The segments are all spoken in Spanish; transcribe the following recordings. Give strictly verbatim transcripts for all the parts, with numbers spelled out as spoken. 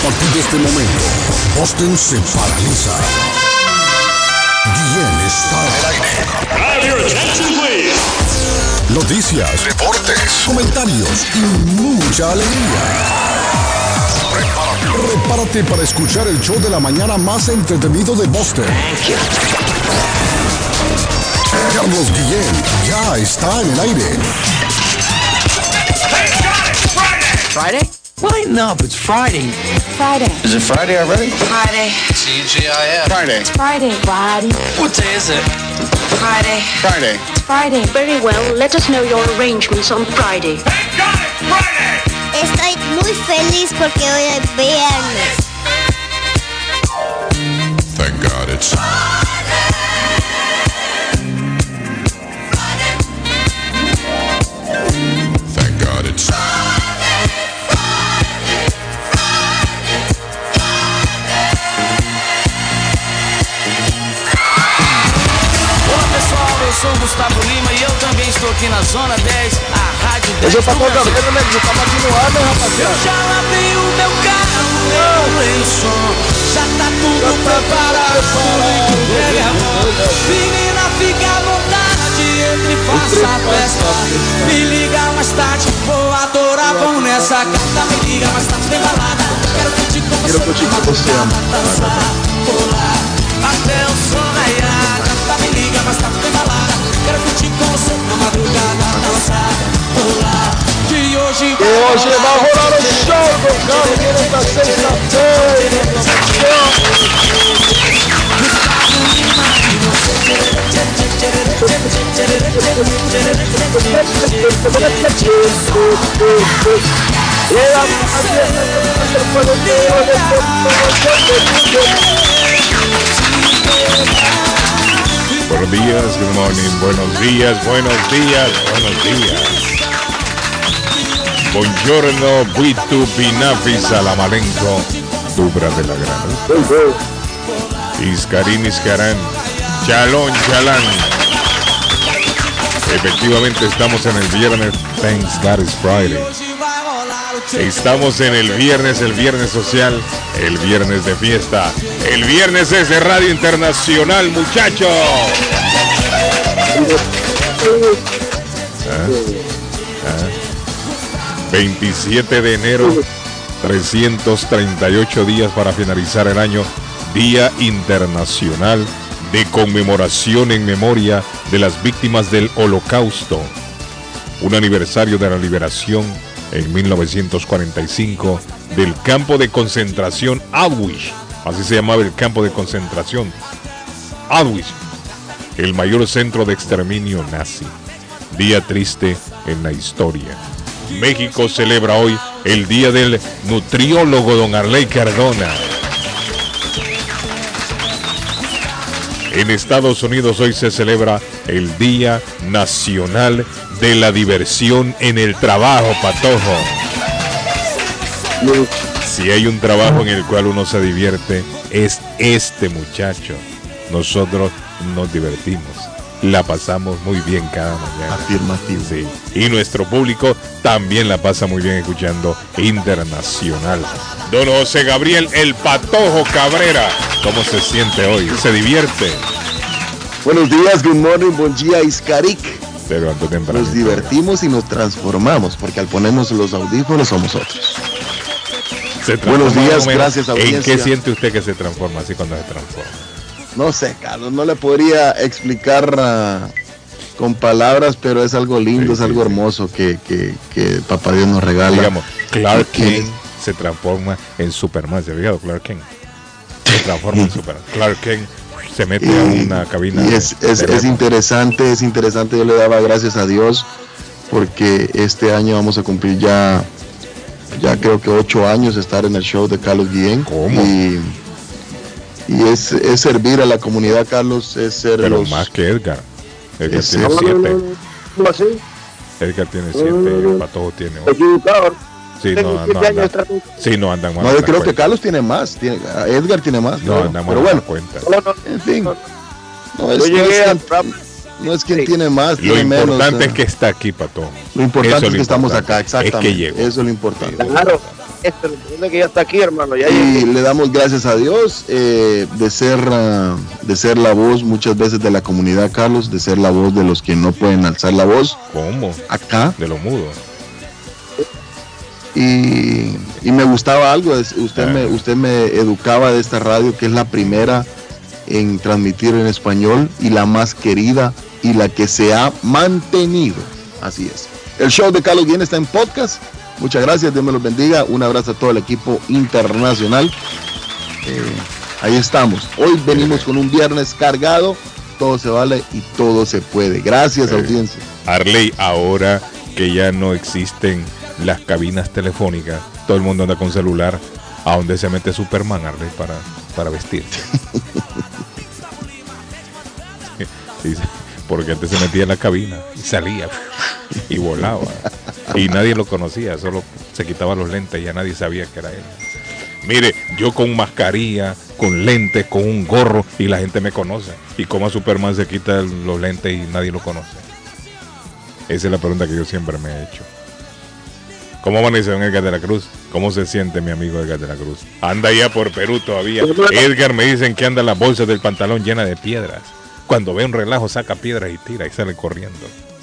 partir de este momento, Boston se paraliza. Guillén está al aire. Have your attention, please. Noticias, deportes, comentarios y mucha alegría. Prepárate. Prepárate para escuchar el show de la mañana más entretenido de Boston. Carlos Guillén ya está en el aire. Hey, got it! Friday! Friday? Lighten up, it's Friday. Friday. Is it Friday already? Friday. T G I F. Friday. It's Friday. Friday. What day is it? Friday. Friday. It's Friday. Very well, let us know your arrangements on Friday. Hey, got it! Friday! Estoy muy feliz porque hoy es viernes. Thank God it's Thank God it's Olá pessoal, eu sou o Gustavo Lima e eu também estou aqui na Zona dez, a Rádio dez. Hoje eu tô vendo, né? Estamos aqui no ar, né, Eu rapaziada? já lavei o meu carro, eu em som, já tá tudo preparado, tudo entregue a mão. Menina, fica à vontade, entre e faça a festa. Me liga mais tarde, vou adorar, vamos nessa carta. Me liga mais tarde, tem balada. Quero curtir com você, Quero curtir com você, dançar, pular, até o sol raiar. Canta, me liga mais tarde, tem balada. Quero curtir com você na madrugada, dançar, pular. Que hoje E hoje vai rolar o show do Carlos Guillén nesta sexta-feira. Buenos días, good morning, buenos días, buenos días, buenos días. Buongiorno, buitu, binafi, salamalenco, dubra de la grana. Iscarín, iscarán, chalón, chalán. Efectivamente estamos en el viernes, thanks God it's Friday. Estamos en el viernes, el viernes social, el viernes de fiesta. El viernes es de Radio Internacional, muchachos. ¿Ah? ¿Ah? veintisiete de enero, trescientos treinta y ocho días para finalizar el año. Día Internacional de Conmemoración en Memoria de las Víctimas del Holocausto. Un aniversario de la liberación en mil novecientos cuarenta y cinco del campo de concentración Auschwitz. Así se llamaba el campo de concentración Auschwitz, el mayor centro de exterminio nazi. Día triste en la historia. México celebra hoy el día del nutriólogo don Arley Cardona. En Estados Unidos hoy se celebra el Día Nacional de la Diversión en el Trabajo, Patojo. Si hay un trabajo en el cual uno se divierte, es este, muchacho. Nosotros nos divertimos, la pasamos muy bien cada mañana. Afirmativo. Sí. Y nuestro público también la pasa muy bien escuchando Internacional. Don José Gabriel El Patojo Cabrera, ¿cómo se siente hoy? ¿Se divierte? Buenos días, good morning, buen día, Iscaric. Se levantó temprano. Nos divertimos y nos transformamos, porque al ponernos los audífonos somos otros. Se Buenos días, gracias, audiencia. ¿En qué siente usted que se transforma así cuando se transforma? No sé, Carlos, no le podría explicar uh, con palabras, pero es algo lindo, sí, es algo sí, hermoso que, que, que Papá Dios nos regala. Digamos, Clark Kent se transforma en Superman, ¿se ha fijado? Clark Kent se transforma en Superman. Clark Kent se mete y, a una cabina. Y es, es, es interesante, es interesante. Yo le daba gracias a Dios porque este año vamos a cumplir ya, ya creo que ocho años de estar en el show de Carlos Guillén. ¿Cómo? Y, y es, es servir a la comunidad, Carlos, es ser pero los, más que Edgar. Edgar es, tiene no, siete. No, no, no, ¿así? Edgar tiene siete y el Patojo tiene ocho. Equivocado. Sí, no, no, andan, sí, no andan más. No, yo creo que Carlos tiene más, tiene, Edgar tiene más. No, andan más. Pero bueno, cuenta. En fin, no es, no es, quien, no es quien tiene más, lo tiene menos. Lo importante o sea, es que está aquí, Patojo. Lo importante es, es lo es que importante. Estamos acá, exactamente. Es que llegó. Eso es lo importante. Claro, Esto, lo importante es que ya está aquí, hermano. Ya y llegué. le damos gracias a Dios eh, de ser uh, de ser la voz muchas veces de la comunidad, Carlos, de ser la voz de los que no pueden alzar la voz. ¿Cómo? Acá. De los mudos. Y, y me gustaba algo, usted, ah. me, usted me educaba de esta radio, que es la primera en transmitir en español y la más querida y la que se ha mantenido. Así es. El show de Carlos Guillén está en podcast. Muchas gracias, Dios me los bendiga. Un abrazo a todo el equipo internacional. Eh, ahí estamos. Hoy venimos con un viernes cargado. Todo se vale y todo se puede. Gracias, eh, audiencia. Arley, ahora que ya no existen las cabinas telefónicas, todo el mundo anda con celular. ¿A dónde se mete Superman, Arley, para, para vestir? Sí, porque antes se metía en la cabina y salía y volaba y nadie lo conocía, solo se quitaba los lentes y ya nadie sabía que era él. Mire, yo con mascarilla, con lentes, con un gorro y la gente me conoce. ¿Y cómo Superman se quita los lentes y nadie lo conoce? Esa es la pregunta que yo siempre me he hecho. ¿Cómo amanece don Edgar de la Cruz? ¿Cómo se siente mi amigo Edgar de la Cruz? Anda ya por Perú todavía. Edgar, me dicen que anda las bolsas del pantalón llenas de piedras. Cuando ve un relajo saca piedras y tira y sale corriendo.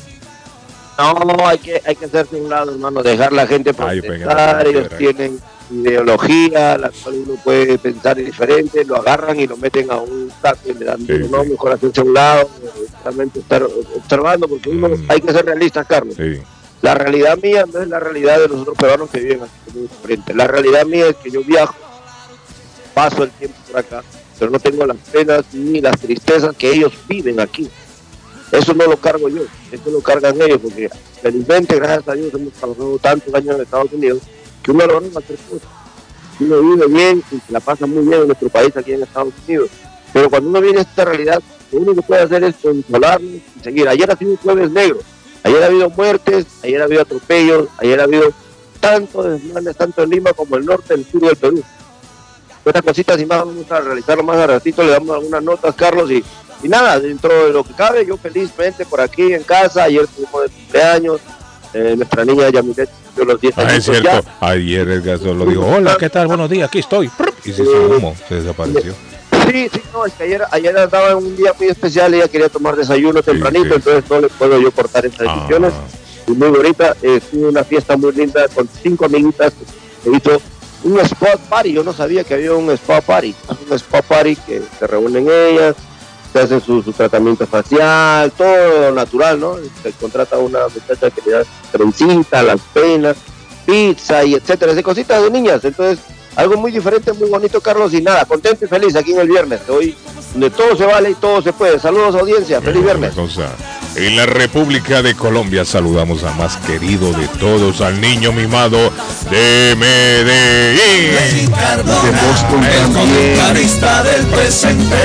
No, hay que hay que hacerse un lado, hermano, dejar la gente protestar. Ellos tienen ideología, la cual uno puede pensar diferente, lo agarran y lo meten a un saco y le dan, sí, no, sí. Mejor hacerse a un lado, realmente estar observando, porque uno mm. hay que ser realistas, Carlos. Sí. La realidad mía no es la realidad de los otros peruanos que viven aquí, muy diferente. La realidad mía es que yo viajo, paso el tiempo por acá, pero no tengo las penas ni las tristezas que ellos viven aquí. Eso no lo cargo yo, eso lo cargan ellos, porque felizmente, gracias a Dios, hemos trabajado tantos años en Estados Unidos que uno logra hacer cosas. Uno vive bien y se la pasa muy bien en nuestro país, aquí en Estados Unidos. Pero cuando uno viene a esta realidad, lo único que puede hacer es controlarnos y seguir. Ayer ha sido un jueves negro, ayer ha habido muertes, ayer ha habido atropellos, ayer ha habido tanto desmanes, tanto en Lima como en el norte, el sur del Perú. Estas cositas y más vamos a realizarlo más a ratito, le damos algunas notas, Carlos, y, y nada, dentro de lo que cabe, yo felizmente por aquí en casa, ayer tuvimos de cumpleaños, eh, nuestra niña Yamilet cumplió los diez años. Ah, es cierto, ya. Ayer el gaso lo dijo, hola, ¿qué tal? Buenos días, aquí estoy, y se sumó, se desapareció. Sí, sí, no, es que ayer, ayer andaba en un día muy especial, ella quería tomar desayuno tempranito, sí, sí. Entonces no le puedo yo cortar estas ah. decisiones, y muy bonita, eh, fue una fiesta muy linda con cinco amiguitas que hizo un spa party. Yo no sabía que había un spa party, un spa party que se reúnen ellas, se hacen su, su tratamiento facial, todo natural, ¿no? Se contrata una muchacha que le da trencita, las penas, pizza y etcétera, de cositas de niñas. Entonces, algo muy diferente, muy bonito, Carlos, y nada, contento y feliz aquí en el viernes, hoy, donde todo se vale y todo se puede. Saludos, audiencia, feliz viernes. En la República de Colombia saludamos al más querido de todos, al niño mimado de Medellín. De Boston, el comentarista del presente.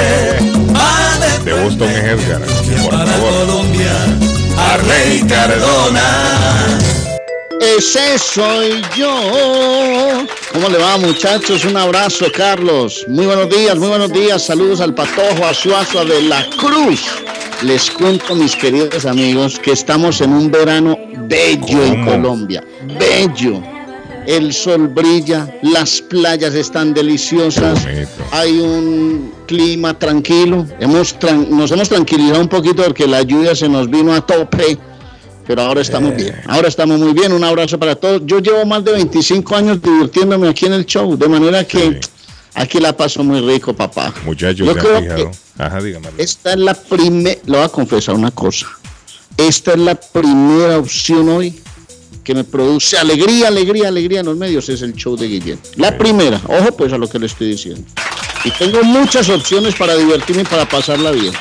De Boston es Edgar, por favor. Colombia, Arley Cardona. Ese soy yo. ¿Cómo le va, muchachos? Un abrazo, Carlos. Muy buenos días, muy buenos días. Saludos al Patojo Azuazo de la Cruz. Les cuento, mis queridos amigos, que estamos en un verano bello en Colombia. Bello. El sol brilla, las playas están deliciosas, hay un clima tranquilo. Hemos tran- nos hemos tranquilizado un poquito porque la lluvia se nos vino a tope. Pero ahora estamos bien, ahora estamos muy bien. Un abrazo para todos. Yo llevo más de veinticinco años divirtiéndome aquí en el show, de manera que sí. Aquí la paso muy rico, papá. Muchachos, yo se creo han fijado. Que Ajá, dígame. Esta es la primera, le voy a confesar una cosa. Esta es la primera opción hoy que me produce alegría, alegría, alegría en los medios, es el show de Guillén. La sí. primera, ojo pues a lo que le estoy diciendo. Y tengo muchas opciones para divertirme y para pasarla bien.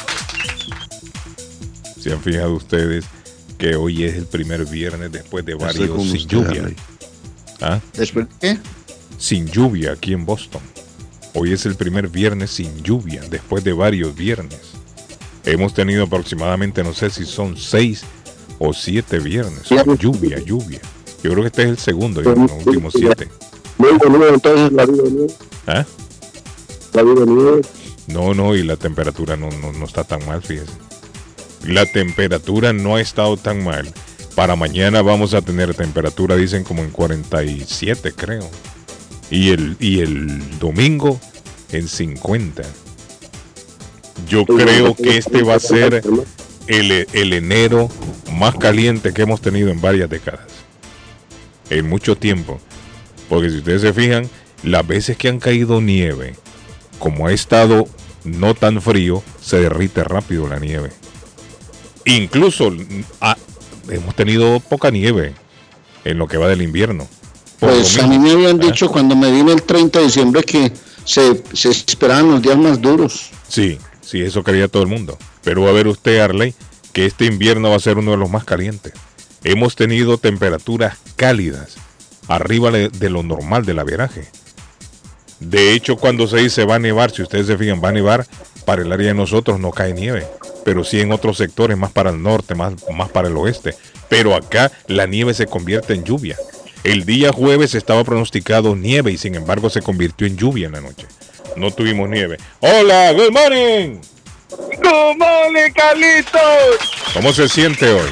¿Se han fijado ustedes que hoy es el primer viernes después de varios sin usted, lluvia? ¿Ah? ¿Después qué? Sin lluvia aquí en Boston. Hoy es el primer viernes sin lluvia después de varios viernes. Hemos tenido aproximadamente, no sé si son seis o siete viernes con lluvia, lluvia. Yo creo que este es el segundo de los últimos siete. Entonces la vida nieve. ¿Ah? La vida nieve. No, no, y la temperatura no, no, no está tan mal, fíjese. La temperatura no ha estado tan mal. Para mañana vamos a tener temperatura, dicen, como en cuarenta y siete, creo. Y el, y el domingo en cincuenta. Yo creo que este va a ser el, el enero más caliente que hemos tenido en varias décadas. En mucho tiempo. Porque si ustedes se fijan, las veces que han caído nieve, como ha estado no tan frío, se derrite rápido la nieve. Incluso a, hemos tenido poca nieve en lo que va del invierno. Pues a mí me habían ¿eh? dicho cuando me vine el treinta de diciembre que se, se esperaban los días más duros. Sí, sí, eso creía todo el mundo. Pero va a ver usted, Arley, que este invierno va a ser uno de los más calientes. Hemos tenido temperaturas cálidas, arriba de lo normal del averaje. De hecho, cuando se dice va a nevar, si ustedes se fijan, va a nevar, para el área de nosotros no cae nieve, pero sí en otros sectores, más para el norte, más, más para el oeste. Pero acá la nieve se convierte en lluvia. El día jueves estaba pronosticado nieve y sin embargo se convirtió en lluvia en la noche. No tuvimos nieve. Hola, good morning. Good morning, Carlitos. ¿Cómo se siente hoy?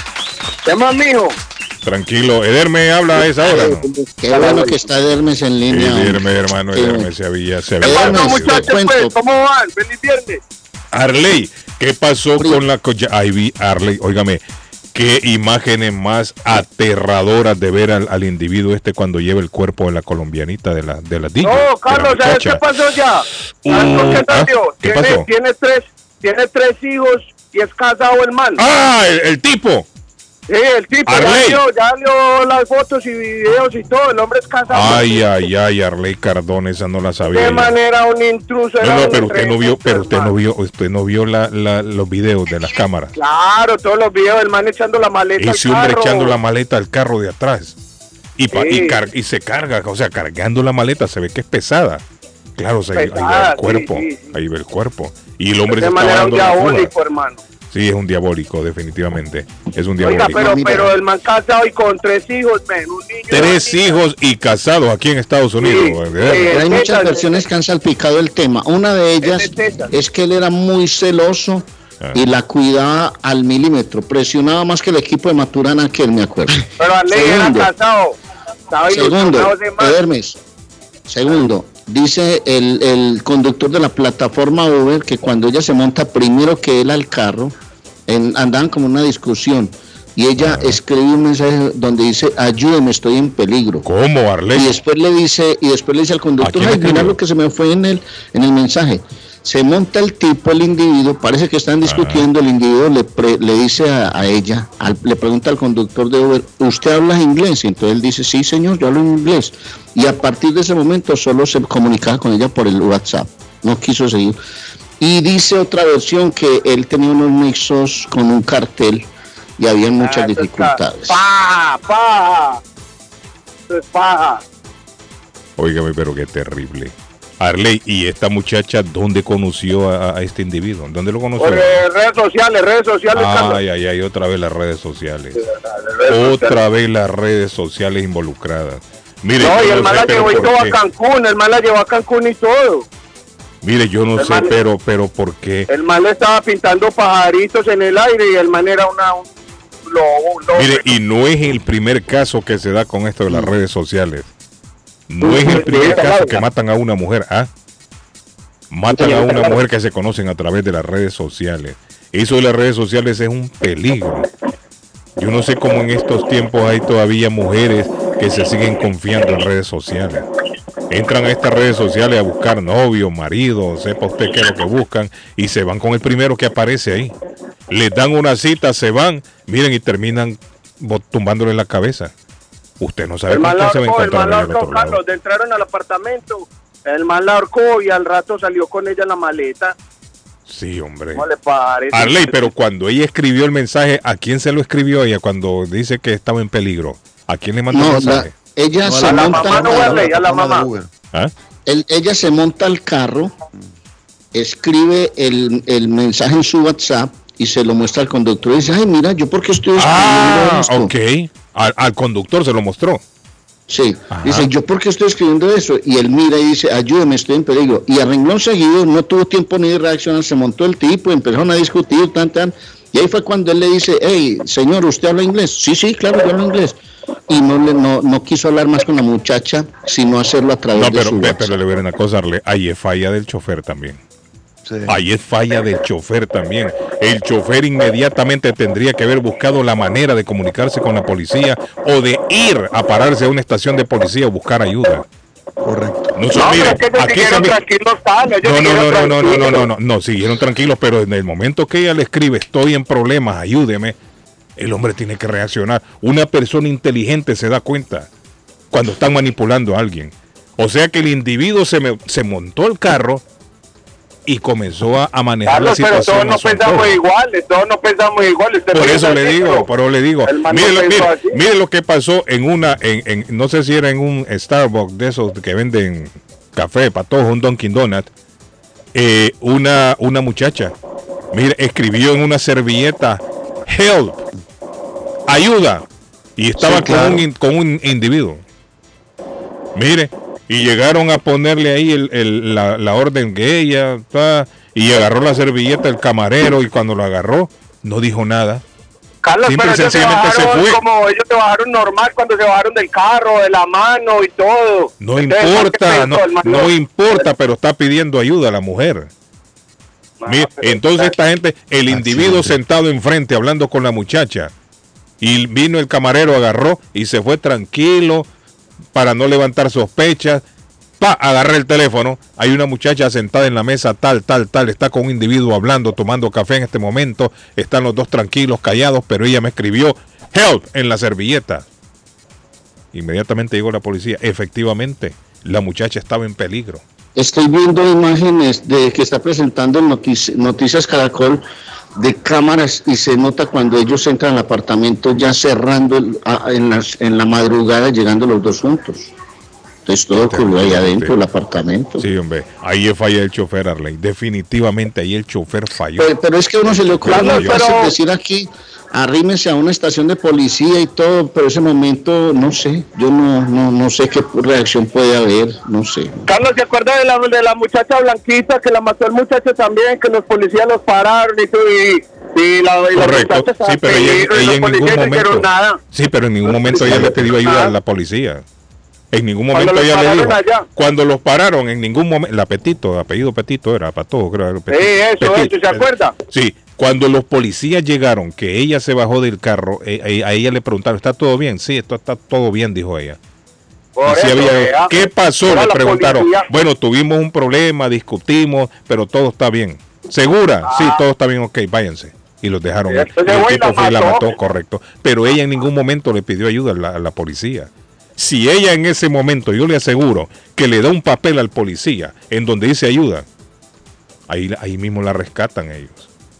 Llama mijo. Tranquilo, Ederme habla a esa hora, ¿no? Qué bueno que está Edermes en línea. Sí, Ederme, hermano, Ederme se había... Se había Edermes, muchachos, pues, ¿cómo van? ¡Feliz viernes! Arley, ¿qué pasó Frío. con la... Ahí vi, Arley, óigame, qué imágenes más aterradoras de ver al, al individuo este cuando lleva el cuerpo de la colombianita de la de la D J. No, Carlos, ¿sabes qué pasó ya? Uh, ¿Qué salió? ¿ah? ¿Qué tiene, pasó? Tiene tres, tiene tres hijos y es casado el man. ¡Ah, el, el tipo! Sí, el tipo ya dio, ya dio las fotos y videos y todo, el hombre es casado. Ay, ay, ay, Arley Cardón, esa no la sabía. De manera un intruso. No, no, pero usted no vio, pero usted no vio, usted no vio la, la, los videos de las cámaras. Claro, todos los videos del man echando la maleta Ese al hombre carro. echando la maleta al carro de atrás. Y, pa, Sí. y, car, y se carga, o sea, cargando la maleta, se ve que es pesada. Claro, se, Pesada, ahí va el cuerpo, sí, sí, sí. ahí va el cuerpo. Y el hombre De se está manera un dando la fuga. diabólico, hermano. Sí, es un diabólico, definitivamente. Es un Oiga, diabólico. pero, pero el man casado y con tres hijos, men, un niño. Tres hijos y casados aquí en Estados Unidos. Sí, Pero hay muchas versiones que han salpicado el tema. Una de ellas es que él era muy celoso Ah. y la cuidaba al milímetro. Presionaba más que el equipo de Maturana, que él me acuerdo. Pero Arley era Segundo. casado. Estaba Segundo, ilusionado ese man. Edermes. Segundo, dice el, el conductor de la plataforma Uber que cuando ella se monta primero que él al carro, en, andaban como una discusión y ella Ah. escribe un mensaje donde dice ayúdeme, estoy en peligro. ¿Cómo, Arley? Y después le dice y después le dice al ¿A conductor, quién ay, escribió? mira lo que se me fue en el en el mensaje. Se monta el tipo, el individuo, parece que están discutiendo, el individuo le, pre, le dice a, a ella, al, le pregunta al conductor de Uber, ¿usted habla inglés? Y entonces él dice, sí señor, yo hablo en inglés. Y a partir de ese momento solo se comunicaba con ella por el WhatsApp, no quiso seguir. Y dice otra versión que él tenía unos nexos con un cartel y había muchas Ah, eso es dificultades. Paja, paja. Eso es paja. Óigame, pero qué terrible. Arley, ¿y esta muchacha dónde conoció a, a este individuo? ¿Dónde lo conoció? Por eh, redes sociales, redes sociales, Carlos. Ay, ay, ay, otra vez las redes sociales. Redes Otra sociales. vez las redes sociales involucradas. Mire, No, yo y el no man sé, la pero llevó y ¿por todo a qué? Cancún, el man la llevó a Cancún y todo. Mire, yo no El sé, man- pero, pero ¿por qué? El man le estaba pintando pajaritos en el aire y el man era una, un lobo, un lobo. Mire, y no es el primer caso que se da con esto de las redes sociales. No es el primer caso que matan a una mujer, ¿ah? Matan a una mujer que se conocen a través de las redes sociales. Eso de las redes sociales es un peligro. Yo no sé cómo en estos tiempos hay todavía mujeres que se siguen confiando en redes sociales. Entran a estas redes sociales a buscar novio, marido, sepa usted qué es lo que buscan, y se van con el primero que aparece ahí. Les dan una cita, se van, miren, y terminan bot- tumbándole la cabeza. Usted no sabe El con man quién la se va a ahorcó, el encontrar man la ahí al ahorcó, otro lado. Carlos. Entraron al apartamento, el man la ahorcó y al rato salió con ella en la maleta. Sí, hombre. ¿Cómo le parece? Arley, pero cuando ella escribió el mensaje, ¿a quién se lo escribió ella cuando dice que estaba en peligro? ¿A quién le mandó No, el mensaje? la- ella No, se a la monta mamá no, Arley, a la mamá. ¿Ah? Él- ella se monta al carro, escribe el, el mensaje en su WhatsApp y se lo muestra al conductor y dice, ay, mira, yo por qué estoy escribiendo Ah, esto. ok. Al, al conductor se lo mostró. Sí, Ajá. dice, yo por qué estoy escribiendo eso. Y él mira y dice, ayúdeme, estoy en peligro. Y a renglón seguido, no tuvo tiempo ni de reaccionar, se montó el tipo, empezaron a discutir, tan, tan. Y ahí fue cuando él le dice, hey, señor, ¿usted habla inglés? Sí, sí, claro, yo hablo inglés. Y no le no, no quiso hablar más con la muchacha, sino hacerlo a través no, de pero, su pero, pero le voy a una cosa, Arle, ahí es falla del chofer también. Sí. Ahí es falla del chofer también. El chofer inmediatamente tendría que haber buscado la manera de comunicarse con la policía o de ir a pararse a una estación de policía o buscar ayuda. Correcto. No, No, mire, pero es que ellos aquí siguieron también- tranquilos, tal, ellos no, no, siguieron no, no, no, no, tranquilos. no, no, no, no, siguieron tranquilos, pero en el momento que ella le escribe, estoy en problemas, ayúdeme, el hombre tiene que reaccionar. Una persona inteligente se da cuenta cuando están manipulando a alguien. O sea que el individuo se, me, se montó el carro y comenzó a, a manejar Carlos, la pero situación. todos no a su pensamos antojo. iguales, todos no pensamos iguales. Usted Por piensa eso le así, digo, pero pero le digo, el man no mire, lo- pensó mire, así. mire lo que pasó en una, en, en, no sé si era en un Starbucks de esos que venden café, patojo, un Dunkin' Donut, eh, una, una muchacha, mire, escribió en una servilleta, help, ayuda, y estaba Sí, claro. con, un, in- con un individuo. Mire, y llegaron a ponerle ahí el, el- la, la orden que ella, ta, y agarró la servilleta el camarero, y cuando lo agarró, no dijo nada. Carlos, Simple pero y ellos se sencillamente se bajaron fue. como ellos se bajaron normal cuando se bajaron del carro, de la mano y todo. No Entonces, importa, ¿qué no, pensó, hermano? no importa, pero está pidiendo ayuda a la mujer. Mira, pero entonces está- esta gente, el individuo Accidente. sentado enfrente hablando con la muchacha, y vino el camarero, agarró y se fue tranquilo para no levantar sospechas. Pa, agarré el teléfono, hay una muchacha sentada en la mesa, tal, tal, tal, está con un individuo hablando, tomando café en este momento, están los dos tranquilos, callados, pero ella me escribió help en la servilleta. Inmediatamente llegó la policía, efectivamente, la muchacha estaba en peligro. Estoy viendo imágenes de que está presentando en Notici- Noticias Caracol de cámaras y se nota cuando ellos entran al apartamento ya cerrando el- a- en, las, en la madrugada, llegando los dos juntos. Entonces todo ocurrió ahí adentro del apartamento. Sí, hombre, ahí es falla el chofer, Arley. Definitivamente ahí el chofer falló. Pero, pero es que a uno se le ocurre Claro, muy fácil pero- decir aquí, arrímense a una estación de policía y todo, pero ese momento, no sé, yo no, no, no sé qué reacción puede haber, no sé. Carlos, ¿se acuerda de la, de la muchacha blanquita que la mató el muchacho también, que los policías los pararon y, todo, y, y la, y la Correcto, muchacha estaba sí, pero en ella, peligro y ella los en ningún policías no hicieron momento, nada. sí, pero en ningún momento ella le pidió ayuda a la policía. En ningún Cuando momento los ella le pararon dijo, allá. cuando los pararon, en ningún momento, la Petito, apellido Petito era, Patojo, creo. Era Sí, Petito, eso, Petito, eso, ¿se acuerda? Sí, cuando los policías llegaron, que ella se bajó del carro, eh, eh, a ella le preguntaron, ¿está todo bien? Sí, esto está todo bien, dijo ella. Por Y sí eso, había- vea, ¿qué pasó? toda Le la preguntaron. policía- Bueno, tuvimos un problema, discutimos, pero todo está bien. ¿Segura? Sí, todo está bien, ok, váyanse. Y los dejaron. Y ir. entonces Y el fue y tipo la fue y la mató. mató, correcto. Pero ella en ningún momento le pidió ayuda a la, a la policía. Si ella en ese momento, yo le aseguro, que le da un papel al policía en donde dice ayuda, ahí, ahí mismo la rescatan ellos.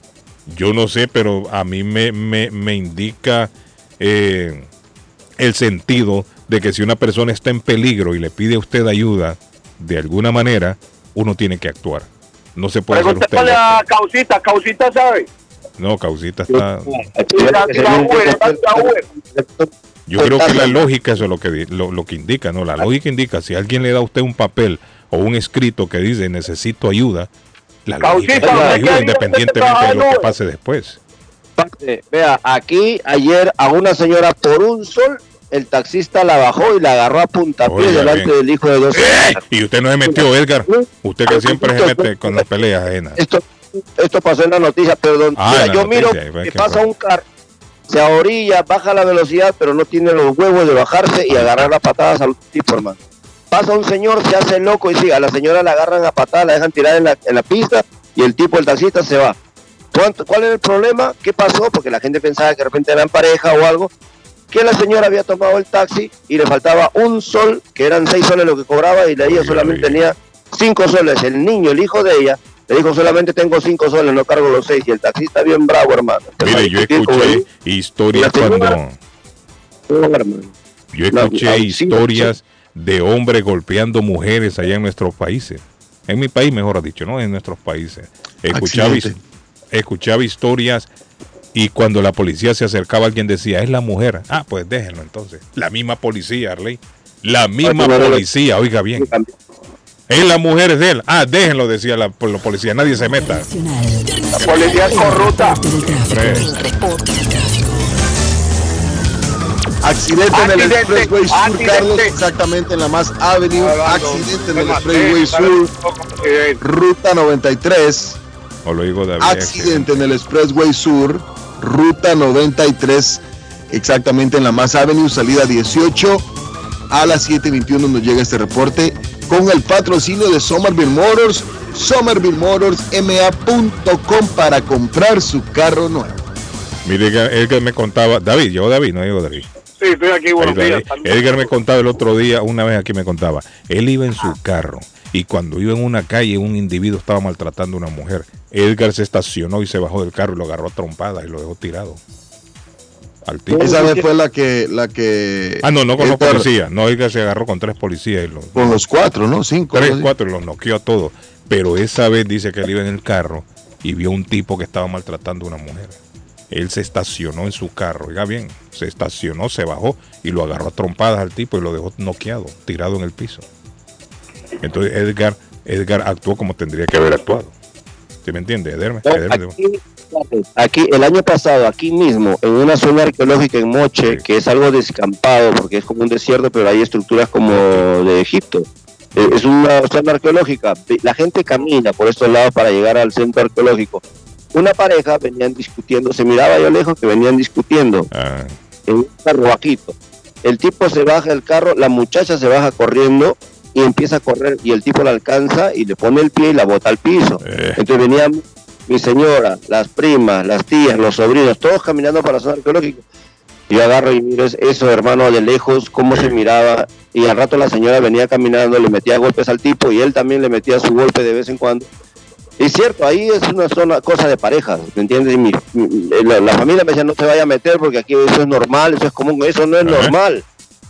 Yo no sé, pero a mí me, me, me indica eh, el sentido de que si una persona está en peligro y le pide a usted ayuda, de alguna manera, uno tiene que actuar. No se puede hacer usted. Pregúntale a Causita, Causita sabe. No, Causita está... Mira, mira, Uber, está Uber. Yo creo que la lógica, eso es lo que, di- lo, lo que indica, ¿no? La lógica indica, si alguien le da a usted un papel o un escrito que dice necesito ayuda, la lógica es Causita, que le ¿usted ayuda qué independientemente de lo que haría? pase después. Eh, Vea, aquí ayer a una señora por un sol, el taxista la bajó y la agarró a puntapié Oiga, delante bien. del hijo de dos años. Y usted no se metió, Edgar. Usted que siempre se mete con las peleas ajenas. Esto, esto pasó en la noticia, perdón. Ah, Mira, en la yo noticia, miro ahí fue que que pasa fue. un carro, se orilla, baja la velocidad, pero no tiene los huevos de bajarse y agarrar las patadas al tipo, hermano. Pasa un señor, se hace loco y sí, a la señora la agarran a patadas, la dejan tirar en la, en la pista y el tipo, el taxista, se va. ¿Cuánto, ¿Cuál era el problema? ¿Qué pasó? Porque la gente pensaba que de repente eran pareja o algo. Que la señora había tomado el taxi y le faltaba un sol, que eran seis soles lo que cobraba, y la ella Oiga, solamente oiga. tenía cinco soles. El niño, el hijo de ella, le dijo solamente tengo cinco soles, no cargo los seis. Y el taxista bien bravo, hermano. Mire, yo Discutir con escuché él. historias La señora- cuando... No, hermano. Yo La- escuché la- sí, historias de hombres golpeando mujeres allá en nuestros países. En mi país, mejor dicho, ¿no? En nuestros países. Escuchaba, his- Accidente. escuchaba historias y cuando la policía se acercaba, alguien decía, es la mujer. Ah, pues déjenlo entonces. La misma policía, Arley. La misma Bueno, policía, oiga bien. Es la mujer de él. Ah, déjenlo, decía la, la policía. Nadie se meta. La policía es corrupta. Accidente en el Expressway Sur, accidente. Carlos, exactamente en la Mass Avenue. Accidente en el Expressway Sur, ruta noventa y tres. O lo digo David. Accidente en el Expressway Sur, ruta noventa y tres, exactamente en la Mass Avenue, salida dieciocho. A las siete veintiuno nos llega este reporte con el patrocinio de Somerville Motors, Somerville Motors M A punto com para comprar su carro nuevo. Mire, Edgar me contaba, David, yo David, no digo David. Sí, estoy aquí, buenos días. Edgar me contaba el otro día, una vez aquí me contaba, él iba en su carro y cuando iba en una calle un individuo estaba maltratando a una mujer. Edgar se estacionó y se bajó del carro y lo agarró a trompadas y lo dejó tirado. Al tipo. Esa vez fue la que, la que. Ah, no, no con los policías. No, Edgar se agarró con tres policías. Y los, con los cuatro, ¿no? Cinco. Tres, cuatro, y los noqueó a todos. Pero esa vez dice que él iba en el carro y vio un tipo que estaba maltratando a una mujer. Él se estacionó en su carro, oiga bien, se estacionó, se bajó y lo agarró a trompadas al tipo y lo dejó noqueado, tirado en el piso. Entonces Edgar, Edgar actuó como tendría que haber actuado. ¿Sí me entiende, Ederme? No, aquí, aquí, el año pasado, aquí mismo, en una zona arqueológica en Moche, sí. que es algo descampado, porque es como un desierto, pero hay estructuras como de Egipto. Es una zona arqueológica. La gente camina por estos lados para llegar al centro arqueológico. Una pareja venían discutiendo, se miraba yo lejos que venían discutiendo ah. en un carro bajito. El tipo se baja del carro, la muchacha se baja corriendo y empieza a correr y el tipo la alcanza y le pone el pie y la bota al piso. Eh. Entonces venían mi señora, las primas, las tías, los sobrinos, todos caminando para la zona arqueológica. Yo agarro y miro eso, hermano, de lejos, cómo se miraba, y al rato la señora venía caminando, le metía golpes al tipo y él también le metía su golpe de vez en cuando. Es cierto, ahí es una zona, cosa de pareja, ¿me entiendes? Mi, mi, la, la familia me decía, no se vaya a meter porque aquí eso es normal, eso es común, eso no es normal,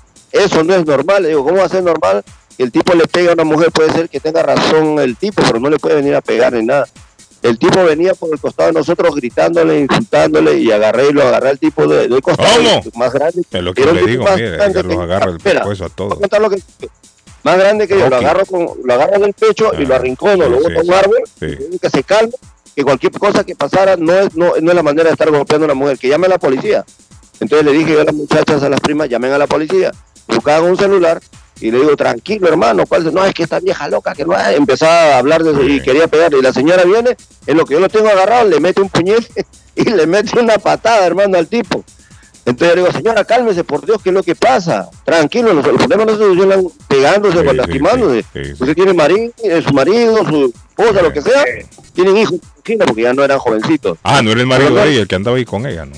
eso no es normal. Le digo, ¿cómo va a ser normal? Que el tipo le pegue a una mujer, puede ser que tenga razón el tipo, pero no le puede venir a pegar ni nada. El tipo venía por el costado de nosotros gritándole, insultándole, y agarré y lo agarré al tipo de, del costado. ¿Cómo? Más grande. Es lo que le digo, mire, que los agarra el pescuezo a todos. Lo que, más grande que yo, lo agarro, con, lo agarro del pecho ah, y lo arrincono, sí, lo boto a sí, un árbol, sí. que se calme, que cualquier cosa que pasara no es, no, no es la manera de estar golpeando a una mujer, que llame a la policía. Entonces le dije yo a las muchachas, a las primas, llamen a la policía, buscaban un celular, y le digo, tranquilo hermano, ¿cuál? No, es que esta vieja loca que no hay. Empezaba a hablar de eso y quería pegarle, y la señora viene, en lo que yo lo tengo agarrado, le mete un puñete y le mete una patada, hermano, al tipo. Entonces yo le digo, señora, cálmese, por Dios, ¿qué es lo que pasa? Tranquilo, los problemas no se solucionan pegándose o sí, lastimándose. Sí, sí, sí. Usted tiene marido, su marido, su esposa, sí, lo que sea, sí. tienen hijos, porque ya no eran jovencitos. Ah, no era el marido de ella, el que andaba ahí con ella, ¿no?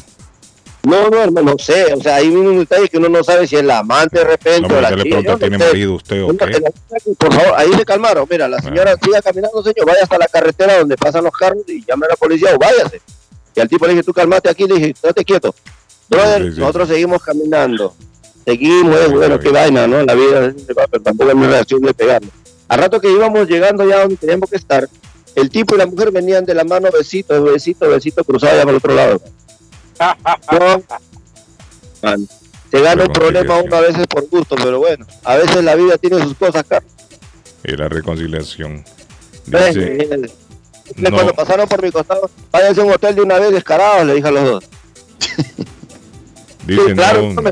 No, no, hermano, no sé, o sea, hay un detalle que uno no sabe si es la amante de repente no, o la le pregunta, ¿tiene no marido usted o qué? Por favor, ahí se calmaron, mira, la señora ah. siga caminando, señor, vaya hasta la carretera donde pasan los carros y llame a la policía o váyase. Y al tipo le dije, tú calmate aquí, le dije, estate quieto. Brother, sí, sí. nosotros seguimos caminando, seguimos, sí, bueno, qué vaina, ¿no? La vida, pero tampoco es mi reacción de pegarle. Al rato que íbamos llegando ya donde teníamos que estar, el tipo y la mujer venían de la mano, besito, besito, besito, cruzado ya por el otro lado. No, man, se gana un problema uno a veces por gusto, pero bueno, a veces la vida tiene sus cosas, Carlos. Y la reconciliación. Dice, eh, no. Cuando pasaron por mi costado, váyanse a un hotel de una vez descarados, le dije a los dos. Dicen, sí, claro, no, no,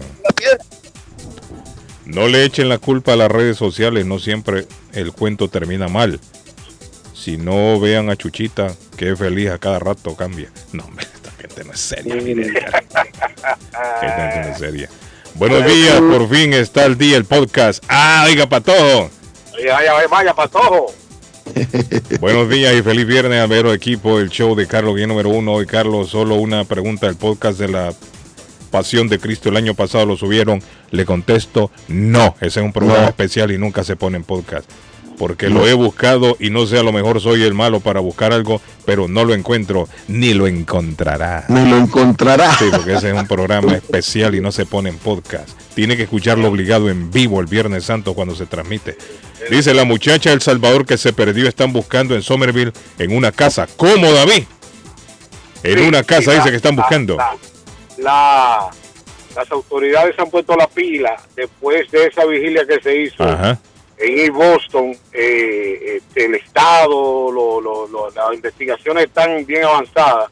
no le echen la culpa a las redes sociales, no siempre el cuento termina mal. Si no vean a Chuchita, que es feliz a cada rato, cambia. No, hombre, esta gente no es seria. Esta gente no es seria. Buenos días, por fin está el día, el podcast. Ah, oiga, Patojo. Vaya, vaya, vaya, Patojo. Buenos días y feliz viernes al mero equipo del show de Carlos Guillén número uno. Hoy, Carlos, solo una pregunta del podcast de la Pasión de Cristo. El año pasado lo subieron. Le contesto, no. Ese es un programa no. especial y nunca se pone en podcast. Porque no. lo he buscado y no sé, a lo mejor soy el malo para buscar algo, pero no lo encuentro, ni lo encontrará. Ni lo encontrará. Sí, porque ese es un programa especial y no se pone en podcast. Tiene que escucharlo obligado en vivo el Viernes Santo cuando se transmite. Dice la muchacha de El Salvador que se perdió, están buscando en Somerville en una casa. ¿Cómo, David? En sí, una casa sí, dice la, que están buscando. La, la, las autoridades han puesto la pila después de esa vigilia que se hizo. Ajá. En East Boston, eh, el Estado, lo, lo, lo, las investigaciones están bien avanzadas.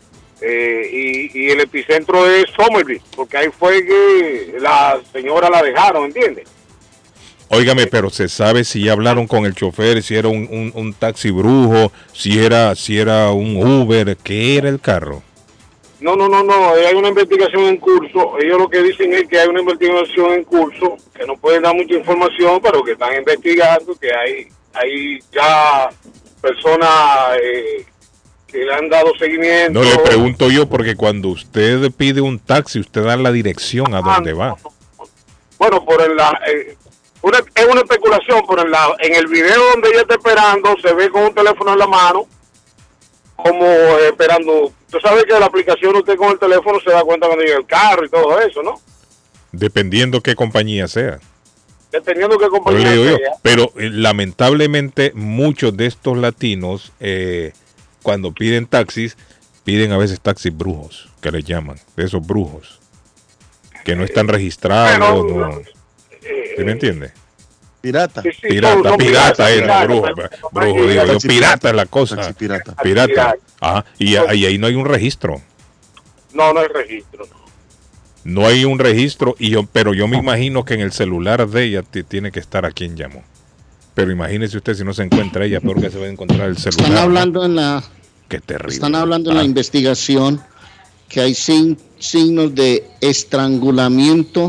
Eh, y, y el epicentro es Somerville, porque ahí fue que la señora la dejaron, ¿entiendes? Óigame, pero se sabe si hablaron con el chofer, si era un, un, un taxi brujo, si era, si era un Uber, ¿qué era el carro? No, no, no, no, hay una investigación en curso. Ellos lo que dicen es que hay una investigación en curso, que no pueden dar mucha información, pero que están investigando, que hay, hay ya personas eh, que le han dado seguimiento. No, le pregunto yo, porque cuando usted pide un taxi, usted da la dirección a dónde ah, va. No, no. Bueno, por el, la, eh, una, es una especulación, pero en, la, en el video donde ella está esperando, se ve con un teléfono en la mano, como eh, esperando. Tú sabes que la aplicación usted con el teléfono se da cuenta cuando llega el carro y todo eso, ¿no? Dependiendo qué compañía sea. Dependiendo qué compañía pero sea. Yo, pero eh, lamentablemente muchos de estos latinos, eh, cuando piden taxis, piden a veces taxis brujos, que les llaman, de esos brujos, que no están registrados. Bueno, no, ¿sí me entiende? Pirata. Sí, sí, pirata, no, no, pirata, pirata, es pirata, brujo, brujo, brujo digo yo, pirata es la cosa. Pirata. Pirata. Ajá, y, y ahí no hay un registro. No, no hay registro. No hay un registro, y yo, pero yo me imagino que en el celular de ella t- tiene que estar a quien llamó. Pero imagínese usted si no se encuentra ella, peor que se va a encontrar el celular. Están hablando ¿no? en la... Qué terrible. Están hablando ah. en la investigación que hay sin, signos de estrangulamiento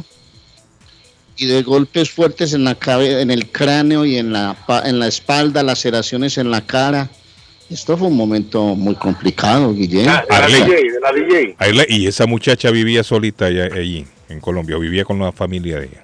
y de golpes fuertes en la cabe, en el cráneo y en la en la espalda, laceraciones en la cara. Esto fue un momento muy complicado, Guillén. La, la D J, de la D J. Y esa muchacha vivía solita allá, allí, en Colombia, vivía con la familia de ella.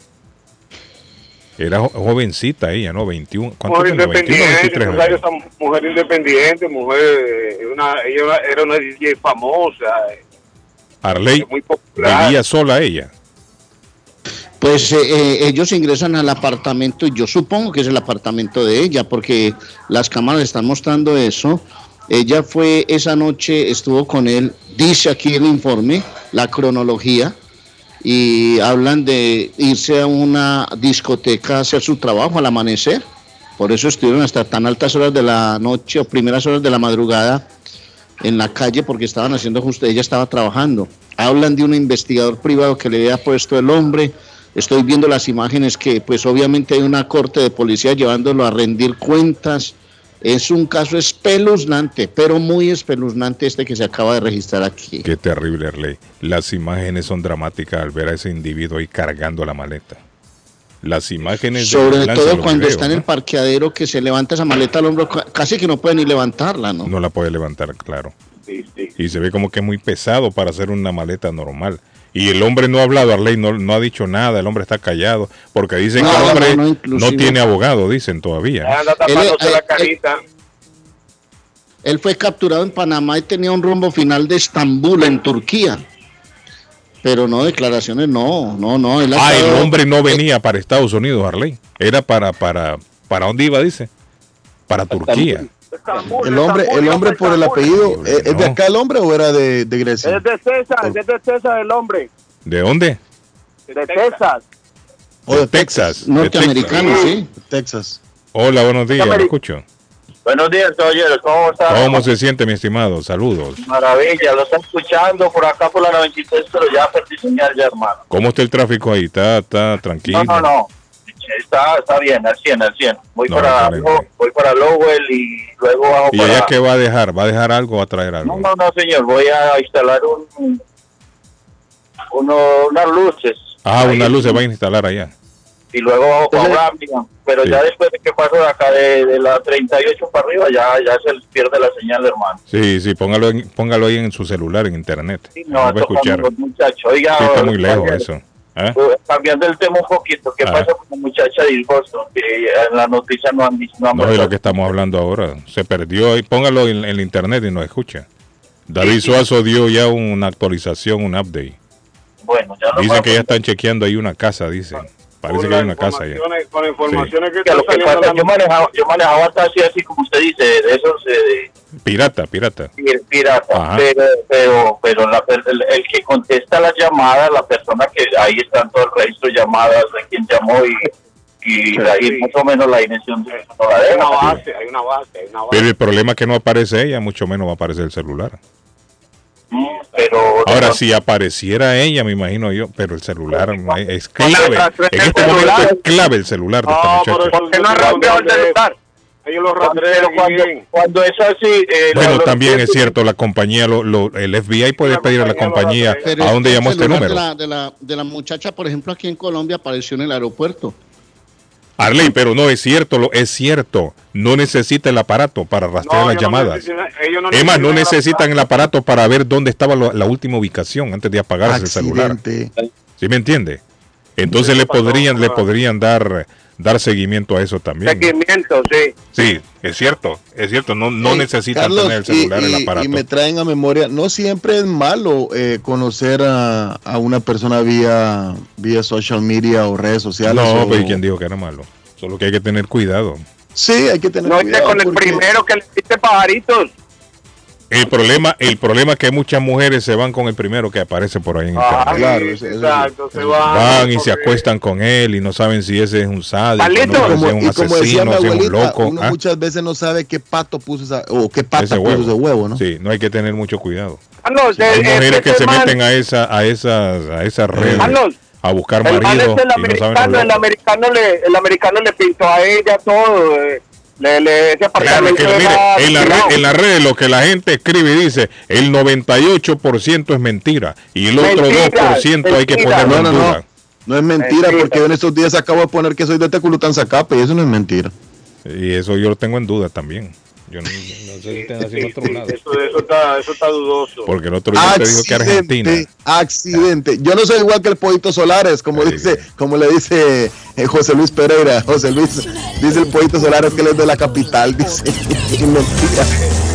Era jo- jovencita ella, ¿no? veintiuno. Mujer independiente, veintitrés años. Esa mujer independiente, mujer, una, ella era una D J famosa. Arley, vivía sola ella. Pues eh, eh, ellos ingresan al apartamento, y yo supongo que es el apartamento de ella, porque las cámaras están mostrando eso. Ella fue esa noche, estuvo con él, dice aquí el informe, la cronología, y hablan de irse a una discoteca a hacer su trabajo al amanecer. Por eso estuvieron hasta tan altas horas de la noche o primeras horas de la madrugada en la calle, porque estaban haciendo justo, ella estaba trabajando. Hablan de un investigador privado que le había puesto el hombre. Estoy viendo las imágenes que pues obviamente hay una corte de policía llevándolo a rendir cuentas. Es un caso espeluznante, pero muy espeluznante este que se acaba de registrar aquí. Qué terrible, Arley. Las imágenes son dramáticas al ver a ese individuo ahí cargando la maleta. Las imágenes... Sobre de todo cuando video, está en ¿no? el parqueadero, que se levanta esa maleta al hombro, casi que no puede ni levantarla, ¿no? No la puede levantar, claro. Sí, sí. Y se ve como que es muy pesado para hacer una maleta normal. Y el hombre no ha hablado, Arley, no, no ha dicho nada, el hombre está callado, porque dicen no, que el hombre no, no, no tiene abogado, dicen todavía. Anda tapándose la carita. Él, él fue capturado en Panamá y tenía un rumbo final de Estambul, en Turquía. Pero no, declaraciones no, no, no. Él ah, estado, el hombre no venía eh, para Estados Unidos, Arley. Era para, para, ¿para dónde iba, dice? Para Turquía. Estambul, el hombre, el hombre por el apellido, ¿es no. de acá el hombre o era de, de Grecia? Es de César, es de César el hombre. ¿De dónde? De Texas. O de Texas. Norteamericano, sí. Texas. Hola, buenos días, ¿me escucho? Buenos días, caballeros, ¿cómo está? ¿Cómo se siente, mi estimado? Saludos. Maravilla, lo está escuchando por acá por la noventa y tres, pero ya perdí señal ya, hermano. ¿Cómo está el tráfico ahí? ¿Está, está tranquilo? No, no, no. Está, está bien, al cien, al cien. Voy, no, para, no, no, voy para Lowell y luego bajo ¿Y para... allá qué va a dejar? ¿Va a dejar algo o va a traer algo? No, no, no, señor. Voy a instalar un, uno, unas luces. Ah, unas luces va a instalar allá. Y luego bajo para Birmingham. Pero sí. Ya después de que paso de acá de, de la treinta y ocho para arriba, ya, ya se les pierde la señal, hermano. Sí, sí, póngalo, en, póngalo ahí en su celular, en internet. Sí, no, va a escuchar. Muchacho. Oiga, sí, está muy lejos eso. ¿Eh? Cambiando el tema un poquito, ¿qué ah. pasa con la muchacha de Boston? Que en la noticia no han visto. No, no es lo que estamos hablando ahora. Se perdió y póngalo en, en el internet y nos escucha. David sí, Suazo sí. dio ya una actualización, un update. Bueno, ya lo dicen que ya están chequeando ahí una casa, dicen. Parece que hay una casa ya. Con informaciones sí. que, que, lo que pasa, yo manejaba, yo manejaba taxi así como usted dice, de esos eh, pirata, pirata. Pirata, pero pero pero la, el, el que contesta las llamadas, la persona que ahí están todo el registro de llamadas de quien llamó y y, y mucho menos la dimensión de no la hay una base, hay una base, hay una base. Pero el problema es que no aparece ella, mucho menos va a aparecer el celular. Pero ahora no, si apareciera ella, me imagino yo, pero el celular es clave. En este momento es clave el celular de esta muchacha. ¿Por qué no ha rastreado el celular? Ellos lo rastrean cuando, cuando es así. Eh, bueno, lo, también lo, es cierto, la compañía, lo, lo, el F B I puede pedir a la compañía pero a dónde llamó este número. De la, de, la, de la muchacha, por ejemplo, aquí en Colombia apareció en el aeropuerto. Arley, pero no es cierto, lo, es cierto. No necesita el aparato para rastrear no, las llamadas. No es más, no necesitan el aparato para ver dónde estaba lo, la última ubicación antes de apagarse Accidente. el celular. ¿Sí me entiende? Entonces le podrían, le podrían dar, dar seguimiento a eso también. Seguimiento, sí. Sí, es cierto, es cierto. No, no hey, necesitan Carlos, tener el celular, y, el aparato. Y me traen a memoria, no siempre es malo eh, conocer a, a una persona vía, vía social media o redes sociales. No, o... pero ¿quién dijo que era malo? Solo que hay que tener cuidado. Sí, hay que tener no cuidado. No con el porque... primero que le diste pajaritos. El problema, el problema es que muchas mujeres se van con el primero que aparece por ahí en ah, internet. Claro, eso, exacto, eso, se van, van y se acuestan con él y no saben si ese es un sádico, no como, si es un asesino, si es un loco. Uno ¿ah? muchas veces no sabe qué pato puso esa, o qué pata ese puso ese huevo, ¿no? Sí, no hay que tener mucho cuidado. Carlos, hay el, mujeres el, que el se man, meten a esa, a esas, a esas redes. Carlos, a buscar el marido es el y no saben americano, el americano le, el americano le pintó a ella todo. Eh. Le, le, ese claro que, mire, en la, red, en la red lo que la gente escribe y dice el noventa y ocho por ciento es mentira y el otro mentira, dos por ciento mentira. Hay que ponerlo no, no, en duda. No, no es mentira, mentira, porque yo en estos días acabo de poner que soy de Teculután-Zacapa y eso no es mentira. Y eso yo lo tengo en duda también. Yo no, no sé si estén así en otro lado. Eso, eso, está, eso está dudoso. Porque el otro día te dijo que Argentina. Accidente. Yo no soy igual que el Pollito Solares, como, dice, como le dice eh, José Luis Pereira. José Luis dice el Pollito Solares que él es de la capital. Dice. Mentira.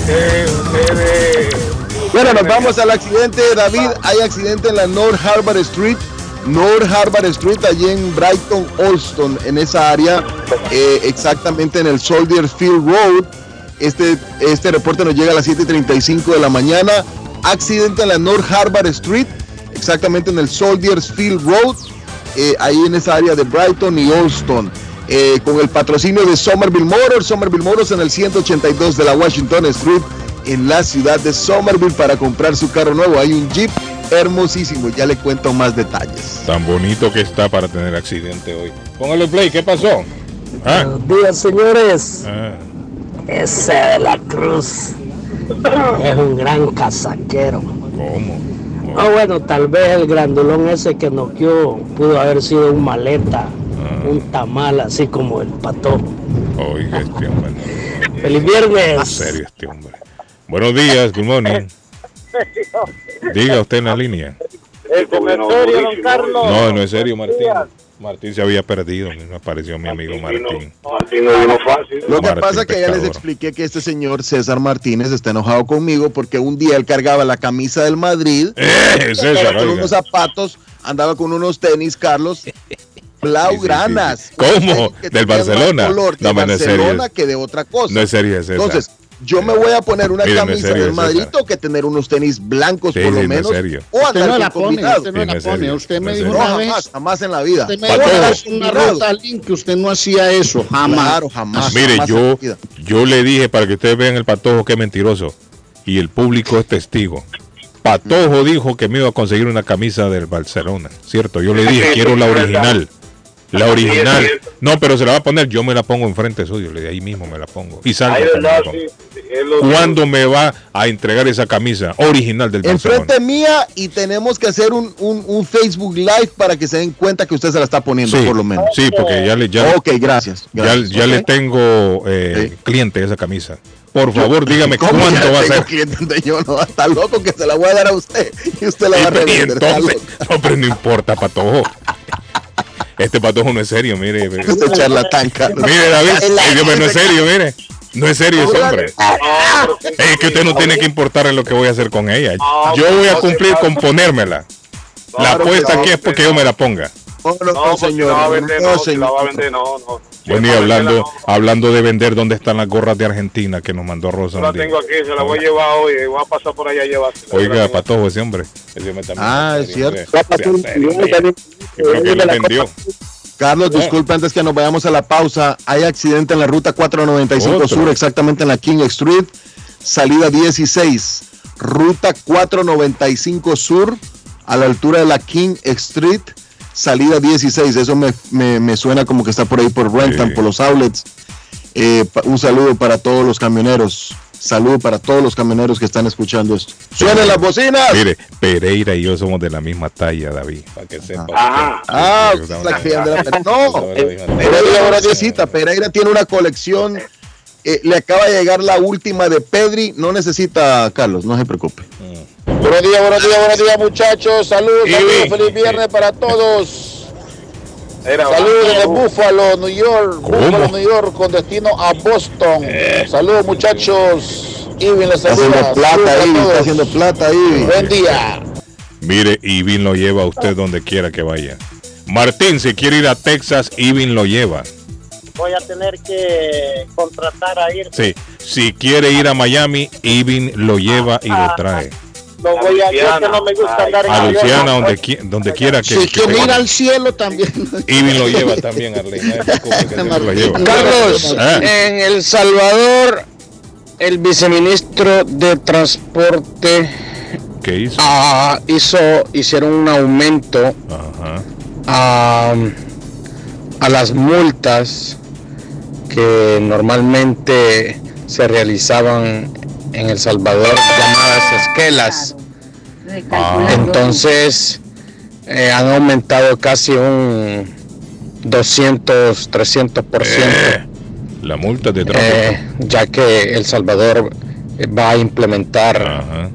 Bueno, nos vamos al accidente. David, hay accidente en la North Harvard Street. North Harvard Street, allí en Brighton, Allston, en esa área, eh, exactamente en el Soldier Field Road. Este, este reporte nos llega a las siete y treinta y cinco de la mañana. Accidente en la North Harvard Street, exactamente en el Soldiers Field Road, eh, ahí en esa área de Brighton y Allston, eh, con el patrocinio de Somerville Motors. Somerville Motors en el ciento ochenta y dos de la Washington Street, en la ciudad de Somerville, para comprar su carro nuevo. Hay un Jeep hermosísimo, ya le cuento más detalles. Tan bonito que está para tener accidente hoy. Póngale play, ¿qué pasó? ¿Ah? Buenos días, señores. Ah. Ese de la Cruz es un gran casaquero. ¿Cómo? Ah, oh, bueno, tal vez el grandulón ese que noqueó pudo haber sido un maleta, ah. un tamal, así como el Patojo. Oiga, este hombre. ¡Feliz viernes! En serio, este hombre. Buenos días, good morning. Diga usted en la línea. ¿Este no es serio, don Carlos? No, no es serio, Martín. Martín se había perdido, me apareció mi amigo Martín. Lo que pasa es que ya les expliqué que este señor César Martínez está enojado conmigo porque un día él cargaba la camisa del Madrid, eh, César, con unos zapatos, andaba con unos tenis, Carlos, blaugranas. Sí, sí, sí, sí. ¿Cómo? ¿Del Barcelona? Color de no, Barcelona no es que de otra cosa. No es serio, César. Entonces, yo me voy a poner una Mira, camisa no serio, del Madrid, César. que tener unos tenis blancos sí, por lo sí, menos. No es o usted no la pone, combinado. usted no sí, la no pone. Usted me no dijo serio. una no, vez. jamás, jamás en la vida. Usted me dijo una ruta link que usted no hacía eso, jamás. Claro, jamás. Mire, jamás yo, yo le dije para que ustedes vean el Patojo que es mentiroso. Y el público es testigo. Patojo dijo que me iba a conseguir una camisa del Barcelona, ¿cierto? Yo le dije, quiero la original. La original. No, pero se la va a poner, yo me la pongo enfrente suyo, de ahí mismo me la pongo. Y salgo. ¿Cuándo me va a entregar esa camisa original del Barcelona? Enfrente mía, y tenemos que hacer un, un, un Facebook Live para que se den cuenta que usted se la está poniendo, sí, por lo menos. Sí, porque ya le ya, Ok, gracias. gracias. ya, ya okay. le tengo eh, sí. cliente esa camisa. Por favor, dígame cuánto va a ser. Yo no, está loco que se la voy a dar a usted y usted la va a revender. Entonces, no, pero no importa, Patojo. Este Patojo no es serio, mire. Este charlatán, Carlos. Mire, David, no es serio, mire. No es serio ese hombre. Es que usted no tiene que importar en lo que voy a hacer con ella. Yo voy a cumplir con ponérmela. La apuesta aquí es porque yo me la ponga. No, no, no, señor. No, vender, no, si la va a vender, no, no. Bueno, y hablando, hablando de vender, ¿dónde están las gorras de Argentina que nos mandó Rosa? La tengo aquí, se la voy a llevar hoy, voy a pasar por allá a llevársela. Oiga, Patojo, ese hombre. Ese ah, es cierto. Yo creo que él vendió. Carlos, disculpe, antes que nos vayamos a la pausa, hay accidente en la ruta cuatrocientos noventa y cinco Otro. Sur, exactamente en la King Street, salida dieciséis. Ruta cuatrocientos noventa y cinco Sur, a la altura de la King Street, salida dieciséis. Eso me, me, me suena como que está por ahí por Renton, sí. por los outlets. Eh, un saludo para todos los camioneros. Saludo para todos los camioneros que están escuchando esto. ¡Suenen las bocinas! Mire, Pereira y yo somos de la misma talla, David. Para que sepa. Ah, ah, la que de la No, Pereira, Pereira tiene una colección. Eh, le acaba de llegar la última de Pedri. No necesita, Carlos, no se preocupe. Mm. Buenos días, buenos días, buenos días, muchachos. Saludos, saludos, feliz viernes para todos. Saludos desde Buffalo, New York. ¿Cómo? Buffalo, New York, con destino a Boston. Eh. Saludos, muchachos. Ivin les saluda. Haciendo plata ahí, está haciendo plata ahí. Buen día. Mire, Ivin lo lleva a usted donde quiera que vaya. Martín, si quiere ir a Texas, Ivin lo lleva. Voy a tener que contratar a ir. Sí, si quiere ir a Miami, Ivin lo lleva y lo trae. Lo voy a yo que no me gusta andar en a Luciana, donde, qui donde quiera que. Si quiere ir al cielo también. Ivin lo lleva también, Arlene. Carlos, ¿eh? En El Salvador, el viceministro de Transporte. ¿Qué hizo? Ah, hizo, hicieron un aumento Ajá. A, a las multas que normalmente se realizaban en El Salvador, llamadas esquelas. Ah. Entonces eh, han aumentado casi un doscientos, trescientos por ciento. Eh, la multa de tráfico. Eh, ya que El Salvador va a implementar Ajá.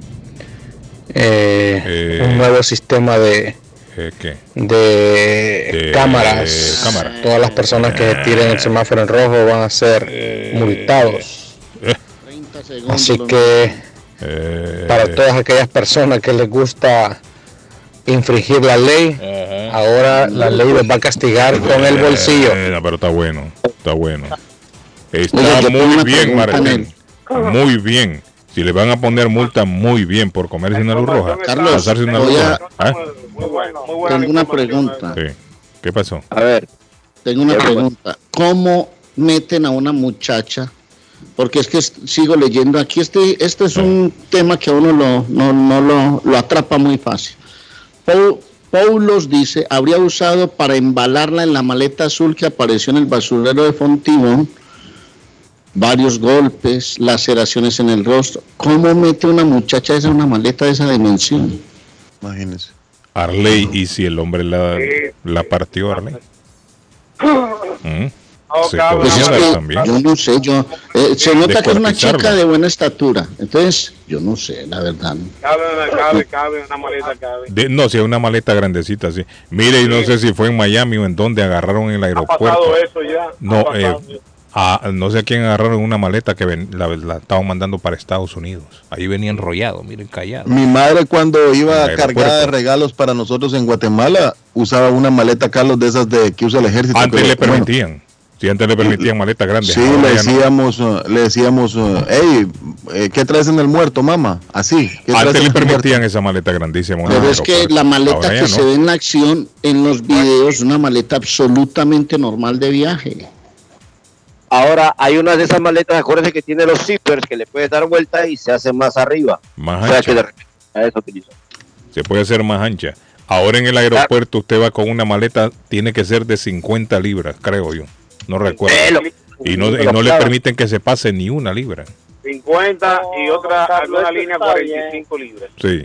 Eh, eh, un nuevo sistema de eh, ¿qué? de, de cámaras. Eh, cámara. Todas las personas que tiren el semáforo en rojo van a ser eh, multados. Eh. Así que eh, para todas aquellas personas que les gusta infringir la ley, uh-huh. ahora la ley les va a castigar con el bolsillo. Eh, pero está bueno, está bueno. Está Oye, muy bien, Martín. Muy bien. Si le van a poner multa, muy bien por comerse una luz roja. Carlos, pasarse una luz roja. ¿Ah? Muy bueno, muy buena. Tengo una pregunta. Sí. ¿Qué pasó? A ver. Tengo una pregunta. ¿Cómo meten a una muchacha? Porque es que sigo leyendo aquí. Este, este es un tema que a uno lo, no, no lo, lo atrapa muy fácil. Paul, Paulos dice, habría usado para embalarla en la maleta azul que apareció en el basurero de Fontibón. Varios golpes, laceraciones en el rostro. ¿Cómo mete una muchacha esa una maleta de esa dimensión? Imagínese. Arley, ¿y si el hombre la, la partió, Arley? ¿Mm? Se pues es que también. Yo no sé, yo eh, se nota que es una chica de buena estatura. Entonces, yo no sé, la verdad. Cabe, cabe, cabe, una maleta cabe. De, no, si es una maleta grandecita, sí. Mire, y no sí. sé si fue en Miami o en donde agarraron en el aeropuerto. Ha pasado eso ya. No, eh, a, no sé a quién agarraron una maleta que ven, la, la estaban mandando para Estados Unidos. Ahí venía enrollado, miren, callado. Mi madre cuando iba cargada de regalos para nosotros en Guatemala, usaba una maleta, Carlos, de esas de que usa el ejército. Antes le permitían. Bueno, si antes le permitían maletas grandes. Sí, le decíamos, no. uh, le decíamos, uh, hey, eh, ¿qué traes en el muerto, mamá? Así. Antes le permitían muerto? Esa maleta grandísima. Pero es que la maleta que no. se ve en la acción en los videos es una maleta absolutamente normal de viaje. Ahora, hay una de esas maletas, acuérdense que tiene los zippers que le puedes dar vuelta y se hace más arriba. Más o sea, ancha. que de repente a eso utilizo. Se puede hacer más ancha. Ahora en el aeropuerto usted va con una maleta, tiene que ser de cincuenta libras, creo yo. No recuerdo. Y no, y no le permiten que se pase ni una libra. cincuenta y otra alguna línea cuarenta y cinco libras. Sí.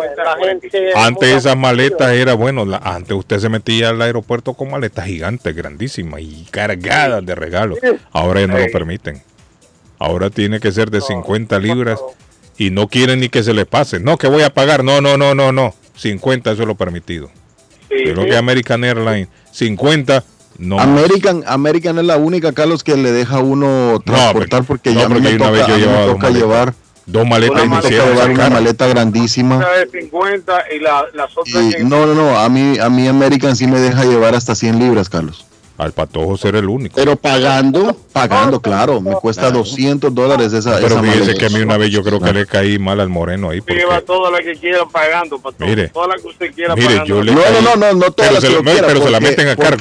Antes esas maletas era bueno, la, antes usted se metía al aeropuerto con maletas gigantes, grandísimas y cargadas de regalos. Ahora ya no lo permiten. Ahora tiene que ser de cincuenta libras y no quieren ni que se le pase. No, que voy a pagar. No, no, no, no, no. cincuenta, eso es lo permitido. Yo creo que American Airlines, cincuenta. No. American, American es la única, Carlos, que le deja a uno transportar, no, porque no, ya porque me una toca, vez yo me toca dos llevar dos maletas me toca llevar una maleta grandísima. Una de cincuenta y la, las otras y, no, no, no, a mí, a mí American sí me deja llevar hasta cien libras, Carlos. Al Patojo ser el único. Pero pagando, pagando, claro, me cuesta claro. doscientos dólares esa, pero esa fíjese que a mí una vez yo creo que le caí mal al moreno ahí. Porque... Lleva todas las que quiera pagando, Patojo. Mire, todas las que usted quiera mire, pagando. Yo le no, caí, no, no, no, no todas pero las se, que lo, quiera, pero porque, se la meten a cargo. Porque,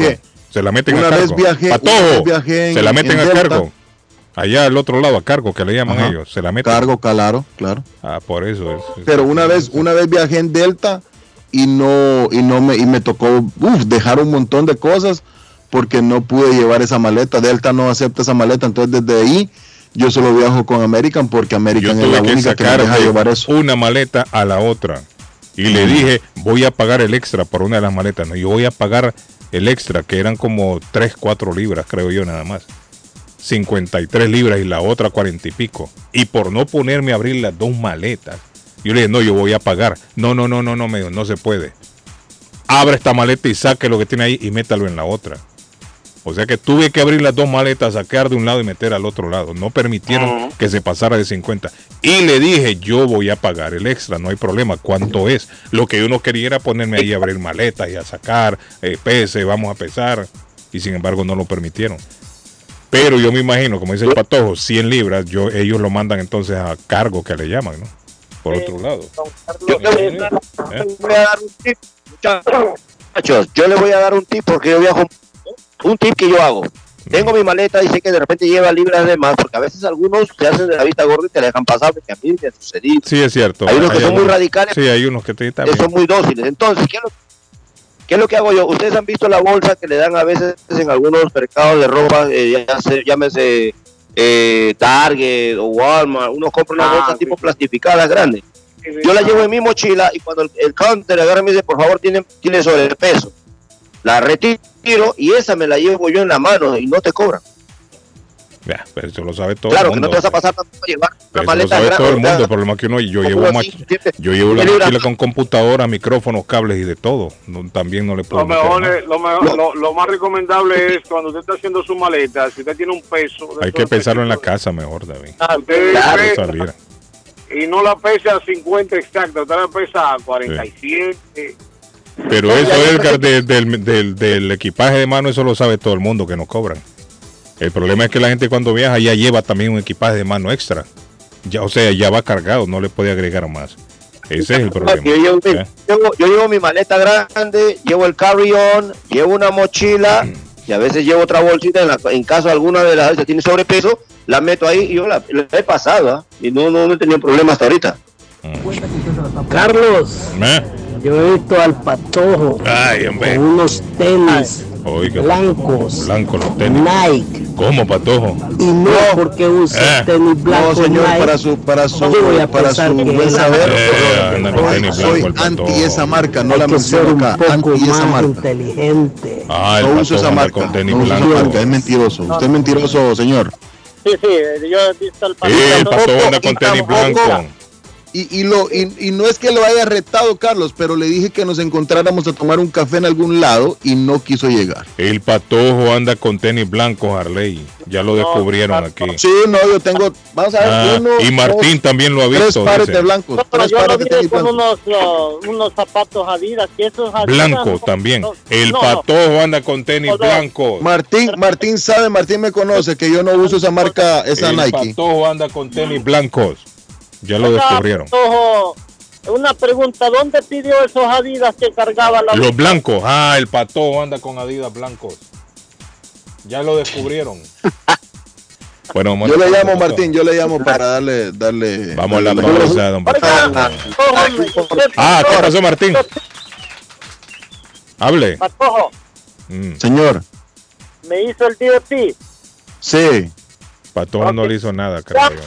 Se la meten una a cargo. Vez viajé, Patojo, una vez viajé en, se la meten en a Delta. cargo. Allá al otro lado, a cargo, que le llaman Ajá. ellos. Se la meten. Cargo, claro, claro. Ah, por eso es. Pero una vez, una vez viajé en Delta y no, y no me, y me tocó uf, dejar un montón de cosas porque no pude llevar esa maleta. Delta no acepta esa maleta, entonces desde ahí yo solo viajo con American porque American Yo es la tuve que única que me sacar deja de llevar eso. una maleta a la otra. Y le dije, voy a pagar el extra por una de las maletas. No, yo voy a pagar el extra, que eran como tres, cuatro libras, creo yo, nada más. cincuenta y tres libras y la otra cuarenta y pico. Y por no ponerme a abrir las dos maletas, yo le dije, no, yo voy a pagar. No, no, no, no, no, me dijo, no se puede. Abre esta maleta y saque lo que tiene ahí y métalo en la otra. O sea que tuve que abrir las dos maletas, sacar de un lado y meter al otro lado. No permitieron uh-huh. que se pasara de cincuenta. Y le dije, yo voy a pagar el extra, no hay problema. ¿Cuánto es? Lo que yo no quería era ponerme ahí a abrir maletas y a sacar, eh, pese, vamos a pesar. Y sin embargo no lo permitieron. Pero yo me imagino, como dice el Patojo, cien libras, yo, ellos lo mandan entonces a cargo, que le llaman, ¿no? Por otro lado. Yo le voy a dar un tip, muchachos. Yo le voy a dar un tip porque yo viajo. Un tip que yo hago. Tengo mi maleta y sé que de repente lleva libras de más, porque a veces algunos te hacen de la vista gorda y te la dejan pasar, porque a mí me ha sucedido. Sí, es cierto. Hay unos que hay son algunos, muy radicales. Sí, hay unos que te que son muy dóciles. Entonces, ¿qué es, lo, ¿qué es lo que hago yo? Ustedes han visto la bolsa que le dan a veces en algunos mercados de ropa, eh, ya se, llámese eh, Target o Walmart. Uno compra una ah, bolsa sí. tipo plastificada grande. Yo la llevo en mi mochila y cuando el, el counter agarra y me dice, por favor, tiene, tiene sobrepeso. La retiro y esa me la llevo yo en la mano y no te cobran. Ya, pero eso lo sabe todo claro, el mundo. Claro, que no te vas a pasar tanto a llevar una maleta grande. Eso lo sabe todo el mundo, el problema es que uno, yo llevo, así, yo llevo la mochila con computadora, micrófonos, cables y de todo. No, también no le puedo lo, mejor es, lo, mejor, no. lo, lo más recomendable es cuando usted está haciendo su maleta, si usted tiene un peso. Hay que pesarlo en la casa mejor, David. Ah, usted claro. pesa, y no la pesa a cincuenta exacta, usted la pesa a cuarenta y siete. Sí. Pero no, eso, Edgar, de, de, del, del, del equipaje de mano, eso lo sabe todo el mundo que nos cobran. El problema es que la gente cuando viaja ya lleva también un equipaje de mano extra. Ya, o sea, ya va cargado, no le puede agregar más. Ese es el problema. Yo llevo, ¿eh? yo, yo llevo mi maleta grande, llevo el carry-on, llevo una mochila y a veces llevo otra bolsita en, la, en caso alguna de las veces tiene sobrepeso, la meto ahí y yo la, la he pasado ¿eh? y no, no, no he tenido problema hasta ahorita. Mm. Carlos. ¿Eh? Yo he visto al Patojo Ay, hombre. con unos tenis Oiga, blancos, blanco los tenis. Nike. ¿Cómo, Patojo? Y no porque use eh. tenis blancos. No, señor, Nike. para su para su no para su buen saber. Eh, no, tenis soy blanco, anti esa marca, no Hay la menciono acá. Anti esa marca. Inteligente. Ah, el no uso esa marca. Con tenis no blanco. Marca, es mentiroso. Usted es mentiroso, señor. Sí, sí, yo he visto el Patojo. Sí, el Patojo anda con tenis blanco. Y, y, lo, y, y no es que lo haya retado, Carlos, pero le dije que nos encontráramos a tomar un café en algún lado y no quiso llegar. El Patojo anda con tenis blancos, Harley. Ya lo descubrieron aquí. Sí, no, yo tengo. Vamos a ver. Ah, uno, y Martín dos, también lo ha visto. Tres pares dice. de blancos. No, tres yo pares lo vi de tenis con blancos. Unos, uh, unos zapatos Adidas. Que esos Adidas blancos no, también. No, el no, Patojo no. anda con tenis no, blancos. Martín, Martín sabe, Martín me conoce que yo no uso esa marca, esa el Nike. El Patojo anda con tenis blancos. Ya lo descubrieron. Patojo, una pregunta, ¿dónde pidió esos Adidas que cargaba la... Los blancos, ah, el Patojo anda con Adidas blancos. Ya lo descubrieron. Bueno, yo le llamo Martín, yo le llamo para darle, darle. Vamos a la pausa, don Patojo. Ah, ¿qué pasó, Martín? Hable. Patojo. Mm. Señor. ¿Me hizo el D O T? Sí. Patojo okay. no le hizo nada, creo yo.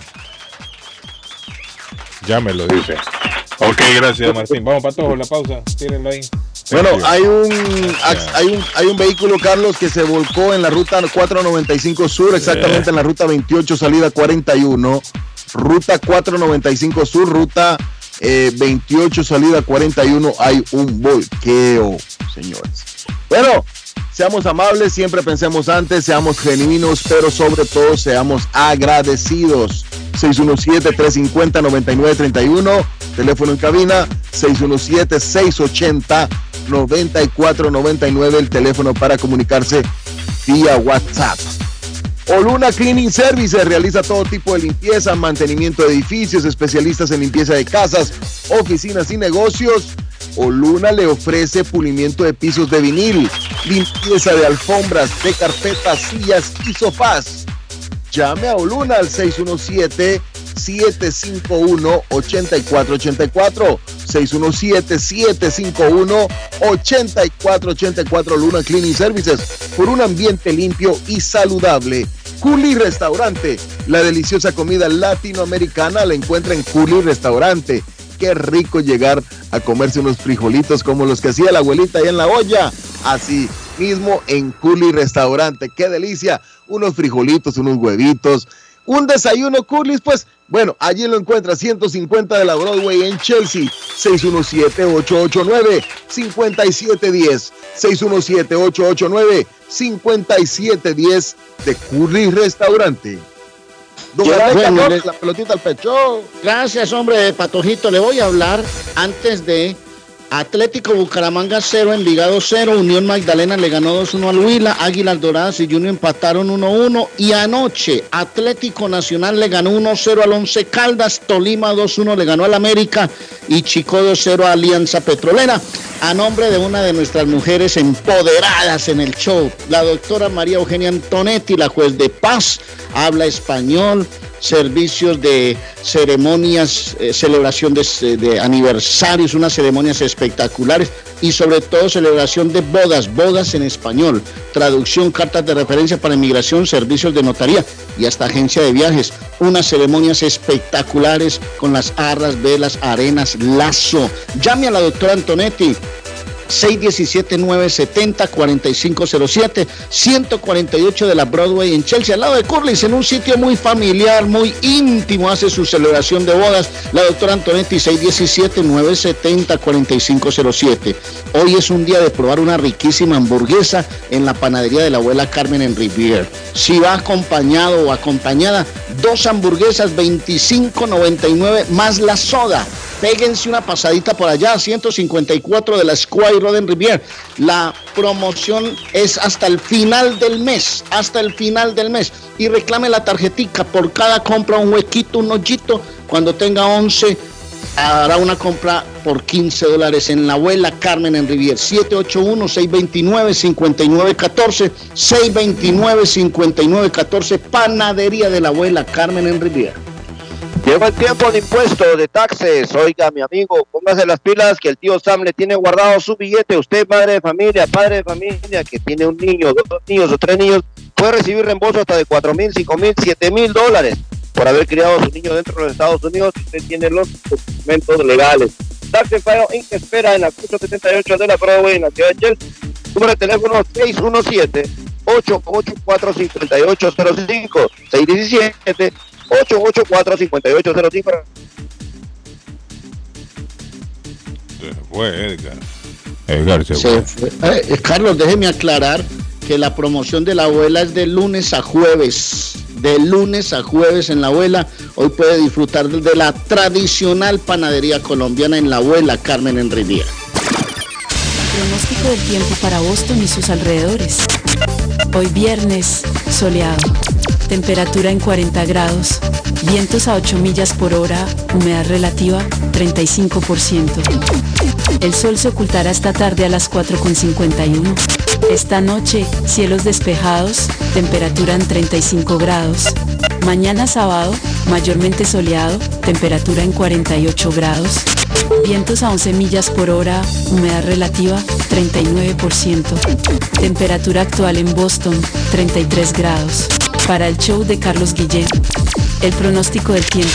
Ya me lo dice. Ok, gracias, Martín. Vamos, Patojo, la pausa. Tírenlo ahí. Bueno, hay un, hay un hay un vehículo, Carlos, que se volcó en la ruta cuatrocientos noventa y cinco Sur, exactamente en la ruta veintiocho, salida cuarenta y uno. Ruta cuatrocientos noventa y cinco Sur, ruta eh, veintiocho, salida cuarenta y uno. Hay un volqueo, señores. Bueno, seamos amables, siempre pensemos antes, seamos genuinos, pero sobre todo seamos agradecidos. seis uno siete, tres cinco cero, nueve nueve tres uno, teléfono en cabina seis uno siete, seis ocho cero, nueve cuatro nueve nueve, el teléfono para comunicarse vía WhatsApp. Oluna Cleaning Services realiza todo tipo de limpieza, mantenimiento de edificios, especialistas en limpieza de casas, oficinas y negocios. Oluna le ofrece pulimiento de pisos de vinil, limpieza de alfombras, de carpetas, sillas y sofás. Llame a Oluna al seis uno siete, siete cinco uno, ocho cuatro ocho cuatro. seis uno siete, siete cinco uno, ocho cuatro ocho cuatro. Luna Cleaning Services, por un ambiente limpio y saludable. Culi Restaurante, la deliciosa comida latinoamericana la encuentra en Culi Restaurante. Qué rico llegar a comerse unos frijolitos como los que hacía la abuelita ahí en la olla. Así mismo en Culi Restaurante. Qué delicia. Unos frijolitos, unos huevitos, un desayuno Curly's, pues bueno, allí lo encuentra, ciento cincuenta de la Broadway en Chelsea. Seis uno siete, ocho ocho nueve, cinco siete uno cero. seis uno siete, ocho ocho nueve, cinco siete uno cero de Curly Restaurante. Don bueno, le... la pelotita al pecho. Gracias, hombre, Patojito. Le voy a hablar antes de Atlético Bucaramanga cero, Envigado cero, Unión Magdalena le ganó dos uno al Huila, Águilas Doradas y Junior empataron uno uno, y anoche Atlético Nacional le ganó uno cero al Once Caldas, Tolima dos uno le ganó al América y Chico dos cero a Alianza Petrolera. A nombre de una de nuestras mujeres empoderadas en el show, la doctora María Eugenia Antonetti, la juez de paz, habla español, servicios de ceremonias, eh, celebración de, de aniversarios, unas ceremonias espectaculares y sobre todo celebración de bodas, bodas en español, traducción, cartas de referencia para inmigración, servicios de notaría y hasta agencia de viajes. Unas ceremonias espectaculares con las arras, velas, arenas, lazo. Llame a la doctora Antonetti. seis uno siete, nueve siete cero, cuatro cinco cero siete, ciento cuarenta y ocho de la Broadway en Chelsea, al lado de Curly's, en un sitio muy familiar, muy íntimo, hace su celebración de bodas. La doctora Antonetti, seis uno siete, nueve siete cero, cuatro cinco cero siete. Hoy es un día de probar una riquísima hamburguesa en la panadería de la abuela Carmen en Rivier. Si va acompañado o acompañada, dos hamburguesas, veinticinco noventa y nueve más la soda. Péguense una pasadita por allá, ciento cincuenta y cuatro de la Square Road en Rivier. La promoción es hasta el final del mes, hasta el final del mes. Y reclame la tarjetica, por cada compra un huequito, un hoyito. Cuando tenga once, hará una compra por quince dólares en la abuela Carmen en Rivier. siete ocho uno, seis dos nueve, cinco nueve uno cuatro, seis dos nueve, cinco nueve uno cuatro, panadería de la abuela Carmen en Rivier. Llegó el tiempo de impuesto, de taxes. Oiga, mi amigo, póngase las pilas que el tío Sam le tiene guardado su billete. Usted, madre de familia, padre de familia, que tiene un niño, dos niños o tres niños, puede recibir reembolso hasta de cuatro mil, cinco mil, siete mil dólares por haber criado a su niño dentro de los Estados Unidos. Usted tiene los documentos legales. Tax File Incorporated espera en la Cruz setenta y ocho de la Broadway en la ciudad de Chelsea. Número de teléfono seis uno siete, ocho ocho cuatro, cinco ocho cero cinco, seis uno siete, ocho ocho cuatro, cinco ocho cero cinco. Se fue Edgar. Edgar se, se fue. fue. Eh, Carlos, déjeme aclarar que la promoción de la abuela es de lunes a jueves. De lunes a jueves en la abuela. Hoy puede disfrutar de la tradicional panadería colombiana en la abuela Carmen en Riviera. Pronóstico del tiempo para Boston y sus alrededores. Hoy viernes, soleado. Temperatura en cuarenta grados. Vientos a ocho millas por hora. Humedad relativa treinta y cinco por ciento. El sol se ocultará esta tarde a las cuatro con cincuenta y uno. Esta noche, cielos despejados. Temperatura en treinta y cinco grados. Mañana sábado, mayormente soleado. Temperatura en cuarenta y ocho grados. Vientos a once millas por hora, humedad relativa treinta y nueve por ciento. Temperatura actual en Boston, treinta y tres grados. Para el show de Carlos Guillén, el pronóstico del tiempo.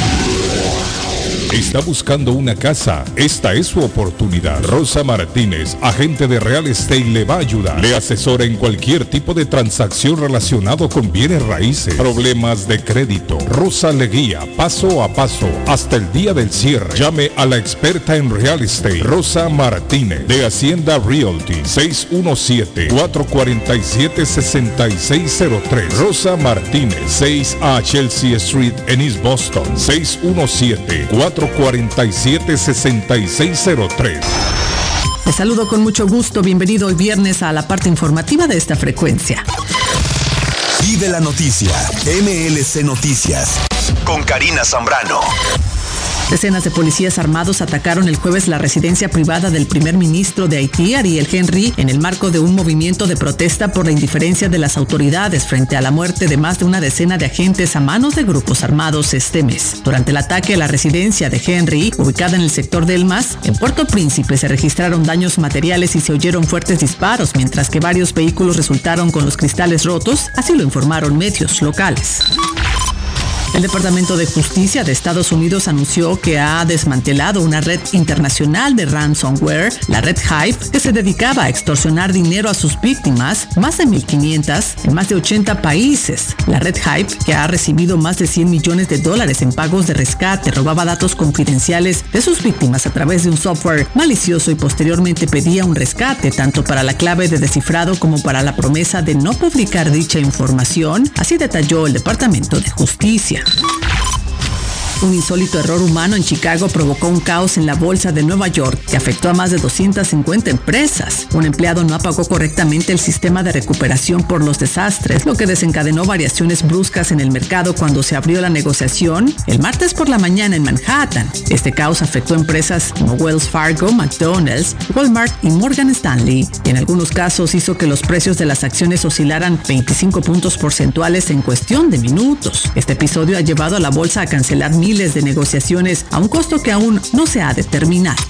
¿Está buscando una casa? Esta es su oportunidad. Rosa Martínez, agente de Real Estate, le va a ayudar. Le asesora en cualquier tipo de transacción relacionado con bienes raíces, problemas de crédito. Rosa le guía paso a paso hasta el día del cierre. Llame a la experta en Real Estate, Rosa Martínez, de Hacienda Realty, seis uno siete, cuatro cuatro siete, seis seis cero tres. Rosa Martínez, seis a Chelsea Street en East Boston, seis uno siete, cuatro cuatro siete, seis seis cero tres. Te saludo con mucho gusto. Bienvenido hoy viernes a la parte informativa de esta frecuencia. Vive la noticia. M L C Noticias. Con Karina Zambrano. Decenas de policías armados atacaron el jueves la residencia privada del primer ministro de Haití, Ariel Henry, en el marco de un movimiento de protesta por la indiferencia de las autoridades frente a la muerte de más de una decena de agentes a manos de grupos armados este mes. Durante el ataque a la residencia de Henry, ubicada en el sector de El Mas, en Puerto Príncipe, se registraron daños materiales y se oyeron fuertes disparos, mientras que varios vehículos resultaron con los cristales rotos, así lo informaron medios locales. El Departamento de Justicia de Estados Unidos anunció que ha desmantelado una red internacional de ransomware, la red Hive, que se dedicaba a extorsionar dinero a sus víctimas, más de mil quinientas, en más de ochenta países. La red Hive, que ha recibido más de cien millones de dólares en pagos de rescate, robaba datos confidenciales de sus víctimas a través de un software malicioso y posteriormente pedía un rescate tanto para la clave de descifrado como para la promesa de no publicar dicha información, así detalló el Departamento de Justicia. Un insólito error humano en Chicago provocó un caos en la bolsa de Nueva York que afectó a más de doscientas cincuenta empresas. Un empleado no apagó correctamente el sistema de recuperación por los desastres, lo que desencadenó variaciones bruscas en el mercado cuando se abrió la negociación el martes por la mañana en Manhattan. Este caos afectó empresas como Wells Fargo, McDonald's, Walmart y Morgan Stanley, y en algunos casos hizo que los precios de las acciones oscilaran veinticinco puntos porcentuales en cuestión de minutos. Este episodio ha llevado a la bolsa a cancelar miles de negociaciones a un costo que aún no se ha determinado.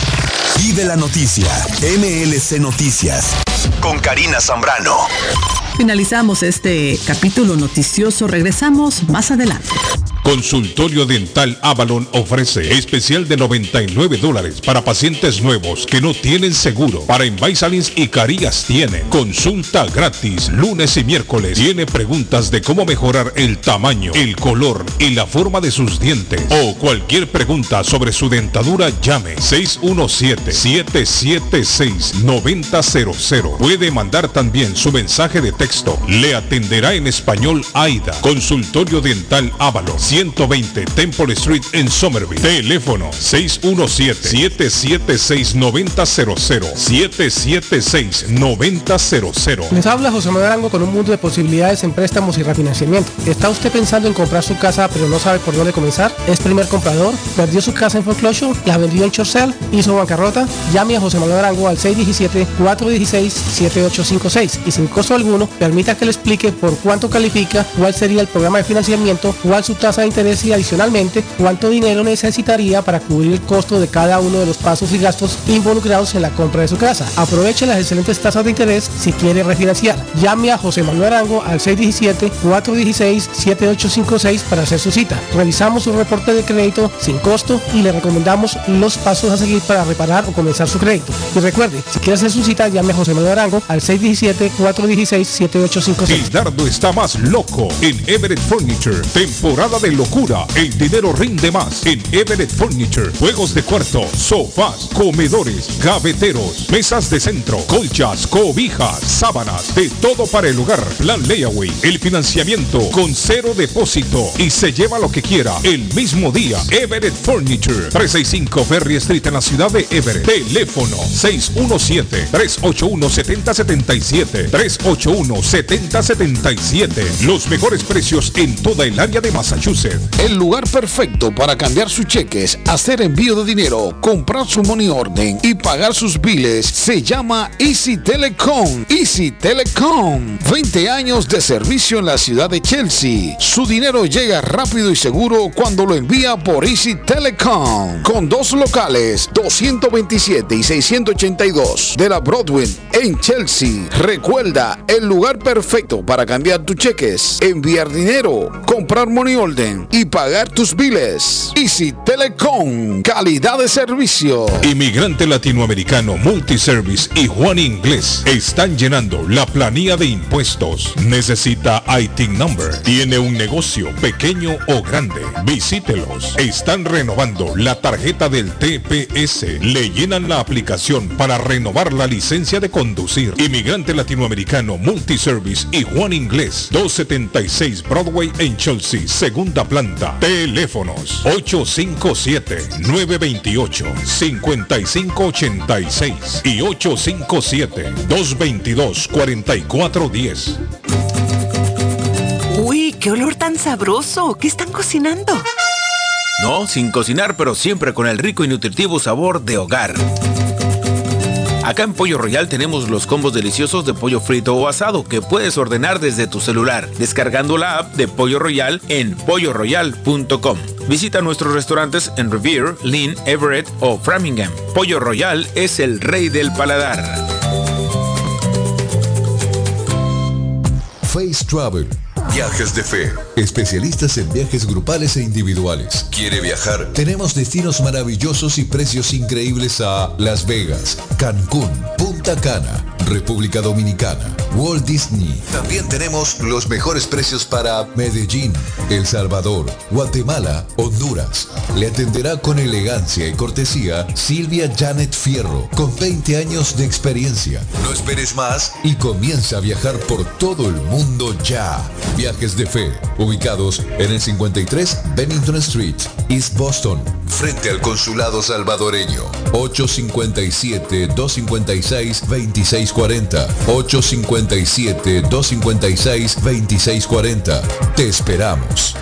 Vive la noticia, M L C Noticias, con Karina Zambrano. Finalizamos este capítulo noticioso, regresamos más adelante. Consultorio Dental Avalon ofrece especial de noventa y nueve dólares para pacientes nuevos que no tienen seguro. Para Invisalins y Carías tiene consulta gratis lunes y miércoles. Tiene preguntas de cómo mejorar el tamaño, el color y la forma de sus dientes. O cualquier pregunta sobre su dentadura, llame seis uno siete, siete siete seis, nueve cero cero cero. Puede mandar también su mensaje de texto. Le atenderá en español Aida. Consultorio Dental Avalon, ciento veinte Temple Street en Somerville. Teléfono seis uno siete, siete siete seis, nueve cero cero, siete siete seis, nueve cero cero. Les habla José Manuel Arango con un mundo de posibilidades en préstamos y refinanciamiento. ¿Está usted pensando en comprar su casa pero no sabe por dónde comenzar? ¿Es primer comprador? ¿Perdió su casa en foreclosure? ¿La vendió en short sale? ¿Hizo bancarrota? Llame a José Manuel Arango al seis uno siete, cuatro uno seis, siete ocho cinco seis y sin costo alguno permita que le explique por cuánto califica, cuál sería el programa de financiamiento, cuál su tasa de interés y adicionalmente cuánto dinero necesitaría para cubrir el costo de cada uno de los pasos y gastos involucrados en la compra de su casa. Aproveche las excelentes tasas de interés si quiere refinanciar. Llame a José Manuel Arango al seis uno siete, cuatro uno seis, siete ocho cinco seis para hacer su cita. Realizamos un reporte de crédito sin costo y le recomendamos los pasos a seguir para reparar o comenzar su crédito. Y recuerde, si quiere hacer su cita, llame a José Manuel Arango al seis uno siete, cuatro uno seis, siete ocho cinco seis. El dardo está más loco en Everett Furniture. Temporada de locura. El dinero rinde más en Everett Furniture. Juegos de cuarto, sofás, comedores, gaveteros, mesas de centro, colchas, cobijas, sábanas, de todo para el hogar. Plan Layaway. El financiamiento con cero depósito y se lleva lo que quiera el mismo día. Everett Furniture. trescientos sesenta y cinco Ferry Street en la ciudad de Everett. Teléfono seis uno siete, tres ocho uno, siete cero siete siete. tres ocho uno, siete cero siete siete. Los mejores precios en toda el área de Massachusetts. El lugar perfecto para cambiar sus cheques, hacer envío de dinero, comprar su money order y pagar sus biles se llama Easy Telecom. Easy Telecom. veinte años de servicio en la ciudad de Chelsea. Su dinero llega rápido y seguro cuando lo envía por Easy Telecom. Con dos locales, doscientos veintisiete y seiscientos ochenta y dos de la Broadway en Chelsea. Recuerda, el lugar perfecto para cambiar tus cheques, enviar dinero, comprar money order y pagar tus biles. Easy Telecom, calidad de servicio. Inmigrante Latinoamericano Multiservice y Juan Inglés están llenando la planilla de impuestos. Necesita I T Number. Tiene un negocio pequeño o grande. Visítelos. Están renovando la tarjeta del T P S. Le llenan la aplicación para renovar la licencia de conducir. Inmigrante Latinoamericano Multiservice y Juan Inglés. doscientos setenta y seis Broadway en Chelsea, segunda planta. Teléfonos ocho cinco siete, nueve dos ocho, cinco cinco ocho seis y ocho cinco siete, dos dos dos, cuatro cuatro uno cero. Uy, qué olor tan sabroso. ¿Qué están cocinando? No, sin cocinar, pero siempre con el rico y nutritivo sabor de hogar. Acá en Pollo Royal tenemos los combos deliciosos de pollo frito o asado que puedes ordenar desde tu celular, descargando la app de Pollo Royal en pollo royal punto com. Visita nuestros restaurantes en Revere, Lynn, Everett o Framingham. Pollo Royal es el rey del paladar. Face Travel. Viajes de Fe. Especialistas en viajes grupales e individuales. ¿Quiere viajar? Tenemos destinos maravillosos y precios increíbles a Las Vegas, Cancún, Punta Cana, República Dominicana, Walt Disney. También tenemos los mejores precios para Medellín, El Salvador, Guatemala, Honduras. Le atenderá con elegancia y cortesía Silvia Janet Fierro, con veinte años de experiencia. No esperes más y comienza a viajar por todo el mundo ya. Viajes de Fe, ubicados en el cincuenta y tres Bennington Street, East Boston, frente al Consulado Salvadoreño. ocho cinco siete, dos cinco seis, dos seis cuatro cero. ocho cinco siete, dos cinco seis, dos seis cuatro cero. Te esperamos.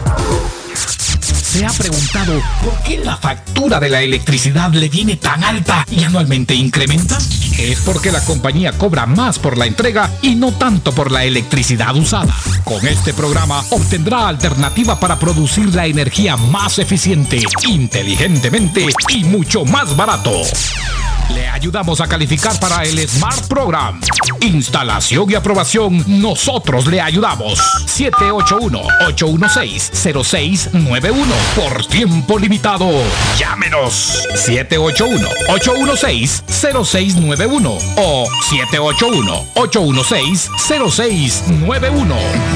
¿Se ha preguntado por qué la factura de la electricidad le viene tan alta y anualmente incrementa? Es porque la compañía cobra más por la entrega y no tanto por la electricidad usada. Con este programa obtendrá alternativa para producir la energía más eficiente, inteligentemente y mucho más barato. Le ayudamos a calificar para el Smart Program. Instalación y aprobación, nosotros le ayudamos. siete ocho uno, ocho uno seis, cero seis nueve uno. Por tiempo limitado. Llámenos. siete ocho uno, ocho uno seis, cero seis nueve uno o siete ocho uno, ocho uno seis, cero seis nueve uno.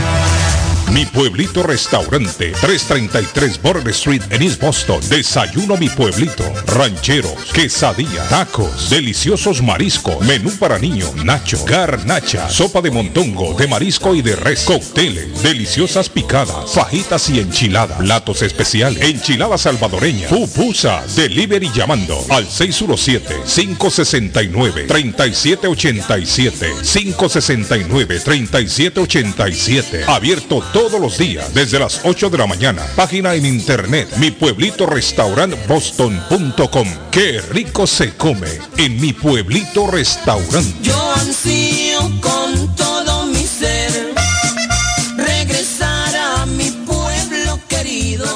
Mi Pueblito Restaurante, trescientos treinta y tres Border Street en East Boston. Desayuno Mi Pueblito, rancheros, quesadilla, tacos, deliciosos mariscos, menú para niños, nacho, garnacha, sopa de montongo, de marisco y de res, cócteles, deliciosas picadas, fajitas y enchiladas, platos especiales, enchilada salvadoreña, pupusas, delivery llamando al seis uno siete, cinco seis nueve, tres siete ocho siete, cinco seis nueve, tres siete ocho siete. Abierto todos los días desde las ocho de la mañana. Página en internet mi pueblito restaurant boston punto com. Qué rico se come en Mi Pueblito Restaurante. Yo ansío con todo mi ser regresar a mi pueblo querido.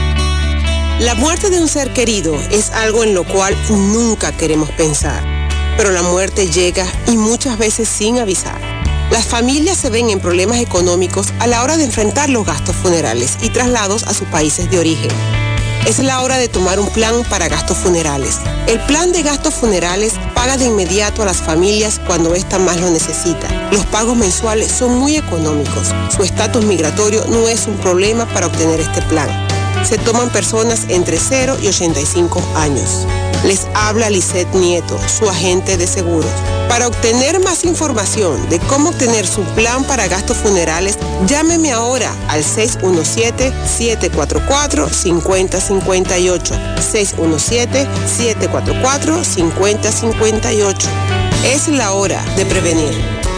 La muerte de un ser querido es algo en lo cual nunca queremos pensar, pero la muerte llega y muchas veces sin avisar. Las familias se ven en problemas económicos a la hora de enfrentar los gastos funerales y traslados a sus países de origen. Es la hora de tomar un plan para gastos funerales. El plan de gastos funerales paga de inmediato a las familias cuando ésta más lo necesita. Los pagos mensuales son muy económicos. Su estatus migratorio no es un problema para obtener este plan. Se toman personas entre cero y ochenta y cinco años. Les habla Lisette Nieto, su agente de seguros. Para obtener más información de cómo obtener su plan para gastos funerales, llámeme ahora al seis uno siete, siete cuatro cuatro, cinco cero cinco ocho. seis uno siete, siete cuatro cuatro, cinco cero cinco ocho. Es la hora de prevenir.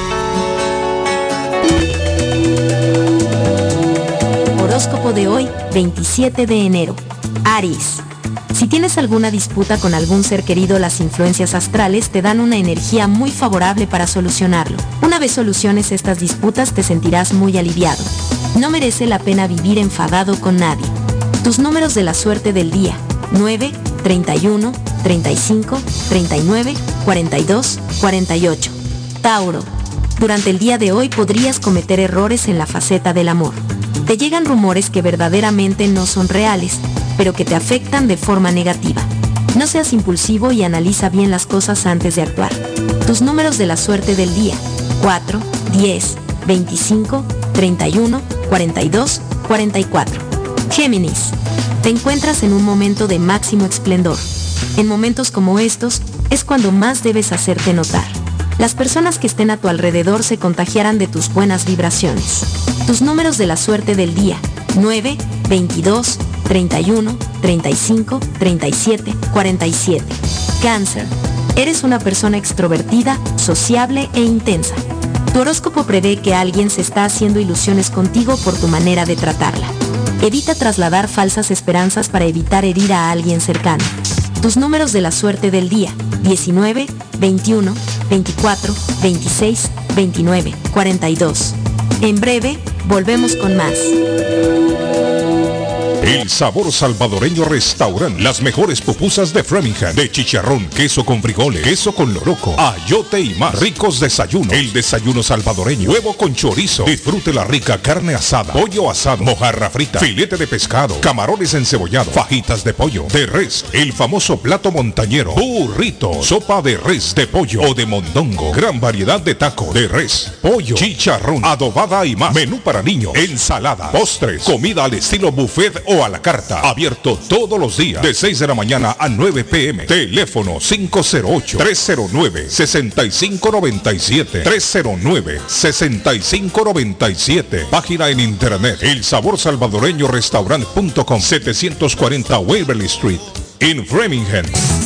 Horóscopo de hoy, veintisiete de enero. Aries. Si tienes alguna disputa con algún ser querido, las influencias astrales te dan una energía muy favorable para solucionarlo. Una vez soluciones estas disputas, te sentirás muy aliviado. No merece la pena vivir enfadado con nadie. Tus números de la suerte del día: nueve, treinta y uno, treinta y cinco, treinta y nueve, cuarenta y dos, cuarenta y ocho. Tauro. Durante el día de hoy podrías cometer errores en la faceta del amor. Te llegan rumores que verdaderamente no son reales, pero que te afectan de forma negativa. No seas impulsivo y analiza bien las cosas antes de actuar. Tus números de la suerte del día: cuatro, diez, veinticinco, treinta y uno, cuarenta y dos, cuarenta y cuatro. Géminis. Te encuentras en un momento de máximo esplendor. En momentos como estos, es cuando más debes hacerte notar. Las personas que estén a tu alrededor se contagiarán de tus buenas vibraciones. Tus números de la suerte del día: nueve, veintidós, treinta y uno, treinta y cinco, treinta y siete, cuarenta y siete. Cáncer. Eres una persona extrovertida, sociable e intensa. Tu horóscopo prevé que alguien se está haciendo ilusiones contigo por tu manera de tratarla. Evita trasladar falsas esperanzas para evitar herir a alguien cercano. Tus números de la suerte del día: diecinueve, veintiuno, veinticuatro, veintiséis, veintinueve, cuarenta y dos. En breve, volvemos con más. El Sabor Salvadoreño Restaurant. Las mejores pupusas de Framingham, de chicharrón, queso con frijoles, queso con loroco, ayote y más. Ricos desayunos. El desayuno salvadoreño. Huevo con chorizo. Disfrute la rica carne asada, pollo asado, mojarra frita, filete de pescado, camarones encebollados, fajitas de pollo, de res, el famoso plato montañero, burrito, sopa de res, de pollo o de mondongo. Gran variedad de tacos de res, pollo, chicharrón, adobada y más. Menú para niños, ensalada, postres, comida al estilo buffet o a la carta. Abierto todos los días de seis de la mañana a nueve pe eme. Teléfono cinco cero ocho, tres cero nueve, seis cinco nueve siete. tres cero nueve, seis cinco nueve siete. Página en internet el sabor salvadoreño restaurant punto com. setecientos cuarenta Waverly Street en Framingham.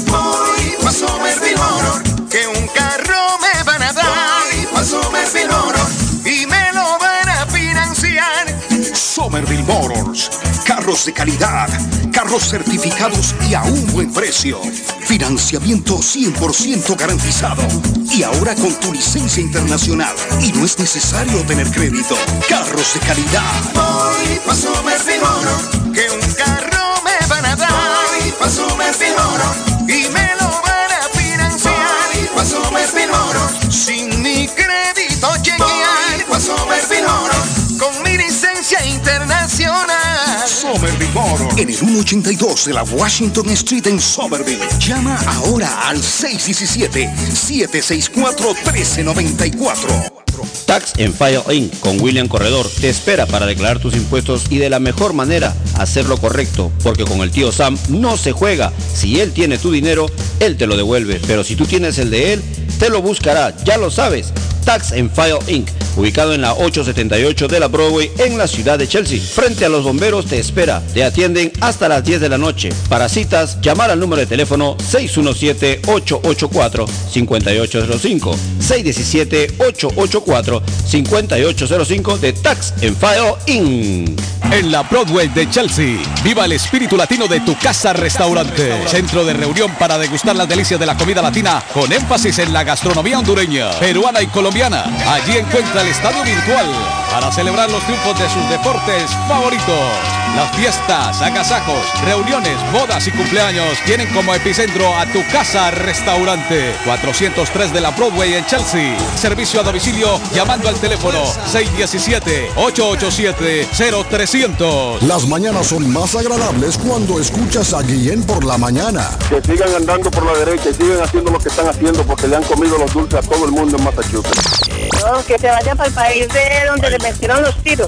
Voy pa' Somerville Motor, que un carro me van a dar. Voy pa' Somerville Motor y me lo van a financiar. Somerville Motors, carros de calidad, carros certificados y a un buen precio. Financiamiento cien por ciento garantizado. Y ahora con tu licencia internacional. Y no es necesario tener crédito. Carros de calidad. Voy pa' Somerville Motor, que un carro me van a dar. Voy pa' Somerville Motor y me lo van a financiar. Voy pa' Somerville Motor, sin mi crédito chequear. Voy pa' Somerville Motor, con mi licencia internacional. Somerville Motor, en el ciento ochenta y dos de la Washington Street en Somerville. Llama ahora al seis uno siete, siete seis cuatro, uno tres nueve cuatro. Tax and File incorporated con William Corredor te espera para declarar tus impuestos y de la mejor manera hacerlo correcto, porque con el tío Sam no se juega. Si él tiene tu dinero, él te lo devuelve, pero si tú tienes el de él, te lo buscará, ya lo sabes. Tax and File incorporated, ubicado en la ochocientos setenta y ocho de la Broadway en la ciudad de Chelsea. Frente a los bomberos te espera. Te atienden hasta las diez de la noche. Para citas, llamar al número de teléfono seis uno siete, ocho ocho cuatro, cinco ocho cero cinco, seis uno siete, ocho ocho cuatro, cinco ocho cero cinco de Tax and File incorporated. En la Broadway de Chelsea, viva el espíritu latino de Tu Casa Restaurante. Centro de reunión para degustar las delicias de la comida latina con énfasis en la gastronomía hondureña, peruana y colombiana. Allí encuentra el estadio virtual para celebrar los triunfos de sus deportes favoritos. Las fiestas, agasajos, reuniones, bodas y cumpleaños tienen como epicentro a Tu Casa Restaurante. cuatrocientos tres de la Broadway en Chelsea. Servicio a domicilio llamando al teléfono seis uno siete, ocho ocho siete, cero trescientos. Las mañanas son más agradables cuando escuchas a Guillén por la mañana. Que sigan andando por la derecha y sigan haciendo lo que están haciendo porque le han comido los dulces a todo el mundo en Massachusetts. No, que se vaya para el país de donde le metieron los tiros.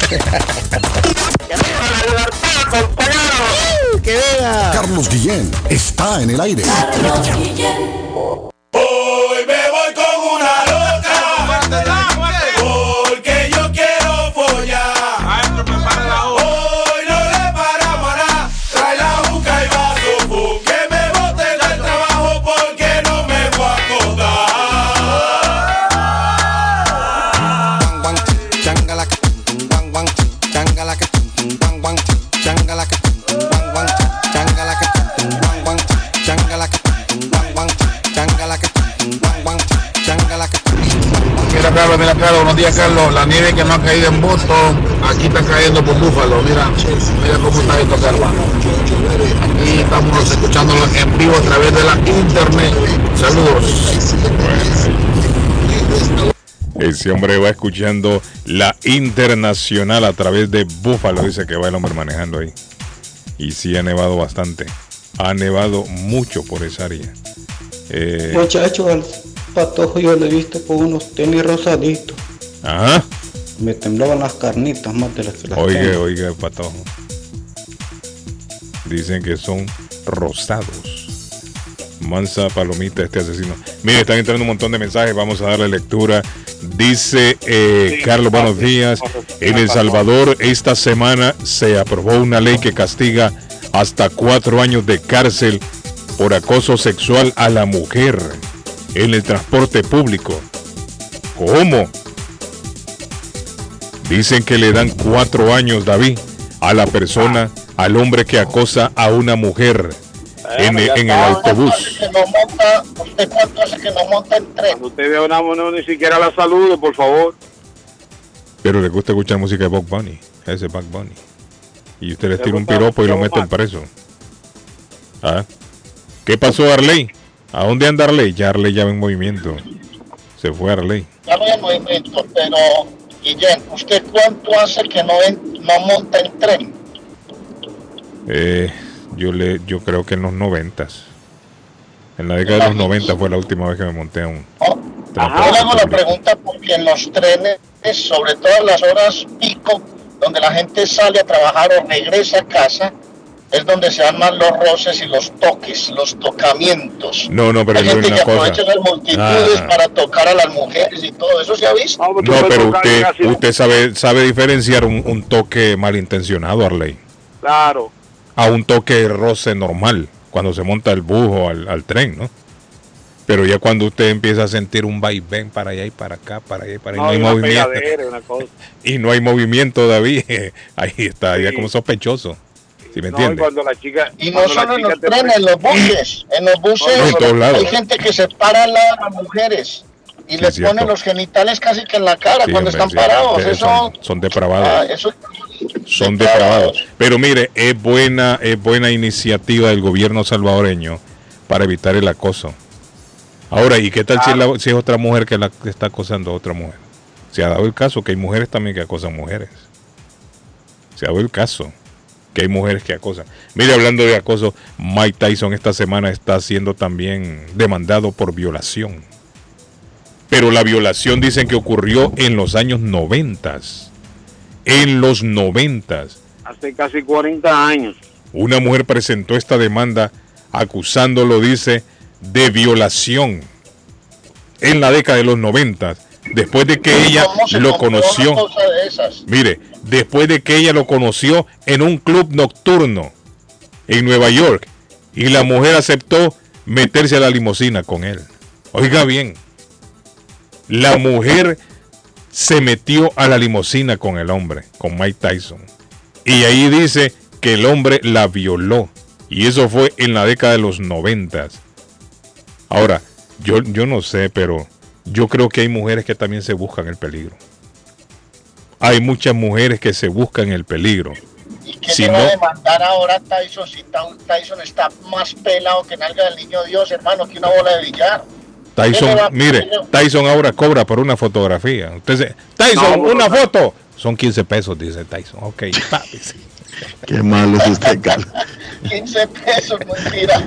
¡Que vea! Carlos Guillén está en el aire. Carlos Guillén. Hoy me voy con una loca. Porque yo quiero follar. Hoy no le paramos a nada. Trae la juca y vaso. Que me boten del trabajo porque no me voy a acordar. Mira Carlos, mira Carlos, buenos días Carlos. La nieve que no ha caído en Boston, aquí está cayendo por Búfalo. Mira, mira cómo está esto, Carlos. Aquí estamos escuchándolo en vivo a través de la internet. Saludos. Ese hombre va escuchando la internacional a través de Búfalo. Dice que va el hombre manejando ahí. Y sí ha nevado bastante. Ha nevado mucho por esa área. Eh... Muchachos, al Patojo yo lo he visto con unos tenis rosaditos. Ajá. Me temblaban las carnitas más de las que las Oiga, tengo. oiga, Patojo. Dicen que son rosados. Mansa palomita este asesino. Mire, están entrando un montón de mensajes. Vamos a darle lectura. Dice eh, Carlos, buenos días. En El Salvador esta semana se aprobó una ley que castiga hasta cuatro años de cárcel por acoso sexual a la mujer en el transporte público. ¿Cómo? Dicen que le dan cuatro años, David, a la persona, al hombre que acosa a una mujer en, el- en el autobús. Que no monta, ¿usted cuánto hace que no monta en tren? Cuando usted ve a una mujer, ni siquiera la salude, por favor. Pero le gusta escuchar música de Bob Bunny, ese Bob Bunny. Y usted le tira un piropo y lo mete preso. ¿Ah? ¿Qué pasó, Arley? ¿A dónde anda Arley? Ya Arley ya va en movimiento. Se fue Arley. Ya no hay movimiento, pero Guillén, ¿usted cuánto hace que no, en- no monta en tren? Eh, yo le, yo creo que en los noventas. En la década de los noventa fue la última vez que me monté a un Yo le hago la pregunta porque en los trenes, sobre todo en las horas pico, donde la gente sale a trabajar o regresa a casa, es donde se arman los roces y los toques, los tocamientos. No, no, pero Hay es gente que una cosa. aprovecha las multitudes Ah. para tocar a las mujeres y todo eso se ha visto. No, pero usted, usted sabe, sabe diferenciar un, un toque malintencionado, Arley, Claro. a un toque roce normal, cuando se monta el bus o al, al tren, ¿no? Pero ya cuando usted empieza a sentir un vaivén para allá y para acá, para allá y para allá, No, y hay no hay una movimiento, pegadera, una cosa. y no hay movimiento todavía, ahí está, ya como sospechoso, ¿sí me No, y entiende? cuando la chica... Y no cuando la solo en chica los te trenes, en los buses. En los buses No, en todos lados. hay gente que se para al lado de las mujeres y Sí, les es cierto. pone los genitales casi que en la cara Sí, cuando hombre, están sí, parados. ustedes Eso, son, son depravados. ah, eso son depravados. Pero mire, es buena, es buena iniciativa del gobierno salvadoreño para evitar el acoso. Ahora, ¿y qué tal si, es la- si es otra mujer que la que está acosando a otra mujer? Se ha dado el caso que hay mujeres también que acosan mujeres. Se ha dado el caso que hay mujeres que acosan. Mire, hablando de acoso, Mike Tyson esta semana está siendo también demandado por violación. Pero la violación dicen que ocurrió en los años noventas. En los noventas. Hace casi cuarenta años. Una mujer presentó esta demanda acusándolo, dice, de violación en la década de los noventas, después de que ella ¿cómo se lo comprueba conoció. una cosa de esas? Mire, después de que ella lo conoció en un club nocturno en Nueva York y la mujer aceptó meterse a la limusina con él. Oiga bien, la mujer se metió a la limusina con el hombre, con Mike Tyson. Y ahí dice que el hombre la violó. Y eso fue en la década de los noventas. Ahora, yo, yo no sé, pero yo creo que hay mujeres que también se buscan el peligro. Hay muchas mujeres que se buscan el peligro. ¿Qué Si le va no, a demandar ahora a Tyson si Ta- Tyson está más pelado que nalga del niño Dios, hermano, que una bola de billar? Tyson, ¿Qué le va- mire, qué le- Tyson ahora cobra por una fotografía. Usted se, Tyson, No, una no. foto. Son quince pesos, dice Tyson. Ok, papi. Qué malo es usted, Carlos. quince pesos, muy tirado.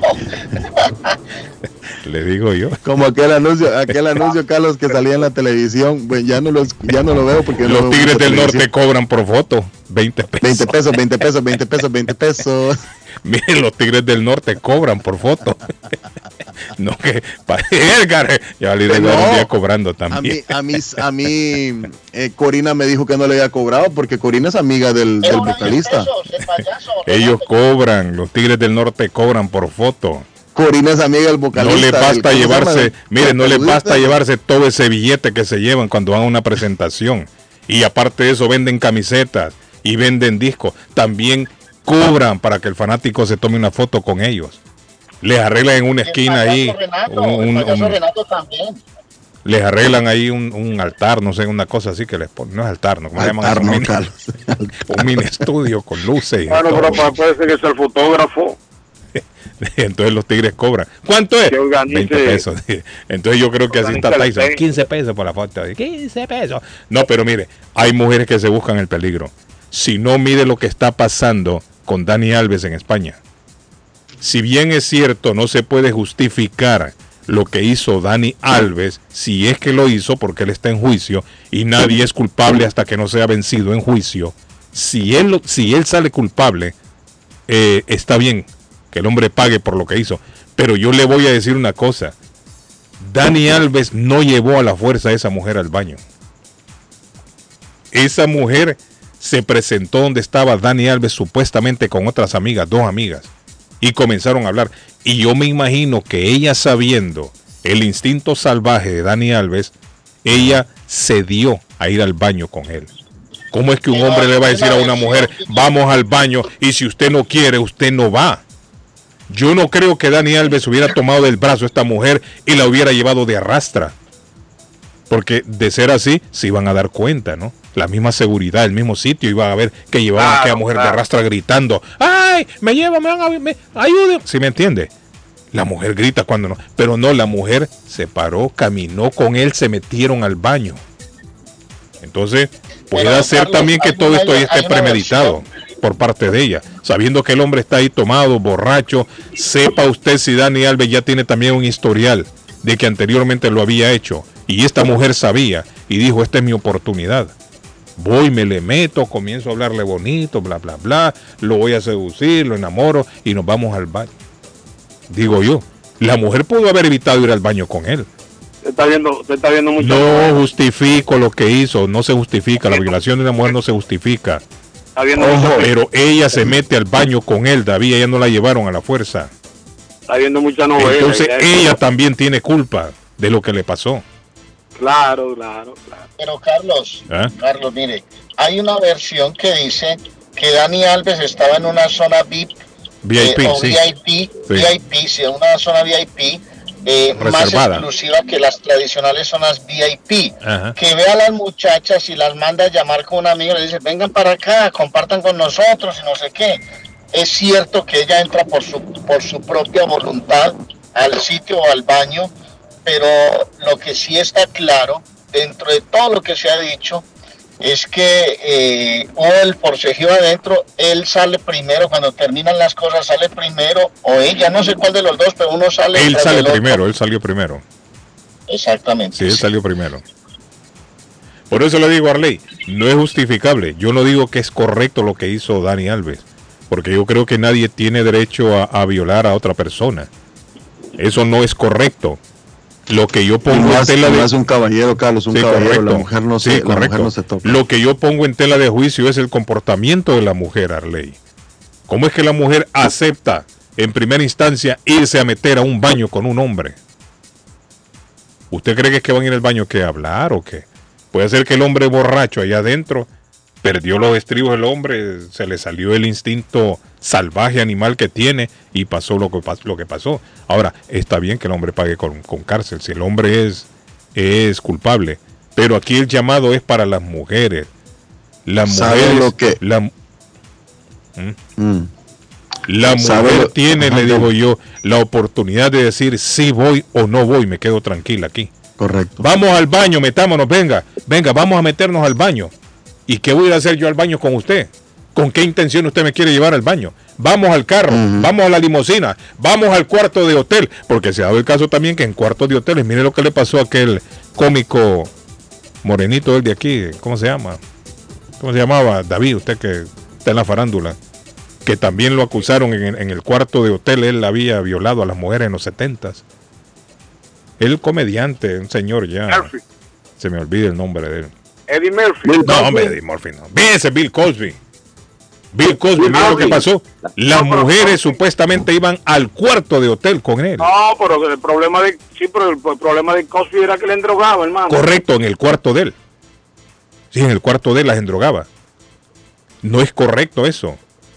Le digo yo. Como aquel anuncio, aquel anuncio, Carlos, que salía en la televisión. Bueno, ya no lo, ya no lo veo porque no Los veo Tigres mucha del Norte televisión. cobran por foto veinte pesos. veinte pesos, veinte pesos, veinte pesos, veinte pesos. Miren, los Tigres del Norte cobran por foto. No, que para Edgar, ya le Pero un no, día cobrando A también. mí, a mí, a mí eh, Corina me dijo que no le había cobrado porque Corina es amiga del, del vocalista. Ellos cobran, los Tigres del Norte cobran por foto. Corina es amiga del vocalista. No le del- basta ¿cómo se llama? llevarse, Del- mire, no le del basta periodista. llevarse todo ese billete que se llevan cuando van a una presentación. Y aparte de eso venden camisetas y venden discos. También cobran para que el fanático se tome una foto con ellos. Les arreglan en una esquina ahí, Renato, un- un- el payaso un- Renato también. les arreglan ahí un, un altar, no sé, una cosa así que les ponen. No es altar, ¿no? ¿Cómo se llaman? Altar, esos no, mini- Carlos. un mini estudio con luces. y de Bueno, todo. pero pa- puede ser que sea el fotógrafo. Entonces los tigres cobran. ¿Cuánto es? Que organice- veinte pesos. Entonces yo creo que así está Organiza el Tyson. tren. quince pesos por la foto. quince pesos. No, pero mire, hay mujeres que se buscan el peligro. Si no, mire lo que está pasando con Dani Alves en España. Si bien es cierto, no se puede justificar lo que hizo Dani Alves, si es que lo hizo porque él está en juicio y nadie es culpable hasta que no sea vencido en juicio. Si él, lo- si él sale culpable, eh, está bien que el hombre pague por lo que hizo. Pero yo le voy a decir una cosa. Dani Alves no llevó a la fuerza a esa mujer al baño. Esa mujer se presentó donde estaba Dani Alves supuestamente con otras amigas, dos amigas, y comenzaron a hablar. Y yo me imagino que ella, sabiendo el instinto salvaje de Dani Alves, ella cedió a ir al baño con él. ¿Cómo es que un Pero hombre le va a hay decir a una versión mujer, que- vamos al baño, y si usted no quiere, usted no va? Yo no creo que Dani Alves hubiera tomado del brazo a esta mujer y la hubiera llevado de arrastra. Porque de ser así, se iban a dar cuenta, ¿no? La misma seguridad, el mismo sitio, iban a ver que llevaban Claro, a aquella mujer claro. de arrastra gritando, ¡ay, me llevan, me van a me ayuden! ¿Sí me entiende? La mujer grita cuando no, pero no, la mujer se paró, caminó con él, se metieron al baño. Entonces, puede Pero, ser Carlos, también que hay todo una- esto ya hay esté una premeditado por parte de ella, sabiendo que el hombre está ahí tomado, borracho. Sepa usted si Dani Alves ya tiene también un historial de que anteriormente lo había hecho, y esta mujer sabía y dijo, esta es mi oportunidad. Voy, me le meto, comienzo a hablarle bonito, bla, bla, bla, lo voy a seducir, lo enamoro y nos vamos al baño. Digo yo, la mujer pudo haber evitado ir al baño con él. Usted está viendo, usted está viendo mucho. No justifico lo que hizo, no se justifica, la violación de una mujer no se justifica. Está viendo Ojo, mucho- pero ella se mete al baño con él, David, ella no la llevaron a la fuerza. Está viendo mucha novela. Entonces ya- ella también tiene culpa de lo que le pasó. Claro, claro, claro. Pero Carlos, ¿Ah? Carlos, mire, hay una versión que dice que Dani Alves estaba en una zona V I P, V I P, eh, o sí. V I P, Sí. V I P, sí, una zona V I P eh, más Reservada. exclusiva que las tradicionales zonas V I P. Ajá. Que ve a las muchachas y las manda a llamar con un amigo, le dice, vengan para acá, compartan con nosotros y no sé qué. Es cierto que ella entra por su, por su propia voluntad al sitio o al baño, pero lo que sí está claro, dentro de todo lo que se ha dicho, es que eh, o el forcejeo adentro, él sale primero, cuando terminan las cosas sale primero, o ella, no sé cuál de los dos, pero uno sale... Él tras sale del otro. primero, él salió primero. Exactamente. Sí, él salió primero. Por eso le digo a Arley, no es justificable. Yo no digo que es correcto lo que hizo Dani Alves, porque yo creo que nadie tiene derecho a, a violar a otra persona. Eso no es correcto. Lo que yo Y pongo más, en tela y de... más un caballero, Carlos, un Sí, caballero, correcto. la mujer no se, Sí, la correcto. mujer no se toca. Lo que yo pongo en tela de juicio es el comportamiento de la mujer, Arley. ¿Cómo es que la mujer acepta en primera instancia irse a meter a un baño con un hombre? ¿Usted cree que es que van a ir al baño que hablar o qué? Puede ser que el hombre borracho allá adentro perdió los estribos del hombre, se le salió el instinto salvaje animal que tiene y pasó lo que, pas- lo que pasó. Ahora, está bien que el hombre pague con, con cárcel si el hombre es, es culpable, pero aquí el llamado es para las mujeres. Las ¿Sabe mujeres... lo que- la, ¿Mm? Mm. La ¿Sabe mujer lo- tiene, Ajá, le digo dale. yo, la oportunidad de decir si voy o no voy, me quedo tranquila aquí. Correcto. Vamos al baño, metámonos, venga, venga, vamos a meternos al baño. ¿Y qué voy a hacer yo al baño con usted? ¿Con qué intención usted me quiere llevar al baño? Vamos al carro, vamos a la limusina, vamos al cuarto de hotel, porque se ha dado el caso también que en cuartos de hoteles, mire lo que le pasó a aquel cómico morenito el de aquí, ¿cómo se llama? ¿Cómo se llamaba? David, usted que está en la farándula, que también lo acusaron en, en el cuarto de hotel, él había violado a las mujeres en los setentas. El comediante, un señor ya, Murphy. se me olvida el nombre de él. Eddie Murphy. No, hombre, Eddie Murphy no. Ve ese Bill Cosby. Bill Cosby, Bill mira lo que Cosby. pasó. Las No, pero- mujeres supuestamente iban al cuarto de hotel con él. No, pero el problema de... Sí, pero el, el problema de Cosby era que le endrogaba, hermano. Correcto, en el cuarto de él. Sí, en el cuarto de él las endrogaba. No es correcto eso.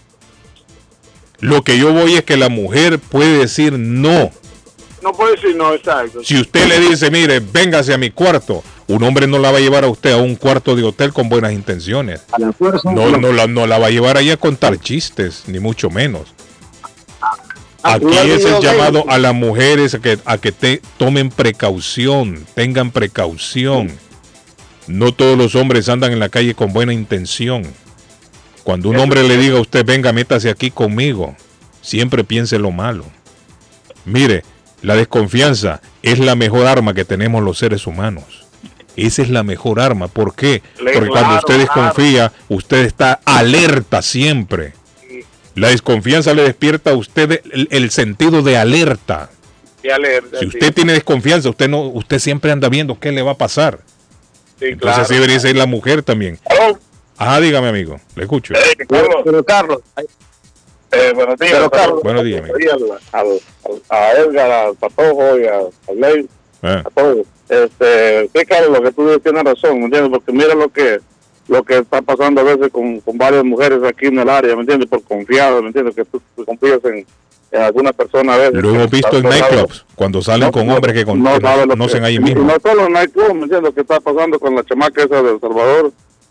Lo que yo voy es que la mujer puede decir no. No puede decir no, exacto. Si usted le dice, mire, véngase a mi cuarto, un hombre no la va a llevar a usted a un cuarto de hotel con buenas intenciones. A la fuerza. No, no, la, no la va a llevar ahí a contar chistes, ni mucho menos. Aquí es el llamado a las mujeres a que, a que te, tomen precaución, tengan precaución. No todos los hombres andan en la calle con buena intención. Cuando un hombre le diga a usted, venga, métase aquí conmigo, siempre piense lo malo. Mire, la desconfianza es la mejor arma que tenemos los seres humanos. Esa es la mejor arma. ¿Por qué? Porque cuando usted desconfía, usted está alerta siempre. La desconfianza le despierta a usted el, el sentido de alerta. Y alerta, Si sí. usted tiene desconfianza, usted no, usted siempre anda viendo qué le va a pasar. Sí, Entonces claro. así debería ser la mujer también. Ajá, dígame, amigo, le escucho. Carlos, pero Carlos, eh, buenos días, Pero, Carlos. buenos días, amigo. A, a, a Edgar, a Patojo y a, a Ley, Ah. a todos. Este, sí, Carlos, lo que tú dices tiene razón, ¿me entiendes? Porque mira lo que lo que está pasando a veces con, con varias mujeres aquí en el área, ¿me entiendes? Por confiado, ¿me entiendes? Que tú, tú confías en, en alguna persona a veces. Lo hemos visto en nightclubs, cuando salen no, con no, hombres que, con, no que no conocen ahí mismo. Y no solo en nightclubs, ¿me entiendes? Lo que está pasando con la chamaca esa de El Salvador,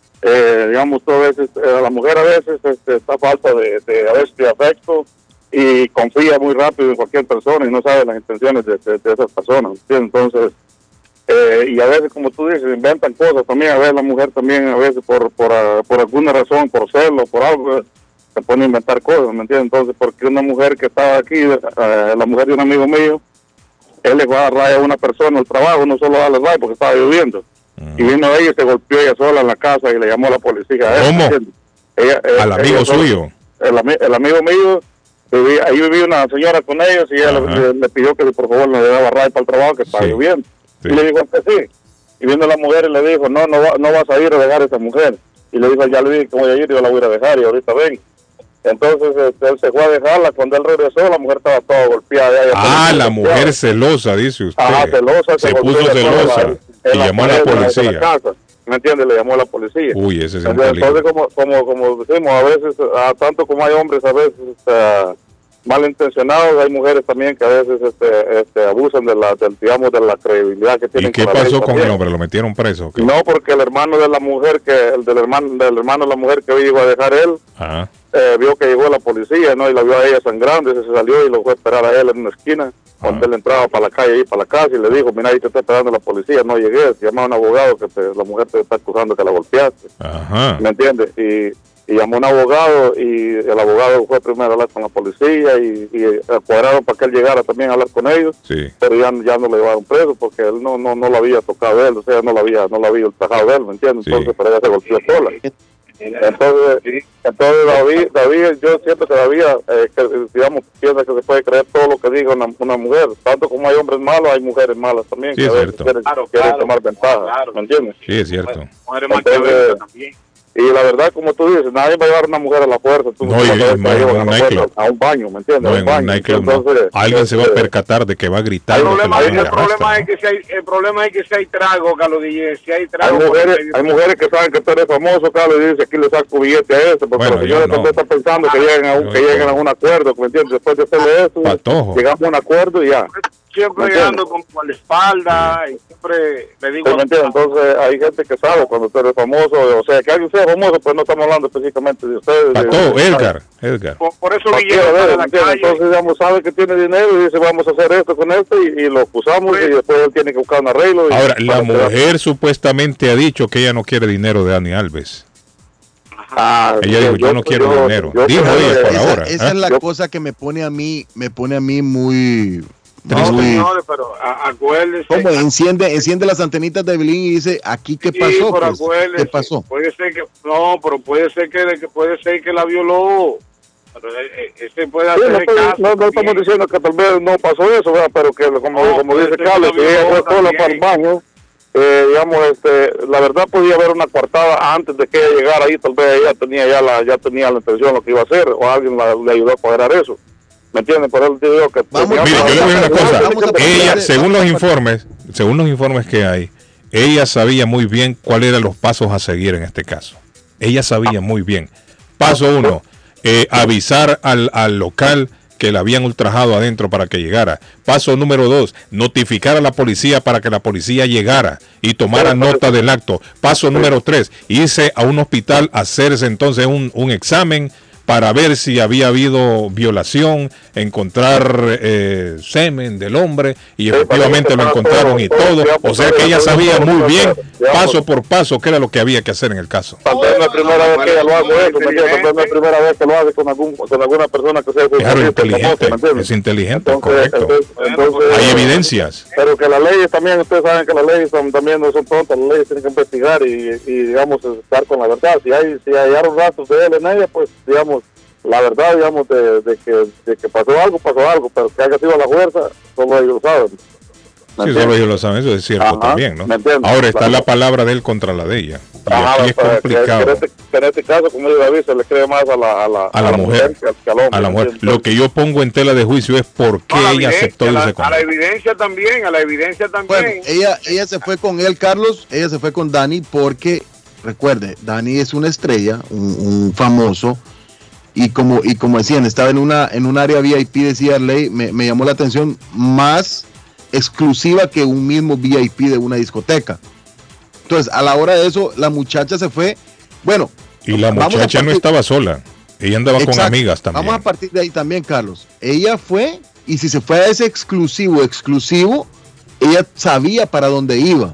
eh, digamos, tú a veces, eh, la mujer a veces este, está falta de, de, a veces de afecto y confía muy rápido en cualquier persona y no sabe las intenciones de, de, de esas personas, ¿me entiendes? Entonces, Eh, y a veces, como tú dices, inventan cosas también. A veces la mujer también, a veces por por, uh, por alguna razón, por celo, por algo, se pone a inventar cosas, ¿me entiendes? Entonces, porque una mujer que estaba aquí, uh, la mujer de un amigo mío, él le fue a dar raya a una persona al trabajo, no solo a darle raya porque estaba lloviendo. Uh-huh. Y vino ella y se golpeó ella sola en la casa y le llamó a la policía. A él, ¿cómo? Ella, ¿Al ella, amigo ella suyo? El, el amigo mío, vivía, ahí vivía una señora con ellos y ella le, le pidió que por favor le daba raya para el trabajo que estaba sí. lloviendo. Sí. Y le dijo que sí. Y vino la mujer y le dijo, no, no, va, no vas a ir a dejar a esa mujer. Y le dijo, ya le dije que voy a ir, yo la voy a ir a dejar y ahorita ven. Entonces este, él se fue a dejarla. Cuando él regresó, la mujer estaba toda golpeada. Ah, la mujer celosa, dice usted. Ajá, celosa. Se, se puso celosa y llamó a la policía. La casa, ¿me entiendes? Le llamó a la policía. Uy, ese es el Entonces, entonces como, como, como decimos, a veces, a, tanto como hay hombres, a veces... Uh, malintencionados, hay mujeres también que a veces este, este, abusan de la, del, digamos, de la credibilidad que tienen. ¿Y qué pasó con el hombre? ¿Lo metieron preso? ¿Qué? No, porque el hermano de la mujer, que el del hermano del hermano de la mujer que hoy iba a dejar él, eh, vio que llegó la policía, ¿no? Y la vio a ella sangrando, y se salió y lo fue a esperar a él en una esquina, cuando él entraba para la calle y para la casa y le dijo, mira, ahí te está esperando la policía, no llegué, llamó a un abogado que te, la mujer te está acusando que la golpeaste. Ajá. ¿Me entiendes? Y y llamó a un abogado y el abogado fue primero a hablar con la policía y, y cuadraron para que él llegara también a hablar con ellos, sí. Pero ya, ya no le llevaron preso porque él no no no lo había tocado él, o sea, no lo había no lo había ultrajado él, ¿me entiendes? Sí. Entonces, pero ella se golpeó sola. Entonces, entonces David, David, yo siento que David, eh, que, digamos, piensa que se puede creer todo lo que diga una, una mujer, tanto como hay hombres malos, hay mujeres malas también, sí, que es a veces cierto. quieren, Claro, quieren claro, tomar ventaja, claro. ¿me entiendes? Sí, es cierto. Entonces, y la verdad, como tú dices, nadie va a llevar a una mujer a la fuerza. Tú no, y, no en, en un nightclub. A un baño, ¿me entiendes? No, en un nightclub no. Alguien se va a percatar de que va a gritar. El problema, que es, el problema es que si hay, el problema es que si hay trago, Carlos Díez, si hay trago. Hay mujeres, hay mujeres que saben que tú eres famoso, Carlos, y dicen, aquí le saco billete a este, porque bueno, los señores no. están pensando que lleguen a un, que lleguen a un acuerdo, ¿me entiendes? Después de hacerle eso, Patojo. llegamos a un acuerdo y ya. Siempre llegando con, con la espalda y siempre le digo... ¿Me entiendes? Entonces hay gente que sabe cuando usted es famoso, o sea, que alguien sea famoso, pues no estamos hablando específicamente de ustedes. Pato, de, Edgar, Edgar. Por, por eso Guillermo de la calle. Entonces, digamos, sabe que tiene dinero y dice, vamos a hacer esto con esto y, y lo acusamos y después él tiene que buscar un arreglo. Y ahora, la mujer supuestamente ha dicho que ella no quiere dinero de Dani Alves. Ah, ella dijo, yo, yo no quiero yo, dinero. Yo, dijo yo, ella por esa, ahora. Esa ¿eh? es la yo, cosa que me pone a mí, me pone a mí muy... No, señores, pero acuérdense. ¿Cómo? Enciende, enciende las antenitas de Belín y dice, ¿aquí qué pasó? Sí, pues, ¿Qué pasó? Puede ser que, no, pero puede ser que, que puede ser que la violó. Pero ese puede hacer sí, no, el caso no, no estamos diciendo que tal vez no pasó eso, ¿verdad? Pero que como, no, como dice Carlos, que ella fue sola para el baño. Eh, digamos, este, la verdad podía haber una coartada antes de que ella llegara ahí, tal vez ella tenía ya la, ya tenía la intención de lo que iba a hacer, o alguien la, le ayudó a cuadrar eso. ¿Me entienden? Por eso te digo que... Vamos, mire, yo le voy a decir una cosa. Ella, según los informes, según los informes que hay, ella sabía muy bien cuáles eran los pasos a seguir en este caso. Ella sabía muy bien. Paso uno, eh, avisar al, al local que la habían ultrajado adentro para que llegara. Paso número dos, notificar a la policía para que la policía llegara y tomara nota del acto. Paso número tres, irse a un hospital a hacerse entonces un, un examen para ver si había habido violación, encontrar eh, semen del hombre, y efectivamente lo encontraron y todo. O sea que ella sabía muy bien, paso por paso, qué era lo que había que hacer en el caso. Tal vez no es la primera vez que ella lo hace eso, tal vez no es la primera vez que lo hace con, algún, con alguna persona que sea... Claro, inteligente, es inteligente, entonces, correcto. Entonces, entonces, hay evidencias. Pero que las leyes también, ustedes saben que las leyes son, también no son tontas, las leyes tienen que investigar y, y digamos, estar con la verdad. Si hay si hallaron rastros de él en ella, pues, digamos, la verdad, digamos, de, de, que, de que pasó algo, pasó algo, pero que haya sido a la fuerza, solo ellos lo saben. Sí, solo ellos lo saben, eso es cierto. Ajá, también, ¿no? Ahora está claro. La palabra de él contra la de ella. Y Ajá, aquí es complicado. Que, que, en este, que en este caso, como yo David, se le cree más a la, a la, a la, a la mujer. mujer que al hombre, a la mujer. Lo que yo pongo en tela de juicio es por qué no, ella aceptó irse con él. A la evidencia también, a la evidencia también. Bueno, ella, ella se fue con él, Carlos, ella se fue con Dani porque recuerde, Dani es una estrella, un, un famoso, y como, y como decían, estaba en una en un área V I P, decía Ley, me, me llamó la atención, más exclusiva que un mismo V I P de una discoteca. Entonces, a la hora de eso, la muchacha se fue, bueno. Y la muchacha no estaba sola, ella andaba Exacto. con amigas también. Vamos a partir de ahí también, Carlos. Ella fue, y si se fue a ese exclusivo, exclusivo, ella sabía para dónde iba.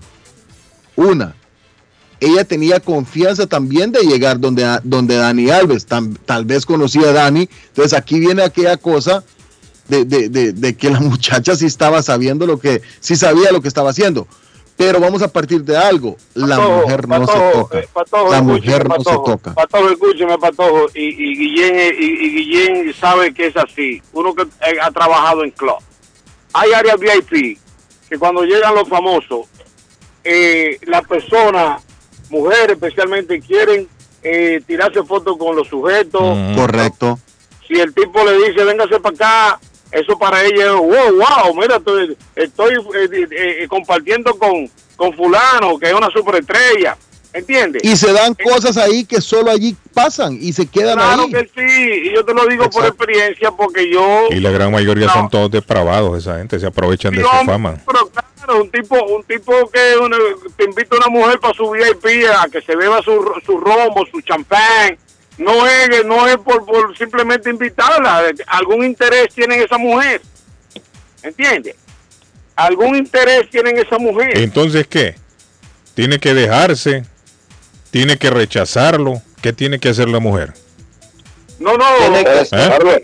Una, ella tenía confianza también de llegar donde, donde Dani Alves, tam, tal vez conocía a Dani. Entonces aquí viene aquella cosa de, de, de, de que la muchacha sí estaba sabiendo lo que, sí sabía lo que estaba haciendo. Pero vamos a partir de algo, la Patojo, mujer no Patojo, se toca. Eh, Patojo, la mujer no Patojo, se toca. Patojo, escúcheme, Patojo, y, y, Guillén, y, y Guillén sabe que es así. Uno que eh, ha trabajado en club. Hay áreas V I P que cuando llegan los famosos, eh, las personas, mujeres especialmente, quieren eh, tirarse fotos con los sujetos. Mm, correcto. Si el tipo le dice, véngase para acá, eso para ella es, wow, wow, mira, estoy, estoy eh, eh, compartiendo con, con fulano, que es una superestrella, ¿entiendes? Y se dan eh, cosas ahí que solo allí pasan y se quedan claro ahí. Claro que sí, y yo te lo digo Exacto. por experiencia, porque yo... Y la gran mayoría no. son todos depravados, esa gente, se aprovechan sí, de su fama. Pero claro, un tipo, un tipo que una, te invita a una mujer para su V I P, a que se beba su, su romo, su champán. No es, no es por, por simplemente invitarla, algún interés tiene esa mujer, ¿entiendes? Algún interés tiene esa mujer. Entonces, ¿qué? Tiene que dejarse, tiene que rechazarlo, ¿qué tiene que hacer la mujer? No, no, ¿Eh?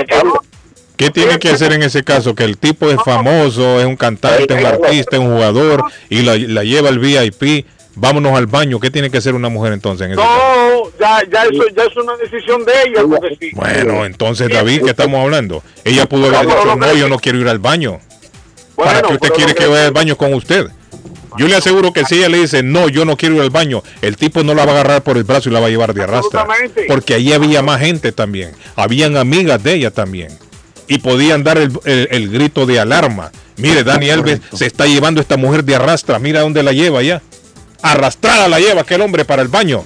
¿Qué tiene que hacer en ese caso? Que el tipo es famoso, es un cantante, un artista, un jugador, y la, la lleva al V I P. Vámonos al baño. ¿Qué tiene que hacer una mujer entonces en ese No, caso? ya, ya, eso, ya es una decisión de ella. Porque sí. Bueno, entonces, David, ¿qué estamos hablando? Ella pudo haber dicho, no, yo no quiero ir al baño. Bueno, ¿para qué usted quiere que vaya al baño con usted? Yo le aseguro que si ella le dice, no, yo no quiero ir al baño, el tipo no la va a agarrar por el brazo y la va a llevar de arrastra. Porque allí había más gente también. Habían amigas de ella también. Y podían dar el, el, el grito de alarma. Mire, Dani Alves se está llevando a esta mujer de arrastra. Mira dónde la lleva ya. Arrastrada la lleva aquel hombre para el baño.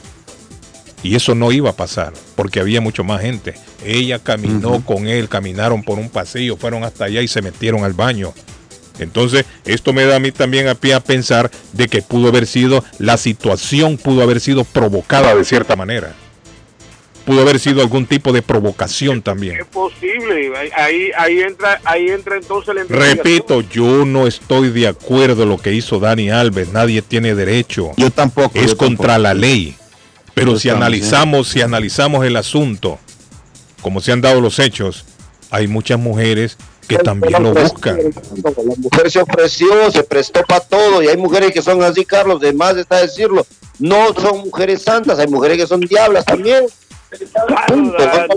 Y eso no iba a pasar, porque había mucho más gente. Ella caminó uh-huh. con él, caminaron por un pasillo, fueron hasta allá y se metieron al baño. Entonces, esto me da a mí también a pie a pensar de que pudo haber sido, la situación pudo haber sido provocada de cierta manera. Pudo haber sido algún tipo de provocación también. Es posible, ahí, ahí entra, ahí entra entonces la Repito, yo no estoy de acuerdo en lo que hizo Dani Alves, nadie tiene derecho. Yo tampoco. Es yo contra tampoco. la ley. Pero si analizamos, si analizamos el asunto, como se han dado los hechos, hay muchas mujeres que también lo buscan. La mujer se ofreció, se prestó para todo, y hay mujeres que son así, Carlos, de más está decirlo. No son mujeres santas, hay mujeres que son diablas también. Punto,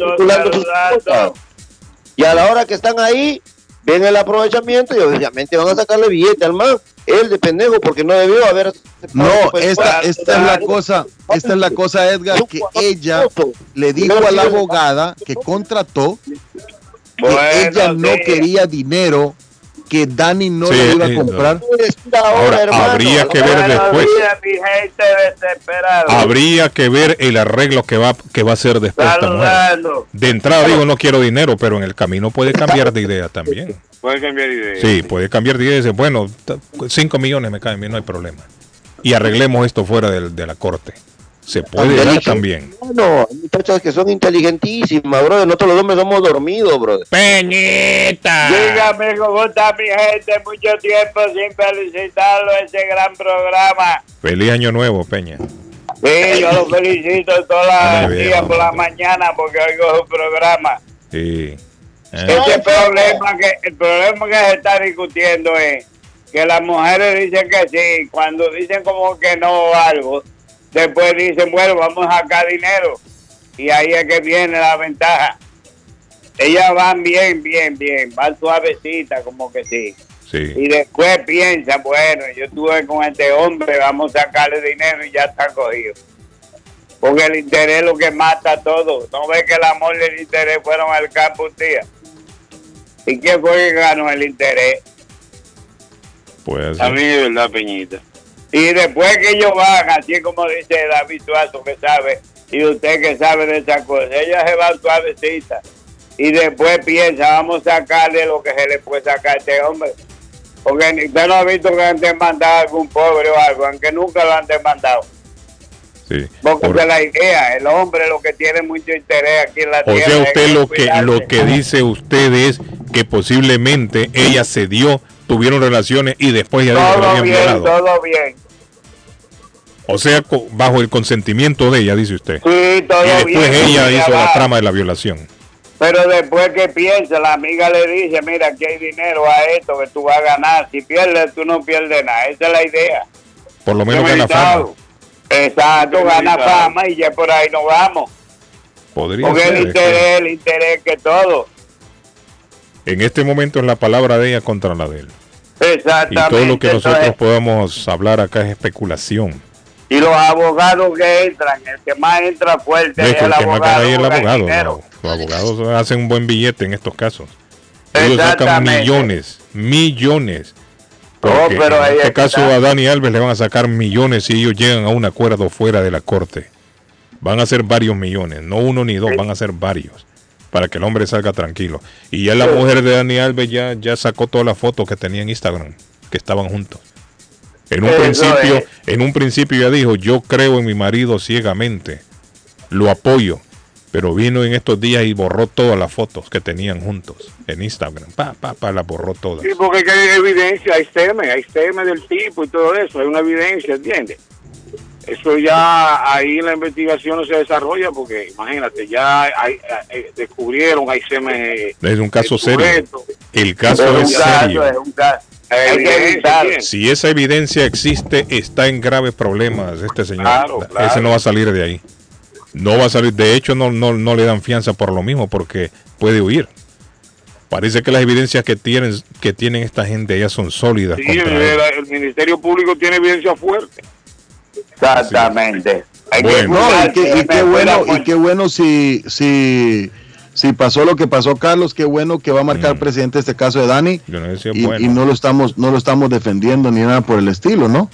y a la hora que están ahí ven el aprovechamiento y obviamente van a sacarle billete al man, él de pendejo, porque no debió haber no esta, esta es la cosa esta es la cosa Edgar, que ella le dijo a la abogada que contrató que bueno, ella no sí. quería dinero, que Dani no sí, le iba a comprar. Ahora, ahora habría que ver después. Habría que ver el arreglo que va que va a hacer después esta mujer. De entrada digo, no quiero dinero, pero en el camino puede cambiar de idea también. Puede cambiar de idea. Sí, puede cambiar de idea y decir, bueno, cinco millones me caen bien, no hay problema. Y arreglemos esto fuera de, de la corte. Se puede dar también. No, hay muchachas que son inteligentísimas, brother. Nosotros los hombres somos dormidos, brother. Peñita. Dígame cómo está mi gente. Mucho tiempo sin felicitarlo ese gran programa. Feliz año nuevo, Peña. Sí, yo lo felicito todos los días por la mañana porque oigo su programa. Sí. Eh. Este problema que, el problema que se está discutiendo es que las mujeres dicen que sí, cuando dicen como que no o algo, después dicen, bueno, vamos a sacar dinero. Y ahí es que viene la ventaja. Ellas van bien, bien, bien. Van suavecita, como que sí. sí. Y después piensan, bueno, yo estuve con este hombre, vamos a sacarle dinero y ya está cogido. Porque el interés es lo que mata todo. No ves que el amor y el interés fueron al campo un día. ¿Y quién fue que ganó el interés? Pues a mí de verdad, Peñita. Y después que ellos van, así como dice David Suazo que sabe, y usted que sabe de esas cosas, ella se va suavecita. Y después piensa, vamos a sacarle lo que se le puede sacar a este hombre. Porque usted no ha visto que han demandado a algún pobre o algo, aunque nunca lo han demandado. Sí. Porque Por- esa es la idea, el hombre lo que tiene mucho interés aquí en la O tierra. sea, es usted en lo que cuidarse. lo que dice usted es que posiblemente ella cedió, tuvieron relaciones y después ya dijo que lo Todo habían bien, violado. todo bien. O sea, co- bajo el consentimiento de ella, dice usted. Sí, todo Y después bien. ella ella hizo la va. trama de la violación. Pero después que piensa, la amiga le dice, mira, aquí hay dinero a esto que tú vas a ganar. Si pierdes, tú no pierdes nada. Esa es la idea. Por lo menos Qué gana fama. meditado. Exacto, Qué gana meditado. fama y ya por ahí nos vamos. Podría Porque ser. el es que interés, el interés que todo. en este momento es la palabra de ella contra la de él. Y Exactamente. todo lo que nosotros Entonces, podamos hablar acá es especulación. y los abogados que entran, el que más entra fuerte De es hecho, el el que más gana abogado. ahí es el porque hay abogado. dinero. ¿no? Los abogados hacen un buen billete en estos casos. Ellos sacan Exactamente. millones, millones. Porque Oh, pero ahí en este está. caso a Dani Alves le van a sacar millones si ellos llegan a un acuerdo fuera de la corte. Van a ser varios millones, no uno ni dos, van a ser varios, para que el hombre salga tranquilo. Y ya la mujer de Dani Alves ya, ya sacó todas las fotos que tenía en Instagram, que estaban juntos. En un Eso principio, es. en un principio ya dijo, yo creo en mi marido ciegamente, lo apoyo, pero vino en estos días y borró todas las fotos que tenían juntos en Instagram. Pa, pa, pa, las borró todas. Sí, porque es que hay evidencia, hay semen, hay semen del tipo y todo eso, hay una evidencia, ¿entiendes? Eso ya ahí en la investigación no se desarrolla porque, imagínate, ya hay, hay- descubrieron, hay semen. eh, Es un caso de serio. sujeto. El caso Es es un caso, serio. es un caso. Hay Hay que evidencia, evitar. ¿entiendes? Si esa evidencia existe, está en graves problemas este señor. Claro, claro. Ese no va a salir de ahí. No va a salir. De hecho, no, no, no le dan fianza por lo mismo, porque puede huir. Parece que las evidencias que tienen, que tienen esta gente ya son sólidas. Sí, contra el, él. el Ministerio Público tiene evidencia fuerte. Exactamente. Hay que Bueno. No, y cuidarse, qué, y qué me bueno, fuera y qué bueno si, si, si pasó lo que pasó, Carlos, qué bueno que va a marcar Mm. presidente este caso de Dani. Yo no decía Y, bueno. y no lo estamos, no lo estamos defendiendo ni nada por el estilo, ¿no?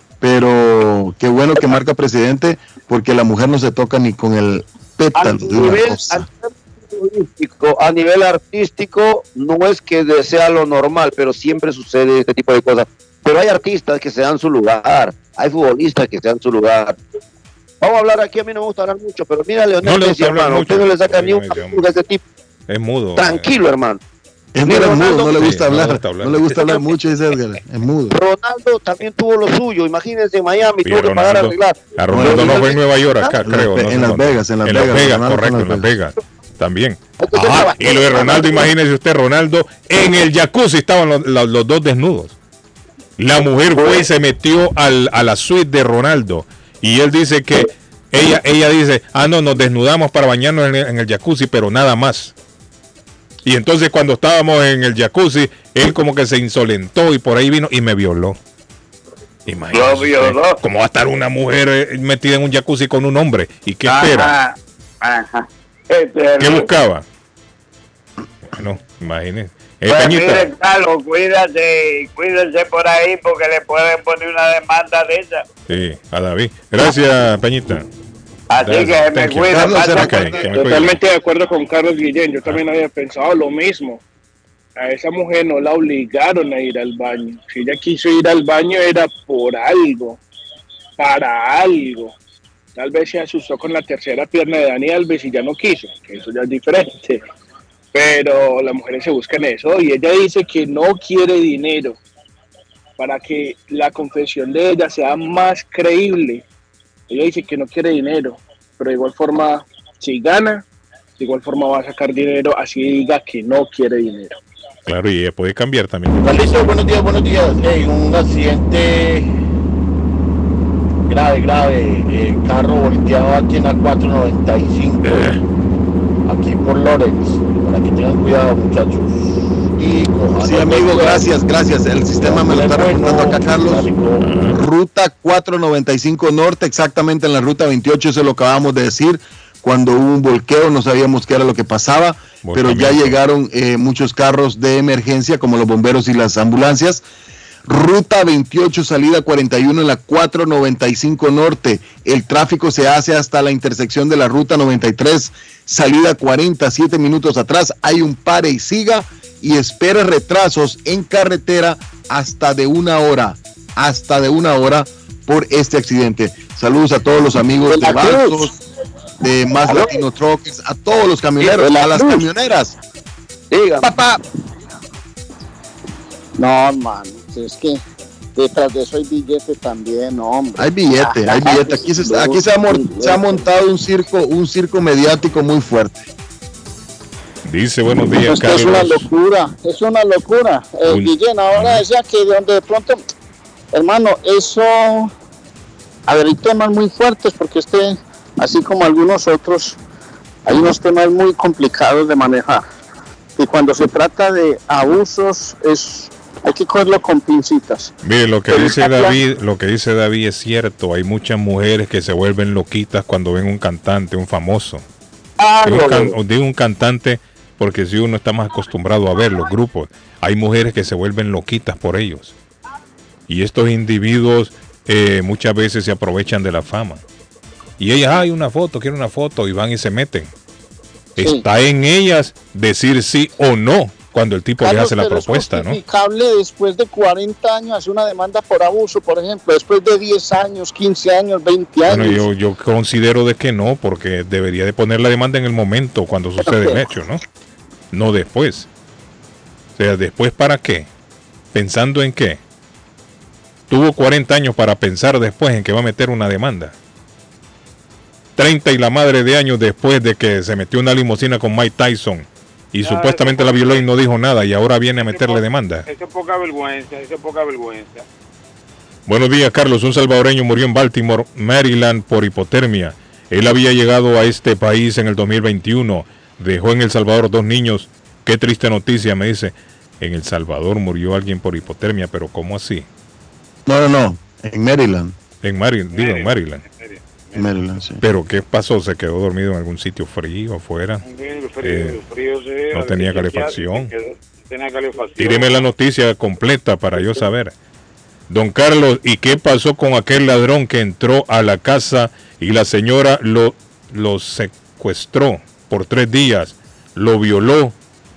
Pero qué bueno que marca presidente, porque la mujer no se toca ni con el A pétalo de una nivel, a rosa. nivel futbolístico, a nivel artístico, no es que sea lo normal, pero siempre sucede este tipo de cosas. Pero hay artistas que se dan su lugar, hay futbolistas que se dan su lugar. Vamos a hablar aquí, a mí no me gusta hablar mucho, pero mira, Leonel No le Messi, gusta hablar hermano, mucho. usted no le saca Sí, ni un Messi, capítulo de ese tipo. Es mudo. Tranquilo, hermano. Es Ni mudo, es mudo, Ronaldo- no le Sí, gusta no le hablar, gusta hablar. no le gusta hablar mucho, dice Edgar, es mudo. Ronaldo también tuvo lo suyo, imagínense en Miami, Sí, tuvo que pagar Ronaldo- arreglar. A Ronaldo no fue en Nueva York, acá En Las creo. Ve- no sé en Las dónde. Vegas, en Las en Vegas, Las Vegas, Ronaldo correcto, fue en en Las Las Vegas. También. Entonces, Ah, trabajó. y lo de Ronaldo, imagínese usted, Ronaldo, en el jacuzzi estaban los, los- los dos desnudos. La mujer fue y se metió al, a la suite de Ronaldo. Y él dice que, ella, ella dice, ah, no, nos desnudamos para bañarnos en el, en el jacuzzi, pero nada más. Y entonces cuando estábamos en el jacuzzi, él como que se insolentó y por ahí vino y me violó. Imagínese Lo violó. usted, ¿cómo va a estar una mujer eh, metida en un jacuzzi con un hombre? ¿Y qué espera? Ajá, ajá. Este, ¿Qué buscaba? Bueno, imagínese. Eh, Pues Peñita, mire, Carlos, cuídate, cuídense por ahí porque le pueden poner una demanda de esa. sí, a David. Gracias, Peñita. Así Gracias, que me thank you. cuida. Carlos, pasa era Ok, por- que me cuide. Totalmente de acuerdo con Carlos Guillén, yo también había pensado lo mismo. A esa mujer no la obligaron a ir al baño. Si ella quiso ir al baño era por algo, para algo. Tal vez se asustó con la tercera pierna de Dani Alves y ya no quiso, que eso ya es diferente. Pero las mujeres se buscan eso y ella dice que no quiere dinero para que la confesión de ella sea más creíble. Ella dice que no quiere dinero, pero de igual forma, si gana, de igual forma va a sacar dinero, así diga que no quiere dinero. Claro, y ella puede cambiar también. Carlitos, buenos días, buenos días. Hey, un accidente grave, grave. El carro volteado aquí en la cuatro noventa y cinco, Eh. aquí por Lorenz. Para que tengan cuidado, muchachos. Y cojan Sí, el amigo, cuidado. gracias, gracias. El sistema me lo está reportando acá, Carlos. Ruta cuatrocientos noventa y cinco Norte, exactamente en la ruta veintiocho, eso lo acabamos de decir. Cuando hubo un volqueo no sabíamos qué era lo que pasaba, pero ya Volcamiento. llegaron eh, muchos carros de emergencia, como los bomberos y las ambulancias. Ruta veintiocho, salida cuarenta y uno en la cuatrocientos noventa y cinco Norte. El tráfico se hace hasta la intersección de la Ruta noventa y tres, salida cuarenta, siete minutos atrás. Hay un pare y siga y espere retrasos en carretera hasta de una hora, hasta de una hora por este accidente. Saludos a todos los amigos de Baltos, de Más Latino Truckers, a todos los camioneros, a las camioneras. Diga, papá. No, hermano, es que detrás de eso hay billete también, hombre. Hay billete, hay billete. Aquí se, aquí se, ha, se ha montado un circo, un circo mediático muy fuerte. Dice, buenos días, es Carlos. Es una locura, es una locura. Eh, un... Guillén, ahora decía que de donde de pronto, hermano, eso, a ver, hay temas muy fuertes porque este, así como algunos otros, hay unos temas muy complicados de manejar. Y cuando se trata de abusos, es hay que cogerlo con pincitas. Mire, lo que Pero dice David, lo que dice David es cierto. Hay muchas mujeres que se vuelven loquitas cuando ven un cantante, un famoso. Ah, digo, un can, digo un cantante porque si uno está más acostumbrado a ver los grupos, hay mujeres que se vuelven loquitas por ellos. Y estos individuos eh, muchas veces se aprovechan de la fama. Y ellas, hay una foto, quiero una foto, y van y se meten. Sí. Está en ellas decir sí o no cuando el tipo Carlos, le hace la propuesta, ¿no? Es justificable después de cuarenta años hacer una demanda por abuso, por ejemplo, después de diez años, quince años, veinte años. Bueno, yo, yo considero de que no, porque debería de poner la demanda en el momento cuando sucede el hecho, ¿no? No después. O sea, ¿después para qué? ¿Pensando en qué? Tuvo cuarenta años para pensar después en que va a meter una demanda. treinta y la madre de años después de que se metió una limusina con Mike Tyson y ah, supuestamente la violó y no dijo nada y ahora viene a meterle demanda. Esa es poca vergüenza, esa es poca vergüenza. Buenos días, Carlos. Un salvadoreño murió en Baltimore, Maryland, por hipotermia. Él había llegado a este país en el dos mil veintiuno. Dejó en El Salvador dos niños. Qué triste noticia, me dice. En El Salvador murió alguien por hipotermia, pero ¿cómo así? No, no, no. En Maryland. En Maryland, digo, en Maryland. Maryland, sí. Pero ¿qué pasó? ¿Se quedó dormido en algún sitio frío afuera? El frío, eh, el frío sí, no tenía calefacción. tenía calefacción. Tíreme la noticia completa para yo saber. Don Carlos, ¿y qué pasó con aquel ladrón que entró a la casa y la señora lo, lo secuestró por tres días, lo violó,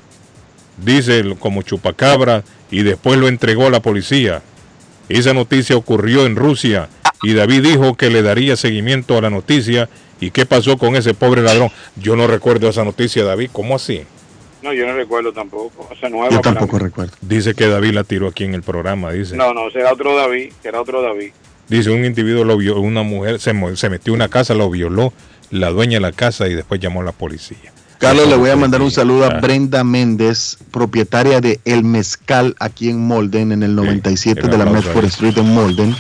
dice como chupacabra, y después lo entregó a la policía? Esa noticia ocurrió en Rusia. Y David dijo que le daría seguimiento a la noticia. ¿Y qué pasó con ese pobre ladrón? Yo no recuerdo esa noticia, David. ¿Cómo así? No, yo no recuerdo tampoco. Esa nueva yo tampoco recuerdo. Dice que David la tiró aquí en el programa, dice. No, no, será otro David, será otro David. Dice, un individuo lo vio, una mujer se, se metió en una casa, lo violó, la dueña de la casa y después llamó a la policía. Carlos, le voy a mandar un saludo a Brenda Méndez, propietaria de El Mezcal aquí en Molden, en el noventa y siete sí, de la Medford Street en Molden.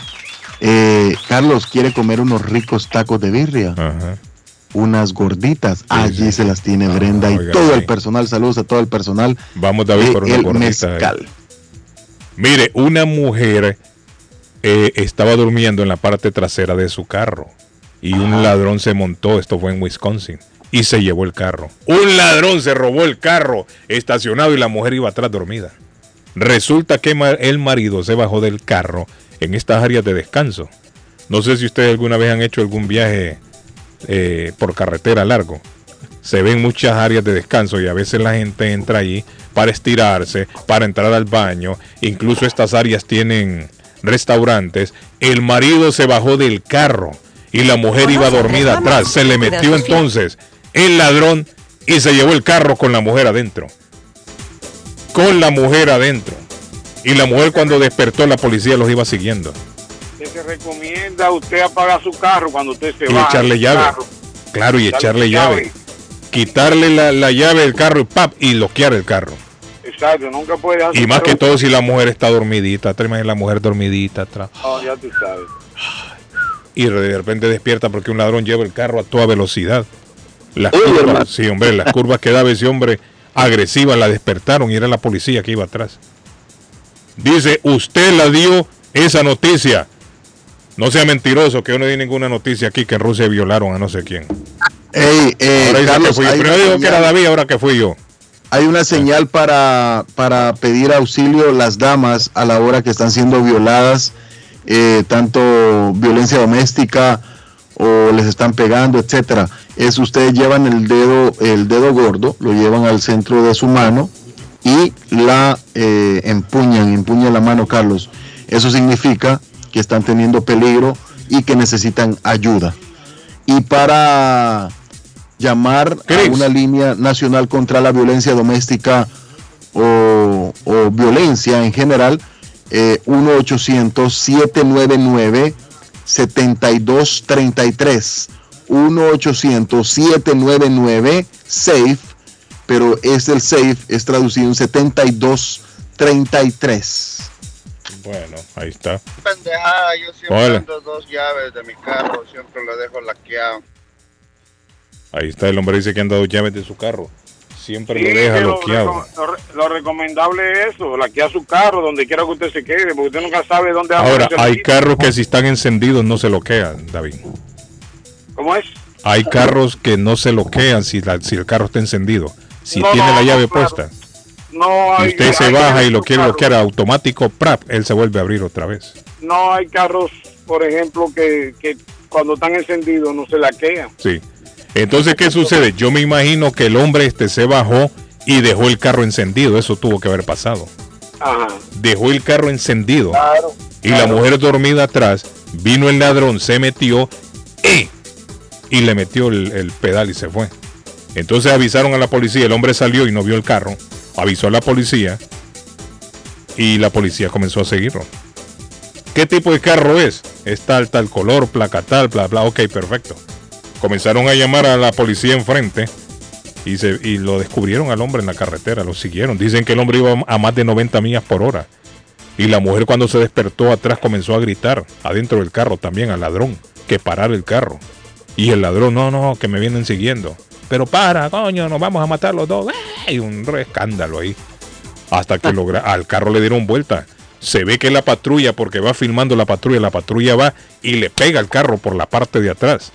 Eh, Carlos quiere comer unos ricos tacos de birria. Ajá. Unas gorditas. Sí, allí sí. se las tiene ah, Brenda y todo sí. el personal. Saludos a todo el personal. Vamos, David, por una gordita. Mire, una mujer eh, estaba durmiendo en la parte trasera de su carro y Ajá. un ladrón se montó. Esto fue en Wisconsin. Y se llevó el carro. Un ladrón se robó el carro estacionado y la mujer iba atrás dormida. Resulta que el marido se bajó del carro en estas áreas de descanso. No sé si ustedes alguna vez han hecho algún viaje eh, por carretera largo. Se ven muchas áreas de descanso y a veces la gente entra allí para estirarse, para entrar al baño. Incluso estas áreas tienen restaurantes. El marido se bajó del carro y la mujer iba dormida atrás. Se le metió entonces el ladrón y se llevó el carro con la mujer adentro. Con la mujer adentro. Y la mujer cuando despertó, la policía los iba siguiendo. Se recomienda a usted apagar su carro cuando usted se y va. Y echarle llave. Carro. Claro, y echarle llave. llave. Quitarle la, la llave del carro y pap, y bloquear el carro. Exacto, nunca puede hacer. Y más que todo si la mujer está dormidita. Tráeme la mujer dormidita atrás. Oh, ya tú sabes. Y de repente despierta porque un ladrón lleva el carro a toda velocidad. Las curvas, sí, hombre, las curvas que daba ese hombre agresiva la despertaron y era la policía que iba atrás. Dice, usted la dio esa noticia. No sea mentiroso, que yo no di ninguna noticia aquí que en Rusia violaron a no sé quién. Ey, eh, ahora dice Carlos, que fui yo. Primero dijo que era David, ahora que fui yo. Hay una señal para, para pedir auxilio las damas a la hora que están siendo violadas, eh, tanto violencia doméstica o les están pegando, etcétera. Es ustedes llevan el dedo, el dedo gordo, lo llevan al centro de su mano y la eh, empuñan, empuñan la mano, Carlos. Eso significa que están teniendo peligro y que necesitan ayuda. Y para llamar a una línea nacional contra la violencia doméstica o, o violencia en general, eh, uno ochocientos, siete nueve nueve, siete dos tres tres, uno ochocientos, siete nueve nueve, SAFE, pero es el SAFE, es traducido en setenta y dos treinta y tres. Bueno, ahí está. Pendejada, yo siempre Hola. ando dos llaves de mi carro, siempre lo dejo laqueado. Ahí está, el hombre dice que han dado llaves de su carro. Siempre Sí, lo deja que lo, bloqueado. lo, lo- lo recomendable es eso, laquear su carro donde quiera que usted se quede, porque usted nunca sabe dónde va a Ahora, aparecer hay ahí. carros que si están encendidos no se bloquean, David. ¿Cómo es? Hay carros que no se bloquean si, la- si el carro está encendido. Si No, tiene no, la llave no, claro. puesta. No Y hay, usted se hay baja carros y lo quiere carros. bloquear automático, prap, él se vuelve a abrir otra vez. No hay carros, por ejemplo, que, que cuando están encendidos no se laquean. Sí. Entonces, ¿qué sucede? Yo me imagino que el hombre este se bajó y dejó el carro encendido. Eso tuvo que haber pasado. Ajá. Dejó el carro encendido. Claro, Y la mujer dormida atrás, vino el ladrón, se metió ¡eh! y le metió el, el pedal y se fue. Entonces avisaron a la policía, el hombre salió y no vio el carro, avisó a la policía y la policía comenzó a seguirlo. ¿Qué tipo de carro es? Es tal, tal color, placa tal, bla, bla, ok, perfecto. Comenzaron a llamar a la policía enfrente y, se, y lo descubrieron al hombre en la carretera, lo siguieron. Dicen que el hombre iba a más de noventa millas por hora. Y la mujer cuando se despertó atrás comenzó a gritar adentro del carro también al ladrón que parara el carro. Y el ladrón, no, no, que me vienen siguiendo. Pero para, coño, nos vamos a matar los dos. ¡Ay! Un re escándalo ahí. Hasta que logra, al carro le dieron vuelta. Se ve que la patrulla, porque va filmando la patrulla, la patrulla va y le pega al carro por la parte de atrás.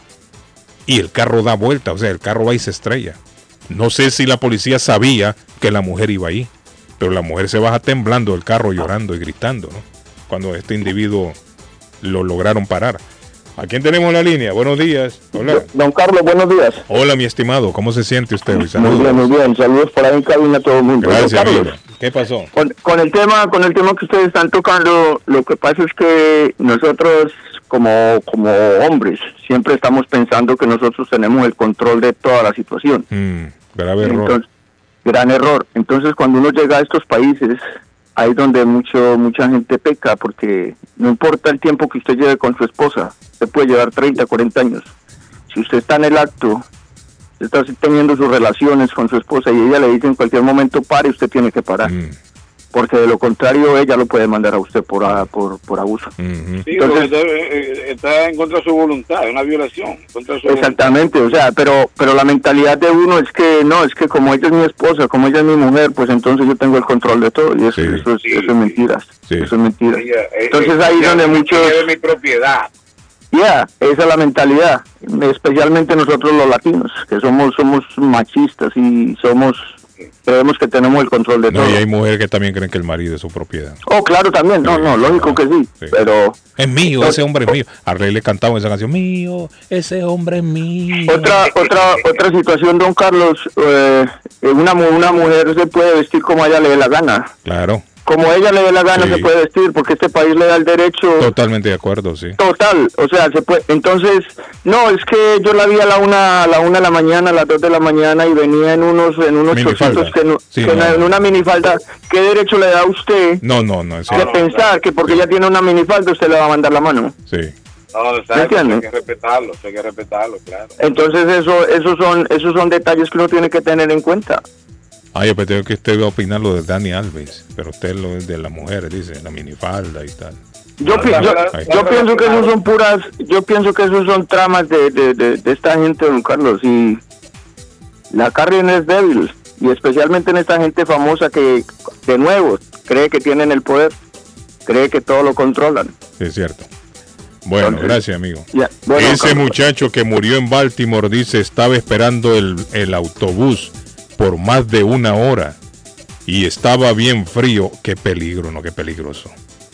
Y el carro da vuelta, o sea, el carro va y se estrella. No sé si la policía sabía que la mujer iba ahí. Pero la mujer se baja temblando del carro, llorando y gritando, ¿no? Cuando este individuo lo lograron parar. ¿A quién tenemos en la línea? Buenos días. Hola. Don Carlos, buenos días. Hola, mi estimado. ¿Cómo se siente usted hoy? Muy Saludos. bien, muy bien. Saludos por ahí en cabina a todo el mundo. Gracias, Don Carlos, amigo. ¿Qué pasó? Con, con el tema, con el tema que ustedes están tocando, lo que pasa es que nosotros como, como hombres siempre estamos pensando que nosotros tenemos el control de toda la situación. Mm, grave error. Entonces, gran error. Entonces, cuando uno llega a estos países, ahí es donde mucho mucha gente peca, porque no importa el tiempo que usted lleve con su esposa, usted puede llevar treinta, cuarenta años. Si usted está en el acto, usted está teniendo sus relaciones con su esposa y ella le dice en cualquier momento pare, usted tiene que parar. Mm. Porque de lo contrario ella lo puede mandar a usted por a- por, por abuso. Sí, Entonces- porque está, eh, está en contra de su voluntad, es una violación. en contra de su Exactamente, o sea, pero pero la mentalidad de uno es que no, es que como ella es mi esposa, como ella es mi mujer, pues entonces yo tengo el control de todo y eso, eso, es, eso es mentira, eso es mentira. Ella- eh, Entonces eh, ahí es ella- donde ella muchos, es mi propiedad. ya, esa es la mentalidad, especialmente nosotros los latinos, que somos somos machistas y somos creemos que tenemos el control de No, todo. y hay mujeres que también creen que el marido es su propiedad. Oh, claro, también, no, no, lógico que sí, pero Es mío, ese hombre es mío. A Rey le cantaban esa canción, mío, ese hombre es mío. Otra otra otra situación, don Carlos, eh, una mu- una mujer se puede vestir como a ella le dé la gana, Claro, como a ella le dé la gana Sí. se puede vestir, porque este país le da el derecho totalmente de acuerdo, sí. total, o sea, se puede, entonces, no, es que yo la vi a la una, a la una de la mañana, a las dos de la mañana y venía en unos, en unos Minifalda. chorcitos que, no, Sí, que no, en no. una minifalda, ¿qué derecho le da a usted No, no, no, es de cierto. pensar que porque ella tiene una minifalda usted le va a mandar la mano? Sí. No, exacto, entiende? hay que respetarlo, hay que respetarlo, claro. Entonces eso, esos son, esos son detalles que uno tiene que tener en cuenta. Ah, yo pensé que usted iba a opinar lo de Dani Alves, pero usted lo de las mujeres, dice, la minifalda y tal. Yo, pi- yo, Ahí. yo pienso que esos son puras, yo pienso que esos son tramas de, de, de, de esta gente, don Carlos, y la carne es débil, y especialmente en esta gente famosa que, de nuevo, cree que tienen el poder, cree que todo lo controlan. Sí, es cierto. Bueno, Entonces, gracias, amigo. Ya, bueno, Ese Carlos. muchacho que murió en Baltimore dice estaba esperando el, el autobús por más de una hora y estaba bien frío. Qué peligro, no, qué peligroso.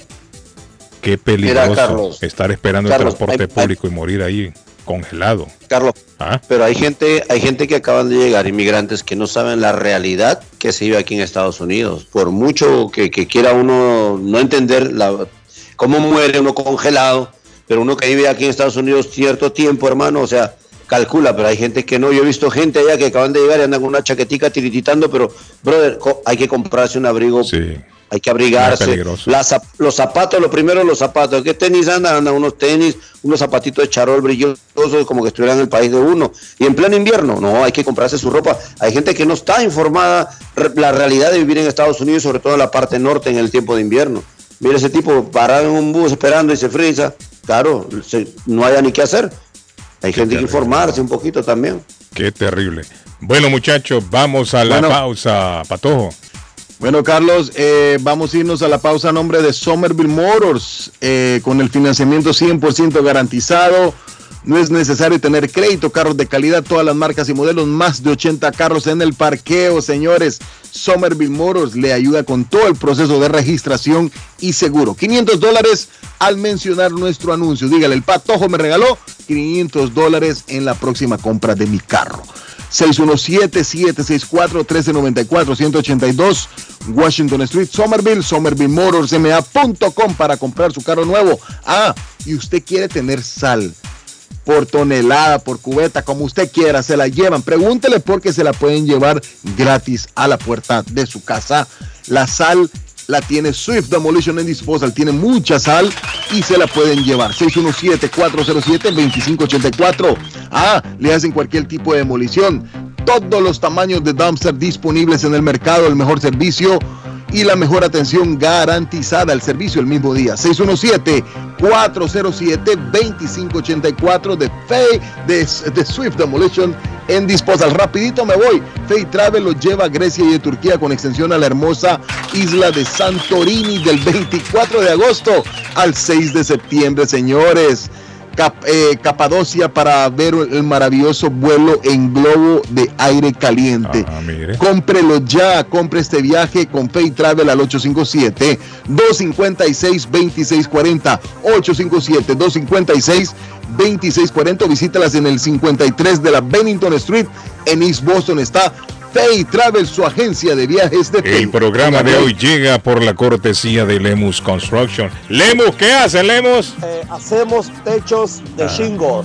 Qué peligroso. Mira, Carlos, estar esperando Carlos, el transporte hay, público y morir ahí congelado. Carlos, ¿Ah? pero hay gente, hay gente que acaban de llegar, inmigrantes que no saben la realidad que se vive aquí en Estados Unidos. Por mucho que, que quiera uno no entender la, cómo muere uno congelado, pero uno que vive aquí en Estados Unidos cierto tiempo, hermano, o sea, calcula, pero hay gente que no. Yo he visto gente allá que acaban de llegar y andan con una chaquetica tirititando, pero, brother, hay que comprarse un abrigo. Sí. Hay que abrigarse. Las, los zapatos, lo primero, los zapatos. ¿Qué tenis andan? Andan unos tenis, unos zapatitos de charol brillosos, como que estuvieran en el país de uno. Y en pleno invierno, no, hay que comprarse su ropa. Hay gente que no está informada la realidad de vivir en Estados Unidos, sobre todo en la parte norte, en el tiempo de invierno. Mira ese tipo parado en un bus esperando y se frisa. Claro, se, no haya ni qué hacer. Hay Qué gente terrible. que informarse un poquito también. Qué terrible. Bueno, muchachos, vamos a la Bueno. pausa, Patojo. Bueno, Carlos, eh, vamos a irnos a la pausa a nombre de Somerville Motors, eh, con el financiamiento cien por ciento garantizado. No es necesario tener crédito, carros de calidad, todas las marcas y modelos, más de ochenta carros en el parqueo, señores. Somerville Motors le ayuda con todo el proceso de registración y seguro. quinientos dólares al mencionar nuestro anuncio. Dígale, el Patojo me regaló quinientos dólares en la próxima compra de mi carro. seis uno siete, siete seis cuatro, uno tres nueve cuatro, uno ocho dos, Washington Street, Somerville, somerville motors m a punto com para comprar su carro nuevo. Ah, y usted quiere tener sal por tonelada, por cubeta, como usted quiera, se la llevan. Pregúntele porque se la pueden llevar gratis a la puerta de su casa. La sal la tiene Swift Demolition and Disposal, tiene mucha sal y se la pueden llevar. seis uno siete, cuatro cero siete, dos cinco ocho cuatro. Ah, le hacen cualquier tipo de demolición. Todos los tamaños de dumpster disponibles en el mercado, el mejor servicio y la mejor atención garantizada. El servicio el mismo día. seis uno siete, cuatro cero siete, dos cinco ocho cuatro de Fay, de, de Swift Demolition and Disposal. Rapidito me voy. Fay Travel los lleva a Grecia y de Turquía con extensión a la hermosa isla de Santorini del veinticuatro de agosto al seis de septiembre, señores. Cap, eh, Capadocia para ver el maravilloso vuelo en globo de aire caliente. Ah, mire. Cómprelo ya, compre este viaje con Fay Travel al ocho cinco siete, dos cinco seis, dos seis cuatro cero, ocho cinco siete, dos cinco seis, dos seis cuatro cero. Visítalas en el cincuenta y tres de la Bennington Street en East Boston. Está Fay Travel, su agencia de viajes de El programa de hoy llega por la cortesía de Lemus Construction. Lemus, ¿qué hace Lemus? Eh, hacemos techos de Ah. shingles,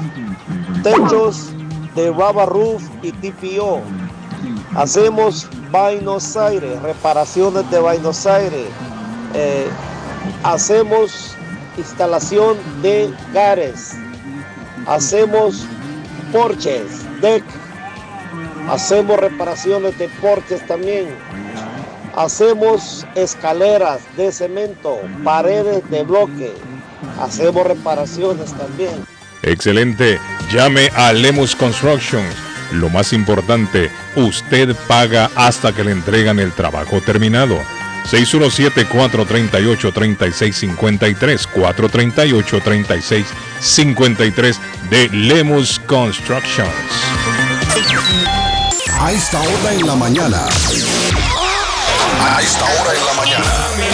techos de rubber roof y T P O. Hacemos Buenos Aires, reparaciones de Buenos Aires. Eh, hacemos instalación de gares. Hacemos porches, deck. Hacemos reparaciones de porches también. Hacemos escaleras de cemento, paredes de bloque. Hacemos reparaciones también. Excelente. Llame a Lemus Construction. Lo más importante, usted paga hasta que le entregan el trabajo terminado. seis uno siete, cuatro tres ocho, tres seis cinco tres, cuatro tres ocho, tres seis cinco tres de Lemus Constructions. A esta hora en la mañana. A esta hora en la mañana.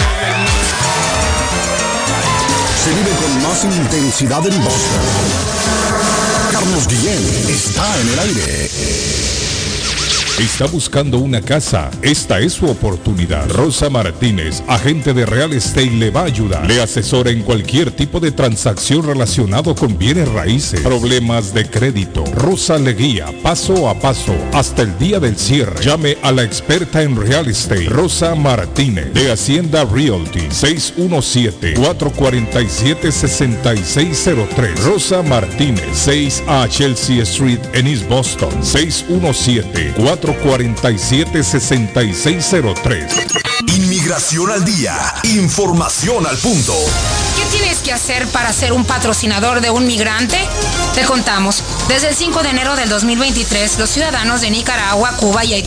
Se vive con más intensidad en Boston. Carlos Guillén está en el aire. ¿Está buscando una casa? Esta es su oportunidad. Rosa Martínez, agente de Real Estate, le va a ayudar. Le asesora en cualquier tipo de transacción relacionado con bienes raíces, problemas de crédito. Rosa le guía paso a paso hasta el día del cierre. Llame a la experta en Real Estate, Rosa Martínez, de Hacienda Realty, seis uno siete, cuatro cuatro siete, seis seis cero tres. Rosa Martínez, seis a Chelsea Street en East Boston, seis uno siete, cuatro cuatro siete, seis seis cero tres. Inmigración al día. Información al punto. ¿Qué tienes que hacer para ser un patrocinador de un migrante? Te contamos. Desde el cinco de enero del dos mil veintitrés, los ciudadanos de Nicaragua, Cuba y Haití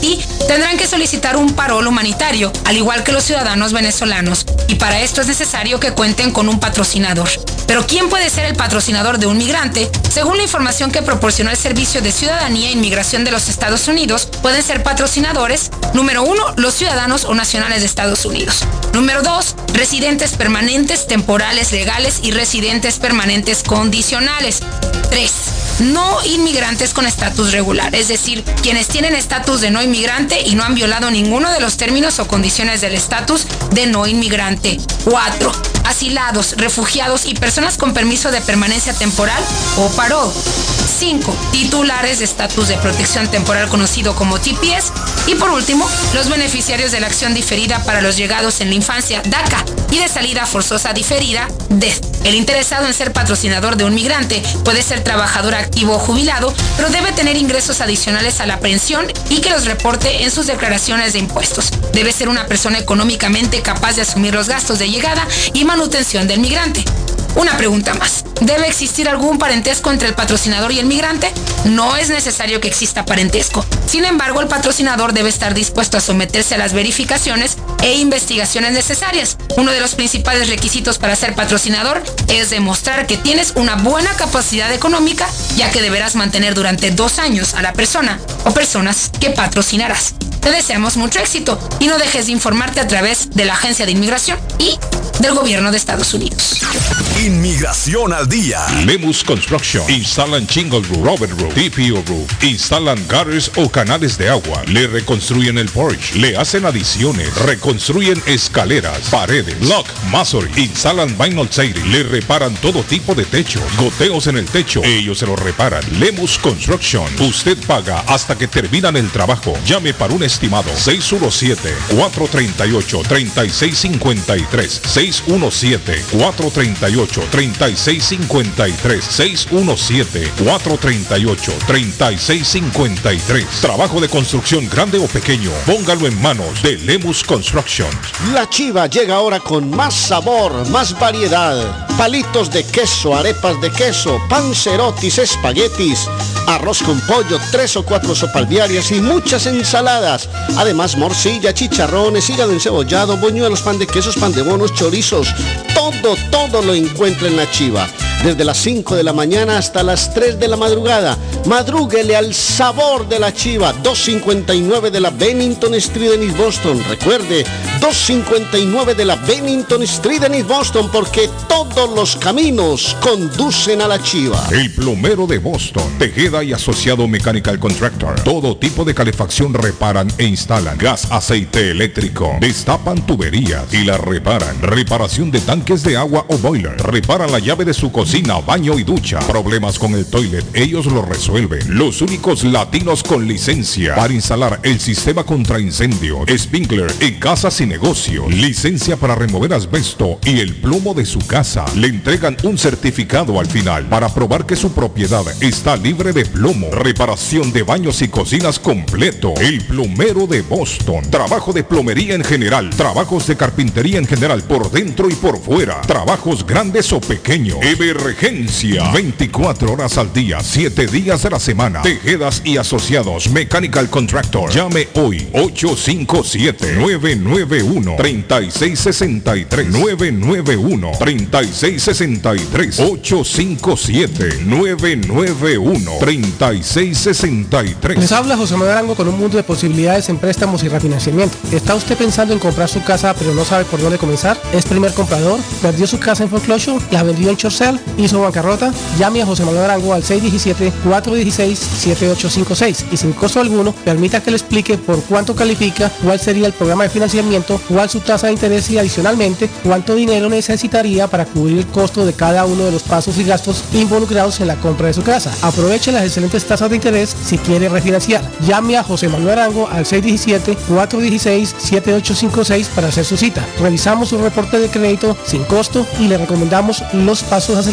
tendrán que solicitar un parol humanitario, al igual que los ciudadanos venezolanos, y para esto es necesario que cuenten con un patrocinador. Pero ¿quién puede ser el patrocinador de un migrante? Según la información que proporcionó el Servicio de Ciudadanía e Inmigración de los Estados Unidos, pueden ser patrocinadores, número uno, los ciudadanos o nacionales de Estados Unidos. Número dos, residentes permanentes, temporales, legales y residentes permanentes condicionales. Tres, no inmigrantes con estatus regular, es decir, quienes tienen estatus de no inmigrante y no han violado ninguno de los términos o condiciones del estatus de no inmigrante. Cuatro, asilados, refugiados y personas con permiso de permanencia temporal o parol. Cinco, titulares de estatus de protección temporal conocido como T P S. Y por último, los beneficiarios de la acción diferida para los llegados en la infancia, DACA, y de salida forzosa diferida, D E F. El interesado en ser patrocinador de un migrante puede ser trabajador activo o jubilado, pero debe tener ingresos adicionales a la pensión y que los reporte en sus declaraciones de impuestos. Debe ser una persona económicamente capaz de asumir los gastos de llegada y manutención del migrante. Una pregunta más. ¿Debe existir algún parentesco entre el patrocinador y el migrante? No es necesario que exista parentesco. Sin embargo, el patrocinador debe estar dispuesto a someterse a las verificaciones e investigaciones necesarias. Uno de los principales requisitos para ser patrocinador es demostrar que tienes una buena capacidad económica, ya que deberás mantener durante dos años a la persona o personas que patrocinarás. Te deseamos mucho éxito y no dejes de informarte a través de la Agencia de Inmigración y del Gobierno de Estados Unidos. Inmigración al día. Lemus Construction. Instalan Shingle Roof, Rubber Roof, T P O Roof. Instalan gutters o canales de agua. Le reconstruyen el porch. Le hacen adiciones. Reconstruyen escaleras, paredes, block, masonry. Instalan vinyl siding. Le reparan todo tipo de techo. Goteos en el techo. Ellos se lo reparan. Lemus Construction. Usted paga hasta que terminan el trabajo. Llame para un estimado. seis uno siete, cuatro tres ocho, tres seis cinco tres. seis uno siete, cuatro tres ocho, tres seis cinco tres. seis uno siete, cuatro tres ocho, tres seis cinco tres. Trabajo de construcción grande o pequeño, póngalo en manos de Lemus Construction. La Chiva llega ahora con más sabor, más variedad. Palitos de queso, arepas de queso, panzerotis, espaguetis, arroz con pollo, tres o cuatro sopalviarias y muchas ensaladas. Además, morcilla, chicharrones, hígado encebollado, boñuelos, pan de quesos, pan de bonos, chorizos. Todo, todo lo encuentra en La Chiva. Desde las cinco de la mañana hasta las tres de la madrugada. Madrúguele al sabor de La Chiva. doscientos cincuenta y nueve de la Bennington Street en East Boston. Recuerde, doscientos cincuenta y nueve de la Bennington Street en East Boston, porque todos los caminos conducen a La Chiva. El plomero de Boston, Tejeda y Asociado Mechanical Contractor. Todo tipo de calefacción reparan e instalan. Gas, aceite eléctrico. Destapan tuberías y las reparan. Reparación de tanques de agua o boiler. Reparan la llave de su cocina, baño y ducha. Problemas con el toilet, ellos lo resuelven. Los únicos latinos con licencia para instalar el sistema contra incendio, sprinkler en casas y negocio, licencia para remover asbesto y el plomo de su casa. Le entregan un certificado al final para probar que su propiedad está libre de plomo. Reparación de baños y cocinas completo. El plomero de Boston. Trabajo de plomería en general. Trabajos de carpintería en general por dentro y por fuera. Trabajos grandes o pequeños. Emergencia. veinticuatro horas al día, siete días de la semana. Tejedas y Asociados Mechanical Contractor. Llame hoy. ocho cinco siete, nueve nueve uno, tres seis seis tres. nueve nueve uno, tres seis seis tres. ocho cinco siete, nueve nueve uno, tres seis seis tres. Les habla José Manuel Arango con un mundo de posibilidades en préstamos y refinanciamiento. ¿Está usted pensando en comprar su casa pero no sabe por dónde comenzar? ¿Es primer comprador? ¿Perdió su casa en foreclosure? ¿La vendió en short sale? ¿Hizo bancarrota? Llame a José Manuel Arango al seis uno siete, cuatro uno seis, siete ocho cinco seis y sin costo alguno permita que le explique por cuánto califica, cuál sería el programa de financiamiento, cuál su tasa de interés y adicionalmente cuánto dinero necesitaría para cubrir el costo de cada uno de los pasos y gastos involucrados en la compra de su casa. Aproveche las excelentes tasas de interés si quiere refinanciar. Llame a José Manuel Arango al seis uno siete, cuatro uno seis, siete ocho cinco seis para hacer su cita. Revisamos su reporte de crédito sin costo y le recomendamos los pasos a seguir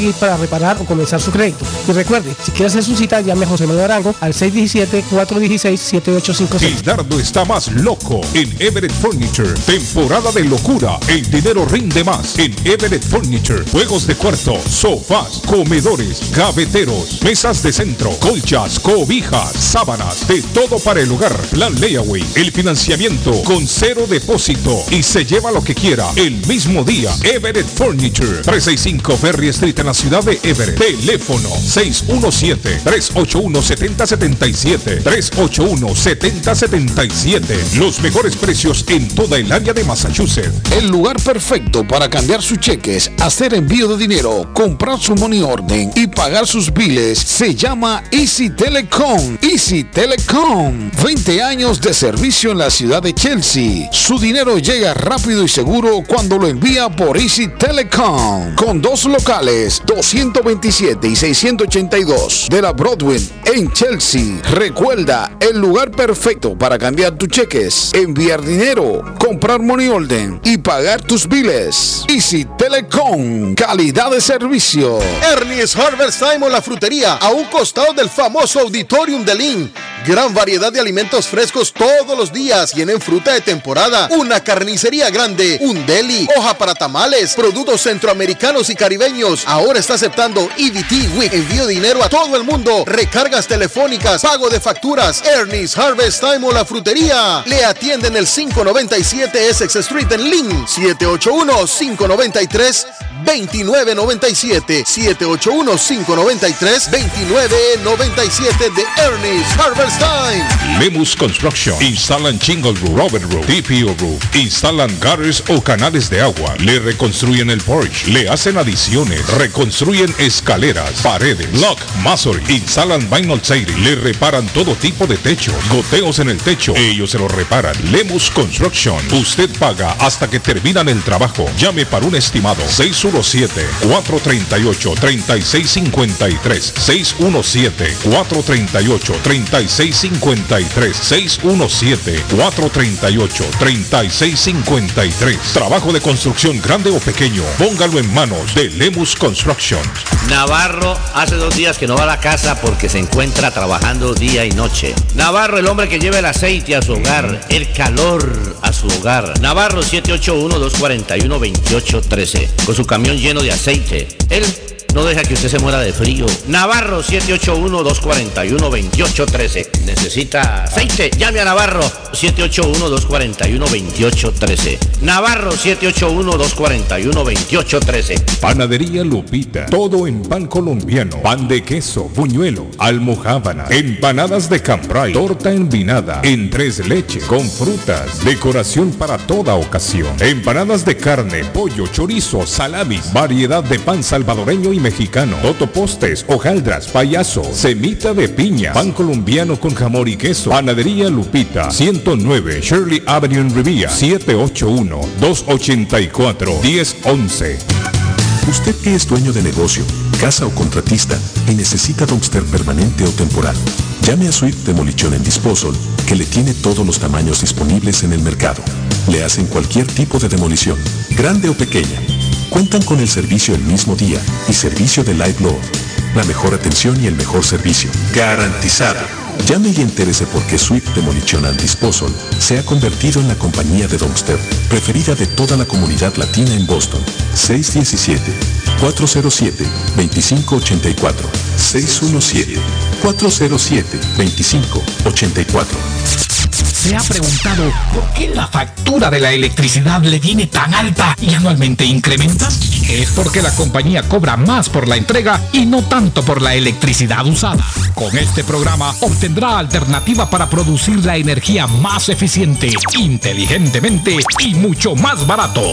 seguir para reparar o comenzar su crédito. Y recuerde, si quiere hacer su cita, llame a José Manuel Arango al seis uno siete, cuatro uno seis, siete ocho cinco seis. Gildardo está más loco en Everett Furniture. Temporada de locura. El dinero rinde más en Everett Furniture. Juegos de cuarto, sofás, comedores, gaveteros, mesas de centro, colchas, cobijas, sábanas, de todo para el hogar. Plan Layaway, el financiamiento con cero depósito y se lleva lo que quiera el mismo día. Everett Furniture, trescientos sesenta y cinco Ferry Street en la ciudad de Everett. Teléfono seis uno siete, tres ocho uno, siete cero siete siete, tres ocho uno, siete cero siete siete. Los mejores precios en toda el área de Massachusetts. El lugar perfecto para cambiar sus cheques, hacer envío de dinero, comprar su money order y pagar sus biles se llama Easy Telecom. Easy Telecom, veinte años de servicio en la ciudad de Chelsea. Su dinero llega rápido y seguro cuando lo envía por Easy Telecom. Con dos locales, doscientos veintisiete y seiscientos ochenta y dos de la Broadway en Chelsea. Recuerda, el lugar perfecto para cambiar tus cheques, enviar dinero, comprar money order y pagar tus biles. Easy Telecom, calidad de servicio. Ernie's Harvest Time o la frutería, a un costado del famoso Auditorium de Lynn. Gran variedad de alimentos frescos todos los días. Tienen fruta de temporada, una carnicería grande, un deli, hoja para tamales, productos centroamericanos y caribeños. Ahora está aceptando E B T Week. Envío de dinero a todo el mundo. Recargas telefónicas, pago de facturas. Ernie's Harvest Time o la frutería. Le atienden el quinientos noventa y siete Essex Street en Lynn. siete ocho uno, cinco nueve tres, dos nueve nueve siete. siete ocho uno, cinco nueve tres, dos nueve nueve siete de Ernie's Harvest Time. Lemus Construction. Instalan shingle roof, rubber roof, T P O roof. Instalan gutters o canales de agua. Le reconstruyen el porch. Le hacen adiciones. Reconstruyen escaleras, paredes, block, masonry. Instalan vinyl siding. Le reparan todo tipo de techo. Goteos en el techo. Ellos se lo reparan. Lemus Construction. Usted paga hasta que terminan el trabajo. Llame para un estimado. seis uno siete, cuatro tres ocho, tres seis cinco tres. seis uno siete, cuatro tres ocho, tres seis cinco tres. seis uno siete, cuatro tres ocho, tres seis cinco tres. Trabajo de construcción grande o pequeño, póngalo en manos de Lemus Construction. Navarro hace dos días que no va a la casa porque se encuentra trabajando día y noche. Navarro, el hombre que lleva el aceite a su hogar, el calor a su hogar. Navarro, siete ocho uno, dos cuatro uno, dos ocho uno tres. Con su camión lleno de aceite. Él no deja que usted se muera de frío. Navarro, siete ocho uno, dos cuatro uno, dos ocho uno tres. ¿Necesita aceite? Llame a Navarro, siete ocho uno, dos cuatro uno, dos ocho uno tres. Navarro, siete ocho uno, dos cuatro uno, dos ocho uno tres. Panadería Lupita. Todo en pan colombiano. Pan de queso, buñuelo, almojábana, empanadas de cambray, torta envinada, en tres leches, con frutas, decoración para toda ocasión. Empanadas de carne, pollo, chorizo, salamis, variedad de pan salvadoreño y mexicano, totopostes, hojaldras, payaso, semita de piña, pan colombiano con jamón y queso. Panadería Lupita, ciento nueve Shirley Avenue en Rivia, siete ocho uno, dos ocho cuatro, uno cero uno uno. Usted que es dueño de negocio, casa o contratista y necesita dumpster permanente o temporal, llame a Swift Demolition and Disposal, que le tiene todos los tamaños disponibles en el mercado. Le hacen cualquier tipo de demolición, grande o pequeña. Cuentan con el servicio el mismo día y servicio de live load. La mejor atención y el mejor servicio. Garantizado. Llame y entérese por qué Swift Demolition and Disposal se ha convertido en la compañía de dumpster preferida de toda la comunidad latina en Boston. seis uno siete, cuatro cero siete, dos cinco ocho cuatro. seis uno siete, cuatro cero siete, dos cinco ocho cuatro. ¿Se ha preguntado por qué la factura de la electricidad le viene tan alta y anualmente incrementa? Es porque la compañía cobra más por la entrega y no tanto por la electricidad usada. Con este programa obtendrá alternativa para producir la energía más eficiente, inteligentemente y mucho más barato.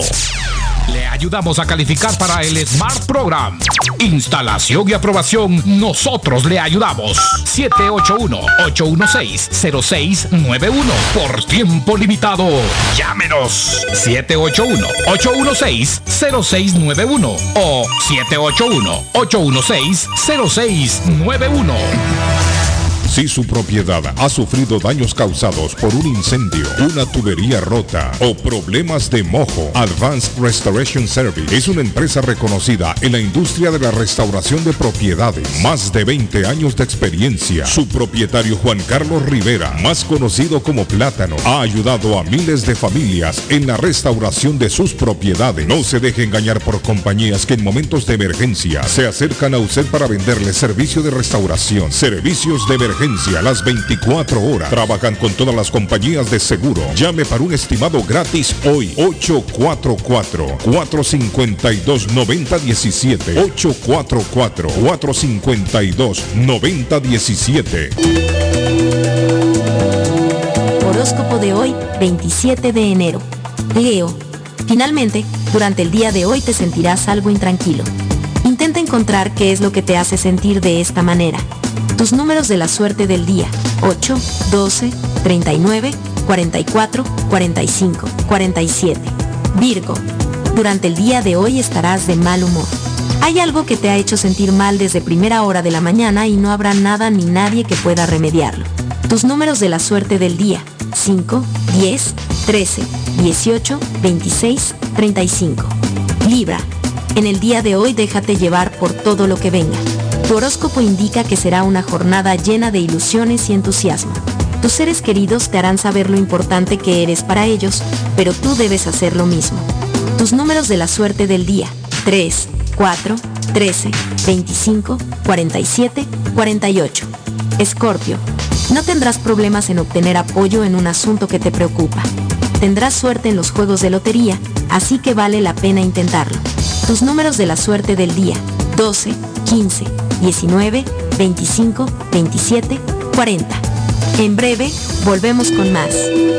Le ayudamos a calificar para el Smart Program. Instalación y aprobación, nosotros le ayudamos. siete ocho uno, ocho uno seis, cero seis nueve uno. Por tiempo limitado. Llámenos. siete ocho uno, ocho uno seis, cero seis nueve uno o siete ocho uno, ocho uno seis, cero seis nueve uno. Si su propiedad ha sufrido daños causados por un incendio, una tubería rota o problemas de mojo, Advanced Restoration Service es una empresa reconocida en la industria de la restauración de propiedades. Más de veinte años de experiencia. Su propietario Juan Carlos Rivera, más conocido como Plátano, ha ayudado a miles de familias en la restauración de sus propiedades. No se deje engañar por compañías que en momentos de emergencia se acercan a usted para venderle servicio de restauración. Servicios de emergencia las veinticuatro horas. Trabajan con todas las compañías de seguro. Llame para un estimado gratis hoy. ocho cuatro cuatro, cuatro cinco dos, nueve cero uno siete. ocho cuatro cuatro, cuatro cinco dos, nueve cero uno siete. Horóscopo de hoy, veintisiete de enero. Leo. Finalmente, durante el día de hoy te sentirás algo intranquilo. Intenta encontrar qué es lo que te hace sentir de esta manera. Tus números de la suerte del día: ocho, doce, treinta y nueve, cuarenta y cuatro, cuarenta y cinco, cuarenta y siete. Virgo. Durante el día de hoy estarás de mal humor. Hay algo que te ha hecho sentir mal desde primera hora de la mañana y no habrá nada ni nadie que pueda remediarlo. Tus números de la suerte del día: cinco, diez, trece, dieciocho, veintiséis, treinta y cinco. Libra. En el día de hoy déjate llevar por todo lo que venga. Tu horóscopo indica que será una jornada llena de ilusiones y entusiasmo. Tus seres queridos te harán saber lo importante que eres para ellos, pero tú debes hacer lo mismo. Tus números de la suerte del día: tres, cuatro, trece, veinticinco, cuarenta y siete, cuarenta y ocho. Escorpio. No tendrás problemas en obtener apoyo en un asunto que te preocupa. Tendrás suerte en los juegos de lotería, así que vale la pena intentarlo. Tus números de la suerte del día: doce, quince, diecinueve, veinticinco, veintisiete, cuarenta. En breve, volvemos con más.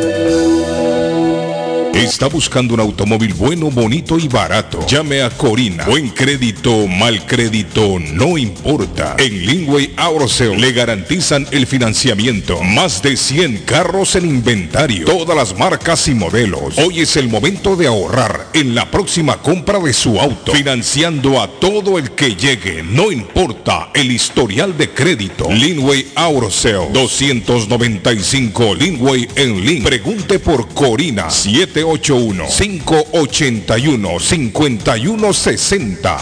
¿Está buscando un automóvil bueno, bonito y barato? Llame a Corina. Buen crédito, mal crédito, no importa. En Linway Auto Sale le garantizan el financiamiento. Más de cien carros en inventario. Todas las marcas y modelos. Hoy es el momento de ahorrar en la próxima compra de su auto. Financiando a todo el que llegue. No importa el historial de crédito. Linway Auto Sale. doscientos noventa y cinco Linway en Link. Pregunte por Corina. siete ocho uno, cinco ocho uno, cinco uno seis cero.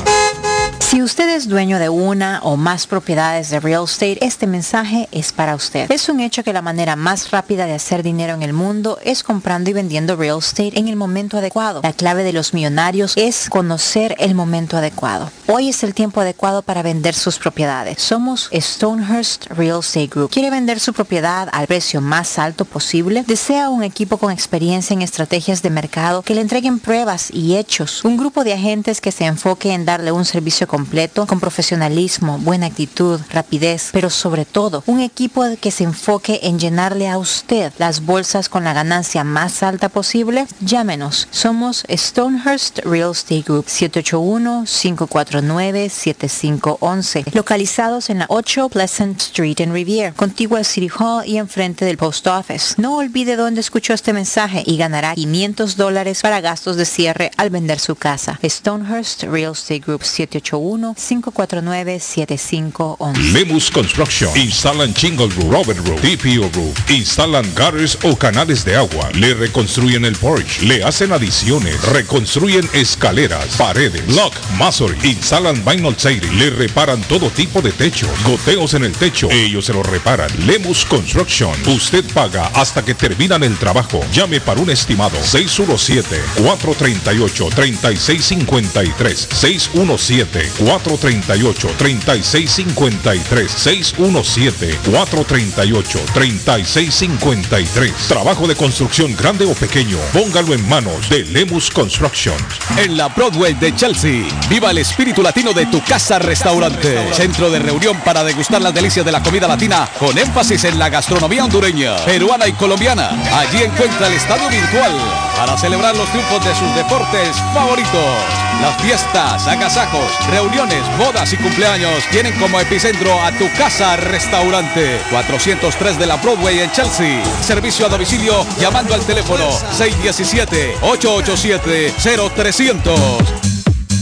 Si usted es dueño de una o más propiedades de real estate, este mensaje es para usted. Es un hecho que la manera más rápida de hacer dinero en el mundo es comprando y vendiendo real estate en el momento adecuado. La clave de los millonarios es conocer el momento adecuado. Hoy es el tiempo adecuado para vender sus propiedades. Somos Stonehurst Real Estate Group. ¿Quiere vender su propiedad al precio más alto posible? ¿Desea un equipo con experiencia en estrategias de mercado que le entreguen pruebas y hechos? Un grupo de agentes que se enfoque en darle un servicio completo, con profesionalismo, buena actitud, rapidez, pero sobre todo, un equipo que se enfoque en llenarle a usted las bolsas con la ganancia más alta posible. Llámenos. Somos Stonehurst Real Estate Group, siete ocho uno, cinco cuatro nueve, siete cinco uno uno. Localizados en la ocho Pleasant Street en Riviera, contiguo al City Hall y enfrente del Post Office. No olvide dónde escuchó este mensaje y ganará quinientos dólares para gastos de cierre al vender su casa. Stonehurst Real Estate Group, siete ocho uno, cinco cuatro nueve, siete cinco uno uno. Lemus Construction. Instalan Shingle Roof, Robert Roof, T P O Roof. Instalan gutters o canales de agua. Le reconstruyen el porch. Le hacen adiciones. Reconstruyen escaleras, paredes, block, masonry. Instalan vinyl siding. Le reparan todo tipo de techo. Goteos en el techo. Ellos se lo reparan. Lemus Construction. Usted paga hasta que terminan el trabajo. Llame para un estimado. seis uno siete, cuatro tres ocho, tres seis cinco tres. seis uno siete, cuatro tres ocho, tres seis cinco tres. seis uno siete, cuatro tres ocho, tres seis cinco tres. Trabajo de construcción grande o pequeño, póngalo en manos de Lemus Construction. En la Broadway de Chelsea, viva el espíritu latino de Tu Casa Restaurante. Centro de reunión para degustar las delicias de la comida latina con énfasis en la gastronomía hondureña, peruana y colombiana. Allí encuentra el estadio virtual para celebrar los triunfos de sus deportes favoritos. Las fiestas, agasajos, reuniones, bodas y cumpleaños tienen como epicentro a Tu Casa Restaurante. cuatrocientos tres de la Broadway en Chelsea. Servicio a domicilio llamando al teléfono seis uno siete, ocho ocho siete, cero trescientos.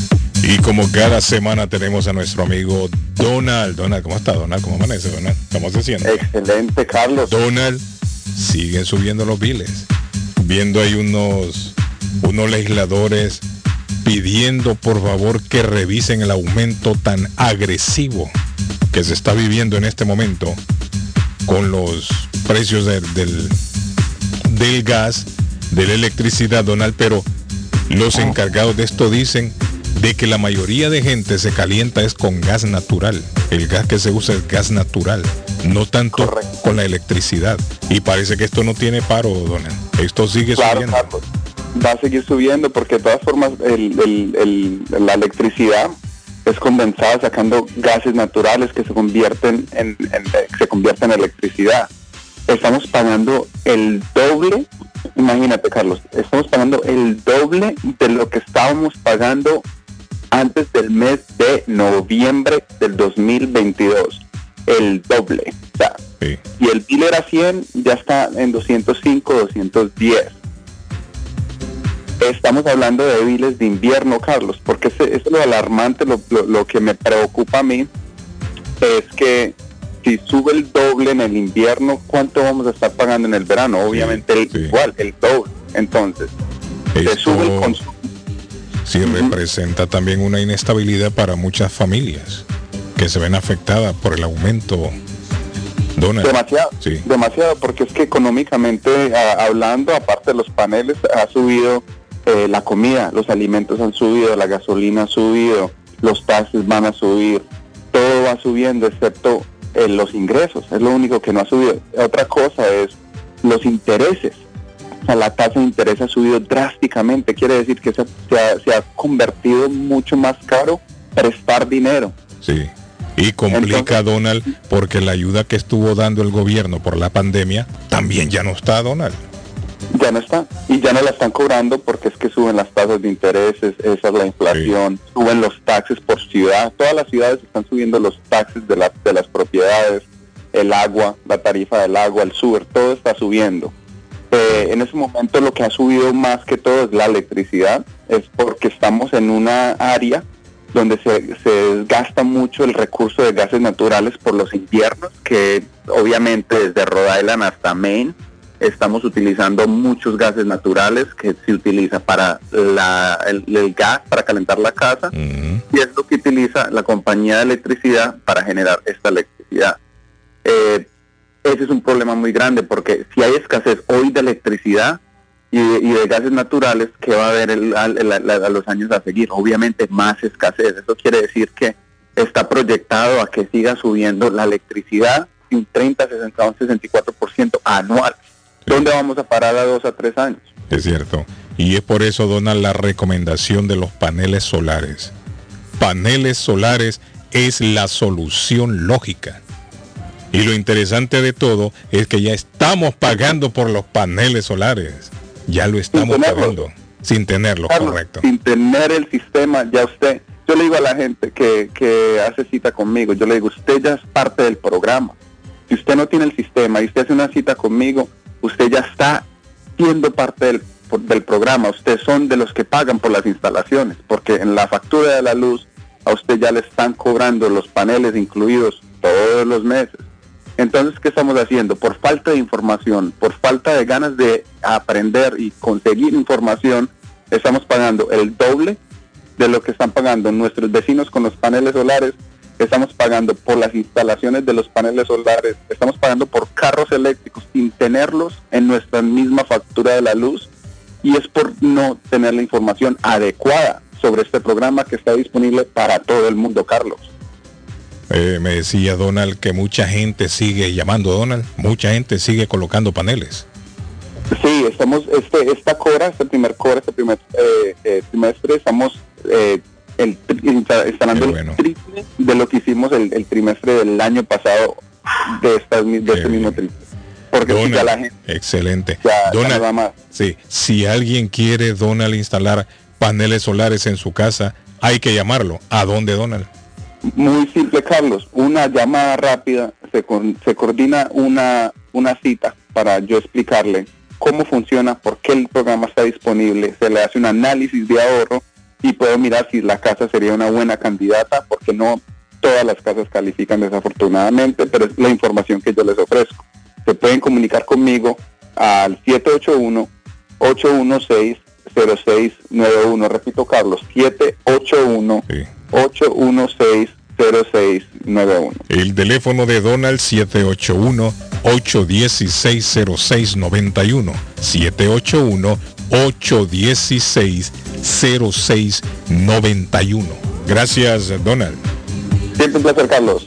Y como cada semana tenemos a nuestro amigo Donald. Donald, ¿cómo está, Donald? ¿Cómo amanece, Donald? ¿Cómo se siente? Excelente, Carlos. Donald, siguen subiendo los biles. Viendo ahí unos, unos legisladores pidiendo por favor que revisen el aumento tan agresivo que se está viviendo en este momento con los precios de, del, del gas, de la electricidad, Donald, pero los encargados de esto dicen de que la mayoría de gente se calienta es con gas natural. El gas que se usa es gas natural, no tanto Correcto. Con la electricidad. Y parece que esto no tiene paro, Donald. Esto sigue claro, subiendo. Carlos. Va a seguir subiendo porque de todas formas el, el, el, la electricidad es condensada sacando gases naturales que se convierten en, en, se convierten en electricidad. Estamos pagando el doble, imagínate, Carlos, estamos pagando el doble de lo que estábamos pagando antes del mes de noviembre del dos mil veintidós. El doble. O sea, sí. Y el bill era cien, ya está en doscientos cinco, doscientos diez. Estamos hablando de biles de invierno, Carlos, porque eso es lo alarmante, lo, lo, lo que me preocupa a mí es que si sube el doble en el invierno, ¿cuánto vamos a estar pagando en el verano? Obviamente sí, el, sí. igual, el doble. Entonces, Esto, se sube el consumo. Sí, uh-huh. representa también una inestabilidad para muchas familias que se ven afectadas por el aumento. Donald. Demasiado, sí. demasiado, porque es que económicamente a, hablando, aparte de los paneles, ha subido eh, la comida, los alimentos han subido, la gasolina ha subido, los taxes van a subir, todo va subiendo excepto eh, los ingresos, es lo único que no ha subido. Otra cosa es los intereses. O sea, la tasa de interés ha subido drásticamente, quiere decir que se, se, ha, se ha convertido mucho más caro prestar dinero. Sí. Y complica, Entonces, Donald, porque la ayuda que estuvo dando el gobierno por la pandemia también ya no está, Donald. Ya no está. Y ya no la están cobrando porque es que suben las tasas de intereses, esa es la inflación, sí. suben los taxes por ciudad. Todas las ciudades están subiendo los taxes de, la, de las propiedades, el agua, la tarifa del agua, el Uber, todo está subiendo. Eh, en ese momento lo que ha subido más que todo es la electricidad, es porque estamos en una área donde se, se desgasta mucho el recurso de gases naturales por los inviernos, que obviamente desde Rhode Island hasta Maine estamos utilizando muchos gases naturales que se utiliza para la, el, el gas, para calentar la casa, uh-huh. y es lo que utiliza la compañía de electricidad para generar esta electricidad. Eh, ese es un problema muy grande porque si hay escasez hoy de electricidad y de, y de gases naturales, que va a haber el, el, el, el, a los años a seguir, obviamente más escasez. Eso quiere decir que está proyectado a que siga subiendo la electricidad de un treinta, sesenta, un sesenta y cuatro por ciento anual. Sí. ¿Dónde vamos a parar a dos a tres años? Es cierto. Y es por eso, Donald, la recomendación de los paneles solares. Paneles solares es la solución lógica. Y lo interesante de todo es que ya estamos pagando por los paneles solares. Ya lo estamos sin pagando, sin tenerlo, Carlos, correcto. Sin tener el sistema, ya usted, yo le digo a la gente que, que hace cita conmigo, yo le digo, usted ya es parte del programa. Si usted no tiene el sistema y usted hace una cita conmigo, usted ya está siendo parte del, del programa. Ustedes son de los que pagan por las instalaciones, porque en la factura de la luz a usted ya le están cobrando los paneles incluidos todos los meses. Entonces, ¿qué estamos haciendo? Por falta de información, por falta de ganas de aprender y conseguir información, estamos pagando el doble de lo que están pagando nuestros vecinos con los paneles solares, estamos pagando por las instalaciones de los paneles solares, estamos pagando por carros eléctricos sin tenerlos en nuestra misma factura de la luz, y es por no tener la información adecuada sobre este programa que está disponible para todo el mundo, Carlos. Eh, me decía Donald que mucha gente sigue llamando, Donald, mucha gente sigue colocando paneles. Sí, estamos, este, esta cora, este primer cora, este primer eh, eh, trimestre, estamos eh, el, instalando bueno. el triple de lo que hicimos el, el trimestre del año pasado de, esta, de este bien. mismo trimestre. Porque Donald, si ya la gente, excelente. Ya, Donald, ya más. Sí, si alguien quiere, Donald, instalar paneles solares en su casa, hay que llamarlo. ¿A dónde, Donald? Muy simple, Carlos, una llamada rápida, se, con, se coordina una, una cita para yo explicarle cómo funciona, por qué el programa está disponible, se le hace un análisis de ahorro y puedo mirar si la casa sería una buena candidata, porque no todas las casas califican desafortunadamente, pero es la información que yo les ofrezco. Se pueden comunicar conmigo al siete ocho uno, ocho uno seis, cero seis nueve uno. Repito, Carlos, siete ocho uno, ocho uno seis, cero seis nueve uno. El teléfono de Donald, siete ocho uno, ocho uno seis, cero seis nueve uno. siete ocho uno, ocho uno seis, cero seis nueve uno. Gracias, Donald. Siempre un placer, Carlos.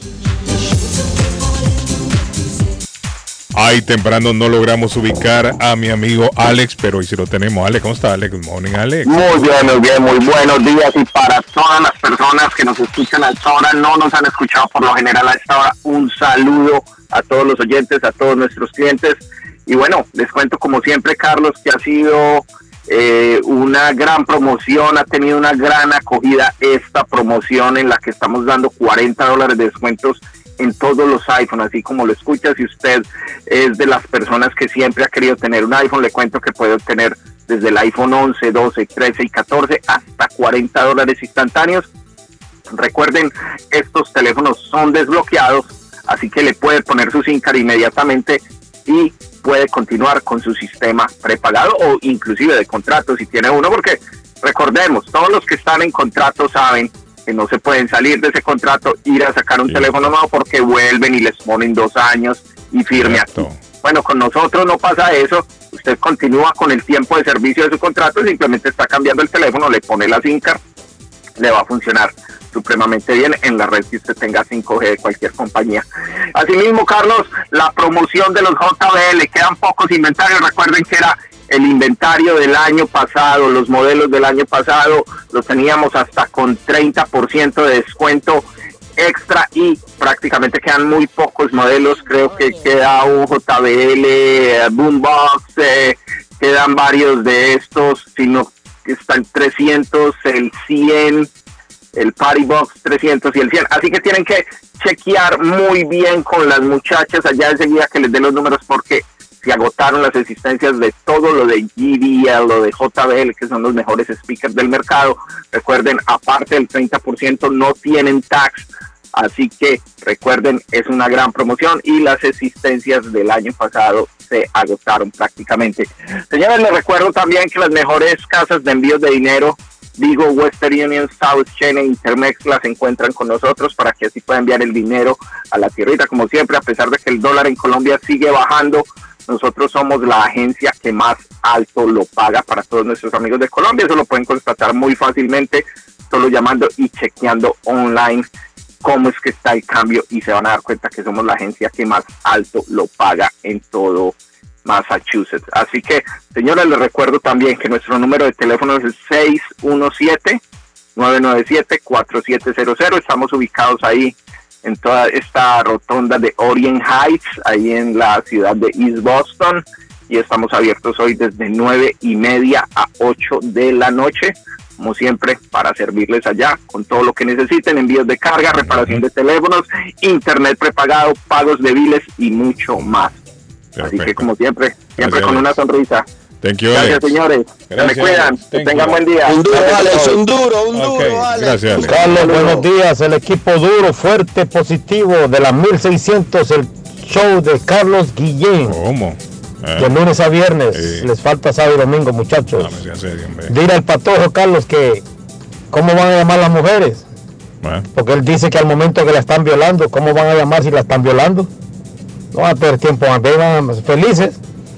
Ay, temprano no logramos ubicar a mi amigo Alex, pero hoy sí lo tenemos. Alex, ¿cómo está, Alex? Good morning, Alex. Muy bien, muy bien, muy buenos días. Y para todas las personas que nos escuchan a esta hora, no nos han escuchado por lo general a esta hora, un saludo a todos los oyentes, a todos nuestros clientes. Y bueno, les cuento como siempre, Carlos, que ha sido eh, una gran promoción, ha tenido una gran acogida esta promoción en la que estamos dando cuarenta dólares de descuentos en todos los iPhones, así como lo escucha. Si usted es de las personas que siempre ha querido tener un iPhone, le cuento que puede obtener desde el iPhone once, doce, trece y catorce hasta cuarenta dólares instantáneos. Recuerden, estos teléfonos son desbloqueados, así que le puede poner su SIM card inmediatamente y puede continuar con su sistema prepagado o inclusive de contrato si tiene uno, porque recordemos, todos los que están en contrato saben que no se pueden salir de ese contrato, ir a sacar un sí. teléfono nuevo, porque vuelven y les ponen dos años y firme aquí. Bueno, con nosotros no pasa eso, usted continúa con el tiempo de servicio de su contrato, simplemente está cambiando el teléfono, le pone la SIM card, le va a funcionar supremamente bien en la red que usted tenga cinco G de cualquier compañía. Asimismo, Carlos, la promoción de los J B L, quedan pocos inventarios, recuerden que era el inventario del año pasado, los modelos del año pasado, los teníamos hasta con treinta por ciento de descuento extra y prácticamente quedan muy pocos modelos. Creo que queda un J B L, Boombox, eh, quedan varios de estos, sino que están trescientos, el cien, el Party Box trescientos y el cien, así que tienen que chequear muy bien con las muchachas allá enseguida que les dé los números, porque se agotaron las existencias de todo lo de G B L, lo de J B L, que son los mejores speakers del mercado. Recuerden, aparte del treinta por ciento no tienen tax, así que recuerden, es una gran promoción y las existencias del año pasado se agotaron prácticamente. Señores, les recuerdo también que las mejores casas de envíos de dinero, Vigo, Western Union, South Chain e Intermex, las encuentran con nosotros para que así pueda enviar el dinero a la tierrita. Como siempre, a pesar de que el dólar en Colombia sigue bajando, nosotros somos la agencia que más alto lo paga para todos nuestros amigos de Colombia. Eso lo pueden constatar muy fácilmente, solo llamando y chequeando online cómo es que está el cambio, y se van a dar cuenta que somos la agencia que más alto lo paga en todo Massachusetts. Así que, señores, les recuerdo también que nuestro número de teléfono es el seis uno siete, nueve nueve siete, cuatro siete cero cero. Estamos ubicados ahí en toda esta rotonda de Orient Heights, ahí en la ciudad de East Boston, y estamos abiertos hoy desde nueve y media a ocho de la noche, como siempre, para servirles allá con todo lo que necesiten: envíos de carga, reparación de teléfonos, internet prepagado, pagos de biles y mucho más. Perfecto. Así que, como siempre, siempre Gracias, con una sonrisa. Thank you, Gracias, Alex. señores. Gracias, Se me cuidan. Thank que tengan you. buen día. Un duro, Alex, un duro, un duro, Okay. Alex. Gracias, Alex. Carlos, buenos días. El equipo duro, fuerte, positivo de las mil seiscientos, el show de Carlos Guillén. ¿Cómo? Eh. De lunes a viernes. Sí. Les falta sábado y domingo, muchachos. No, me sea serio, hombre. Dile al patojo, Carlos, que ¿cómo van a llamar las mujeres? ¿Eh? Porque él dice que al momento que la están violando, ¿cómo van a llamar si la están violando? No van a perder tiempo, van a felices.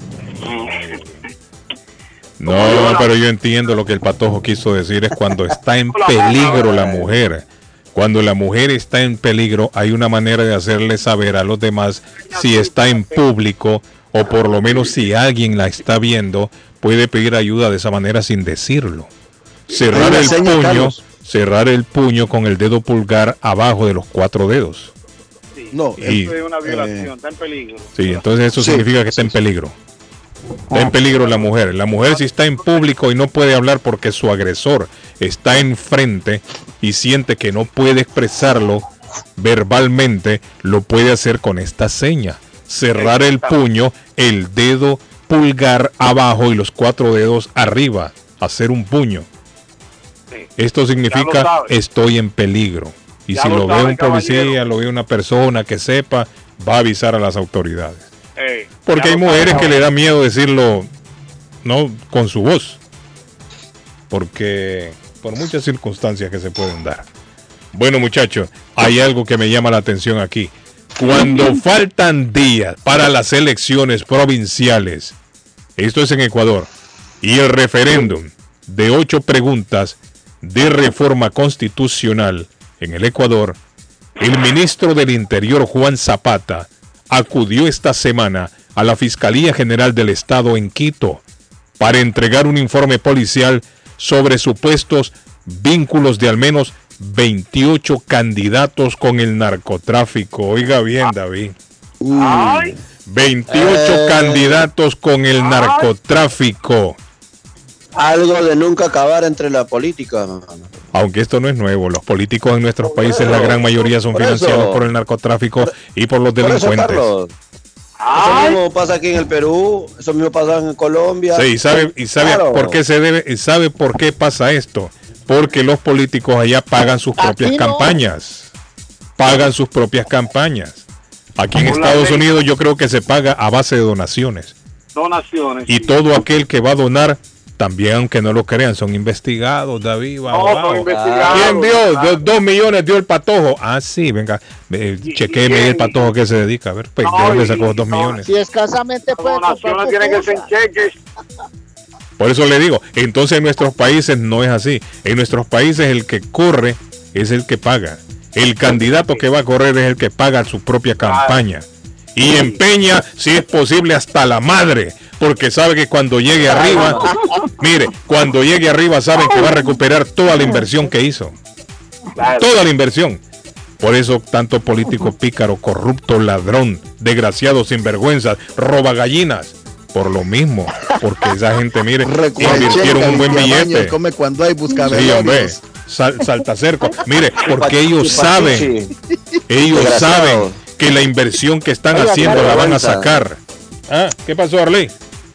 No, pero yo entiendo lo que el patojo quiso decir, es cuando está en peligro la mujer. Cuando la mujer está en peligro, hay una manera de hacerle saber a los demás si está en público, o por lo menos si alguien la está viendo, puede pedir ayuda de esa manera sin decirlo. Cerrar el puño, cerrar el puño con el dedo pulgar abajo de los cuatro dedos. No, y, eso es una violación, eh, está en peligro. Sí, entonces eso sí, significa que está en peligro. Está en peligro la mujer. La mujer, si está en público y no puede hablar porque su agresor está enfrente y siente que no puede expresarlo verbalmente, lo puede hacer con esta seña: cerrar el puño, el dedo pulgar abajo y los cuatro dedos arriba, hacer un puño. Sí. Esto significa estoy en peligro. Y Ya si lo lo, sabe, ve un policía, caballero. lo ve una persona que sepa, va a avisar a las autoridades. Ey, Porque ya hay lo mujeres sabe, que le da miedo decirlo, no con su voz. Porque por muchas circunstancias que se pueden dar. Bueno, muchachos, hay algo que me llama la atención aquí. Cuando faltan días para las elecciones provinciales, esto es en Ecuador, y el referéndum de ocho preguntas de reforma constitucional en el Ecuador, el ministro del Interior, Juan Zapata, acudió esta semana a la Fiscalía General del Estado en Quito para entregar un informe policial sobre supuestos vínculos de al menos veintiocho candidatos con el narcotráfico. Oiga bien, David. Ay. veintiocho Eh. candidatos con el narcotráfico. Algo de nunca acabar entre la política. Aunque esto no es nuevo, los políticos en nuestros países, la gran mayoría son Por eso. financiados por el narcotráfico y por los Por eso, delincuentes. Carlos, eso mismo pasa aquí en el Perú, eso mismo pasa en Colombia. Sí, y sabe, y sabe Claro. por qué se debe, y sabe por qué pasa esto. Porque los políticos allá pagan sus propias Aquí no. campañas. Pagan sus propias campañas. Aquí en Por la Estados ley. Unidos yo creo que se paga a base de donaciones. Donaciones. Y todo aquel que va a donar, también aunque no lo crean, son investigados, David. No, Bajo, son bajo. investigados. ¿Quién dio? Claro. Do- dos millones dio el Patojo. Ah, sí, venga. Eh, chequéme ahí el Patojo que se dedica. A ver, pues, ¿de dónde sacó dos millones? Si escasamente puede comprar Donaciones tienen que ser en cheques. Por eso le digo, entonces en nuestros países no es así. En nuestros países el que corre es el que paga. El candidato que va a correr es el que paga su propia campaña. Y empeña, si es posible, hasta la madre. Porque sabe que cuando llegue arriba, mire, cuando llegue arriba saben que va a recuperar toda la inversión que hizo. Toda la inversión. Por eso tanto político pícaro, corrupto, ladrón, desgraciado, sinvergüenza, roba gallinas. Por lo mismo, porque esa gente, mire, invirtieron un buen billete. Come cuando hay, busca Sí, hombre, sal, salta cerco. Mire, porque ellos saben, ellos saben que la inversión que están Oiga, haciendo qué la van a vergüenza. sacar. Ah, ¿qué pasó, Arley?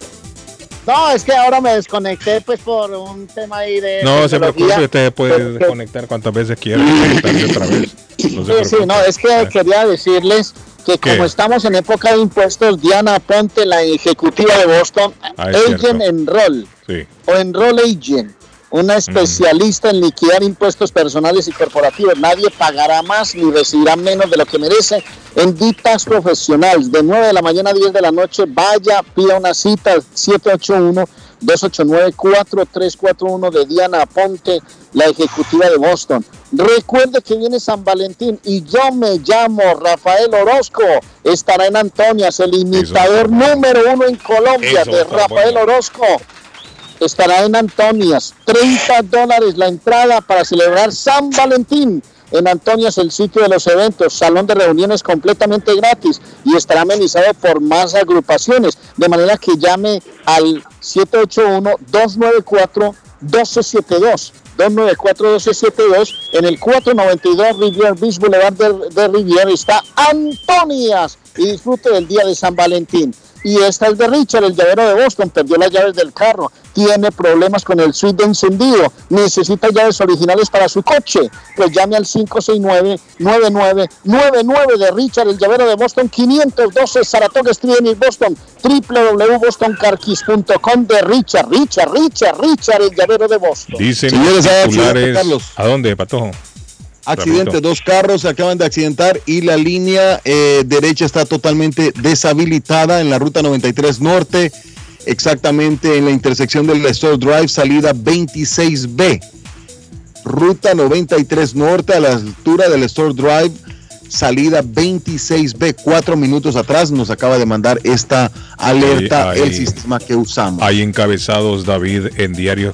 No, es que ahora me desconecté pues por un tema ahí de No se preocupe, tecnología. usted puede Porque- desconectar cuantas veces quiera y conectarse otra vez. No se Sí, sí, no, es que quería decirles que ¿Qué? como estamos en época de impuestos, Diana Ponte, la ejecutiva de Boston, Ah, es Agent cierto. Enroll Sí. o Enroll Agent, una especialista en liquidar impuestos personales y corporativos. Nadie pagará más ni recibirá menos de lo que merece en D-Tax Profesional. De nueve de la mañana a diez de la noche, vaya, pida una cita al siete ocho uno, dos ocho nueve, cuatro tres cuatro uno de Diana Ponte, la ejecutiva de Boston. Recuerde que viene San Valentín y yo me llamo Rafael Orozco. Estará en Antonias, el imitador número uno en Colombia Eso de va a estar Rafael bueno. Orozco. Estará en Antonias, treinta dólares la entrada para celebrar San Valentín. En Antonias, el sitio de los eventos, salón de reuniones completamente gratis y estará amenizado por más agrupaciones. De manera que llame al siete ocho uno, dos nueve cuatro, uno dos siete dos. dos nueve cuatro, uno dos siete dos. En el cuatrocientos noventa y dos Riviera Beach Boulevard de, de Riviera está Antonias. Y disfrute del día de San Valentín. Y esta es de Richard, el llavero de Boston. Perdió las llaves del carro, tiene problemas con el switch de encendido, necesita llaves originales para su coche. Pues llame al cinco seis nueve, nueve nueve nueve nueve de Richard, el llavero de Boston, quinientos doce Saratoga Street en Boston, w w w punto boston car keys punto com de Richard, Richard, Richard, Richard, el llavero de Boston. Dicen Señores, los hay accidente, titulares. Carlos. ¿A dónde, Patojo? Accidente, Repito. dos carros se acaban de accidentar y la línea eh, derecha está totalmente deshabilitada en la ruta noventa y tres Norte, exactamente en la intersección del Store Drive, salida veintiséis B. Ruta noventa y tres Norte a la altura del Store Drive, salida veintiséis B. Cuatro minutos atrás nos acaba de mandar esta alerta Ahí, ahí. el sistema que usamos. Hay encabezados, David, en diarios.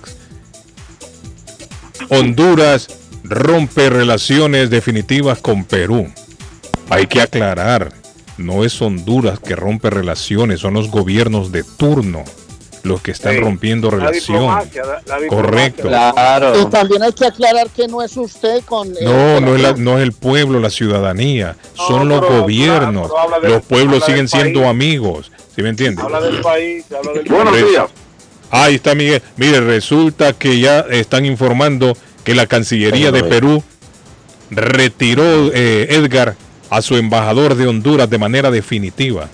Honduras rompe relaciones definitivas con Perú. Hay que aclarar, no es Honduras que rompe relaciones, son los gobiernos de turno los que están Sí, rompiendo la relación. diplomacia, la- la diplomacia. Correcto. Y también hay que aclarar que no es usted con... eh, No, no es, la- no es el pueblo, la ciudadanía, son los pero- gobiernos. pero habla del- Los pueblos habla siguen del país. siendo amigos, ¿sí me entiende? Habla del país, habla del Buenos país. días. Ahí está Miguel. Mire, resulta que ya están informando que la Cancillería de Perú retiró, eh, Edgar, a su embajador de Honduras de manera definitiva.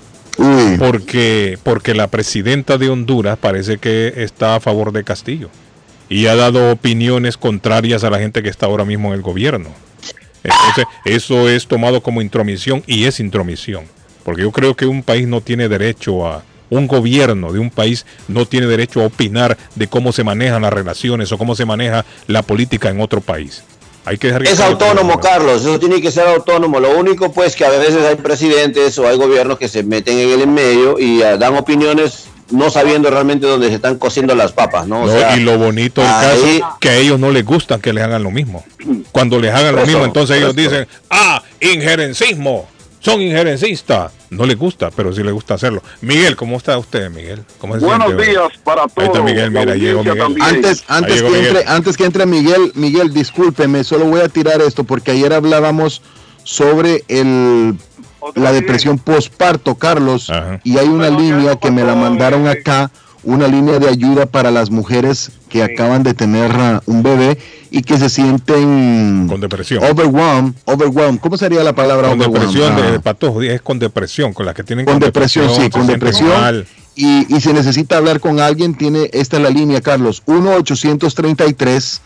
Mm. Porque, porque la presidenta de Honduras parece que está a favor de Castillo y ha dado opiniones contrarias a la gente que está ahora mismo en el gobierno. Entonces, eso es tomado como intromisión y es intromisión. Porque yo creo que un país no tiene derecho a... Un gobierno de un país no tiene derecho a opinar de cómo se manejan las relaciones o cómo se maneja la política en otro país. Hay que dejar es autónomo, Carlos, eso tiene que ser autónomo. Lo único pues que a veces hay presidentes o hay gobiernos que se meten en el en medio y uh, dan opiniones no sabiendo realmente dónde se están cociendo las papas, ¿no? O no sea, y lo bonito del ahí... caso que a ellos no les gusta que les hagan lo mismo. Cuando les hagan lo eso, mismo, entonces ellos eso. dicen, ah, injerencismo, son injerencistas. No les gusta, pero sí les gusta hacerlo. Miguel, ¿cómo está usted, Miguel? ¿Cómo se Buenos siente, días hoy? Para todos. Ahí está Miguel, mira, llegó Miguel. Antes, antes, llegó que Miguel. entre, antes que entre Miguel, Miguel, discúlpeme, solo voy a tirar esto porque ayer hablábamos sobre el la depresión postparto, Carlos, Ajá. y hay una línea que me la mandaron acá, una línea de ayuda para las mujeres que acaban de tener uh, un bebé y que se sienten con depresión. Overwhelmed, overwhelmed. ¿Cómo sería la palabra con overwhelmed? depresión? Ah. De patojo, es con depresión, con las que tienen con, con depresión, depresión, sí, con depresión. Y, y si necesita hablar con alguien, tiene esta es la línea, Carlos, uno ochocientos treinta y tres,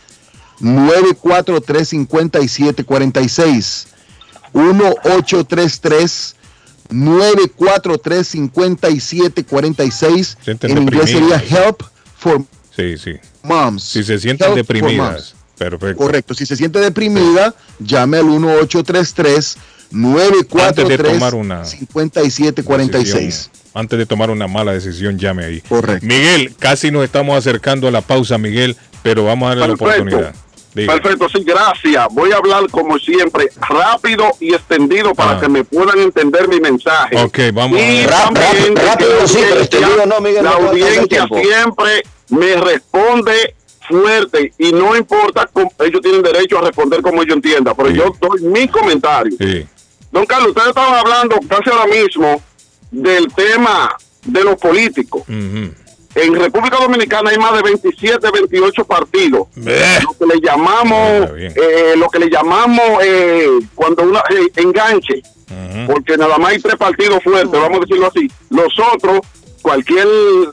nueve cuatro tres, cinco siete cuatro seis. uno ocho tres tres, nueve cuatro tres, cinco siete cuatro seis. En inglés sería Help for sí, sí. Moms. Si se sienten Help deprimidas. Perfecto. Correcto. Si se siente deprimida, sí. llame al uno ocho tres tres, nueve cuatro tres, cinco siete cuatro seis. Antes de tomar una mala decisión, llame ahí. Correcto. Miguel, casi nos estamos acercando a la pausa, Miguel, pero vamos a darle Perfecto. la oportunidad. Diga. Perfecto, sí, gracias. Voy a hablar como siempre, rápido y extendido para ah. que me puedan entender mi mensaje. Ok, vamos y a también rápido, rápido sí, pero extendido no, Miguel. La no audiencia siempre me responde fuerte y no importa, ellos tienen derecho a responder como ellos entiendan, pero sí. yo doy mi comentario. Sí. Don Carlos, ustedes estaban hablando casi ahora mismo del tema de los políticos. Uh-huh. En República Dominicana hay más de veintisiete, veintiocho partidos. Eh. Lo que le llamamos, eh, lo que le llamamos eh, cuando uno eh, enganche, uh-huh. porque nada más hay tres partidos fuertes, vamos a decirlo así. Los otros, cualquier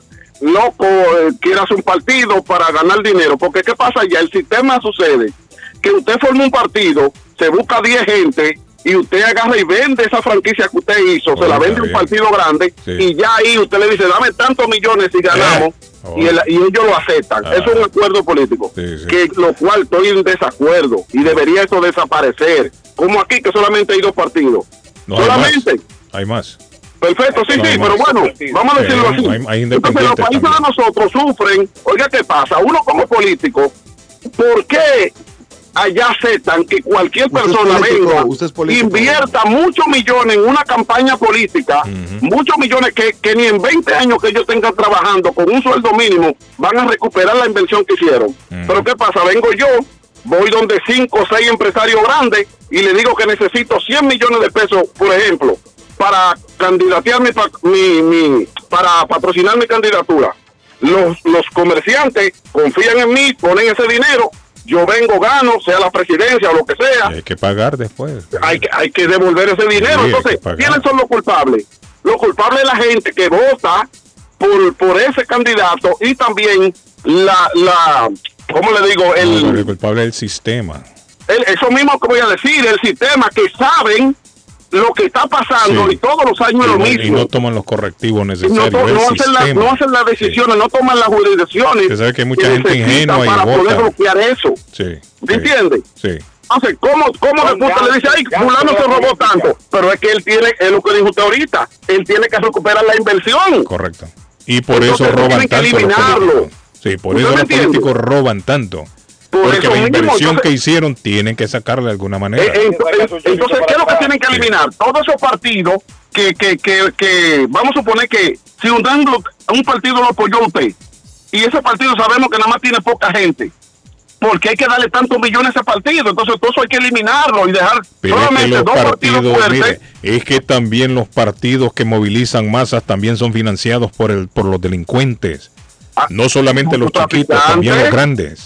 loco eh, quiere hacer un partido para ganar dinero, porque ¿qué pasa ya? El sistema sucede que usted forma un partido, se busca diez gente y usted agarra y vende esa franquicia que usted hizo, oh, se la vende a un partido grande, sí. y ya ahí usted le dice, dame tantos millones y ganamos, eh. oh. y, el, y ellos lo aceptan. Ah. Eso es un acuerdo político, sí, sí. que lo cual estoy en desacuerdo, y debería eso desaparecer, como aquí que solamente hay dos partidos. No, solamente. Hay más. Hay más. Perfecto, sí, no, sí, pero bueno, vamos a decirlo así. Hay, hay Entonces los países también. de nosotros sufren, oiga, ¿qué pasa? Uno como político, ¿por qué allá aceptan que cualquier persona venga, invierta muchos millones en una campaña política, uh-huh. muchos millones que, que ni en veinte años que ellos tengan trabajando con un sueldo mínimo van a recuperar la inversión que hicieron? Uh-huh. Pero ¿qué pasa? Vengo yo, voy donde cinco o seis empresarios grandes y le digo que necesito cien millones de pesos, por ejemplo, para candidatear mi, mi, mi para patrocinar mi candidatura. Los, los comerciantes confían en mí, ponen ese dinero, yo vengo, gano, sea la presidencia o lo que sea. Y hay que pagar después. Hay que, hay que devolver ese dinero. Sí, entonces, ¿quiénes son los culpables? Los culpables es la gente que vota por, por ese candidato y también la, la ¿cómo le digo? El, no, el culpable es el sistema. El, eso mismo que voy a decir, el sistema que saben lo que está pasando sí. y todos los años es lo mismo. Y no toman los correctivos necesarios. No, to, no, hacen, la, no hacen las decisiones, sí. no toman las jurisdicciones. Usted sabe que hay mucha gente ingenua para y poder bloquear eso. Sí. ¿Me entiende? Sí. Entonces, ¿cómo, cómo de puta le dice, ay, fulano se robó tanto? Pero es que él tiene, es lo que dijo usted ahorita, él tiene que recuperar la inversión. Correcto. Y por Entonces, eso roban tanto los políticos. Sí, por eso los políticos roban tanto. Por Porque la inversión mismo, entonces, que hicieron tienen que sacarla de alguna manera. Eh, entonces, entonces, ¿qué es lo que tienen que eliminar? Todos esos partidos que, que, que, que vamos a suponer que si un, un partido lo apoyó a usted y ese partido sabemos que nada más tiene poca gente, porque hay que darle tantos millones a ese partido, entonces todo eso hay que eliminarlo y dejar Pero solamente es que los dos partidos, partidos fuertes. Mire, es que también los partidos que movilizan masas también son financiados por el por los delincuentes, ah, no solamente los chiquitos, también los grandes.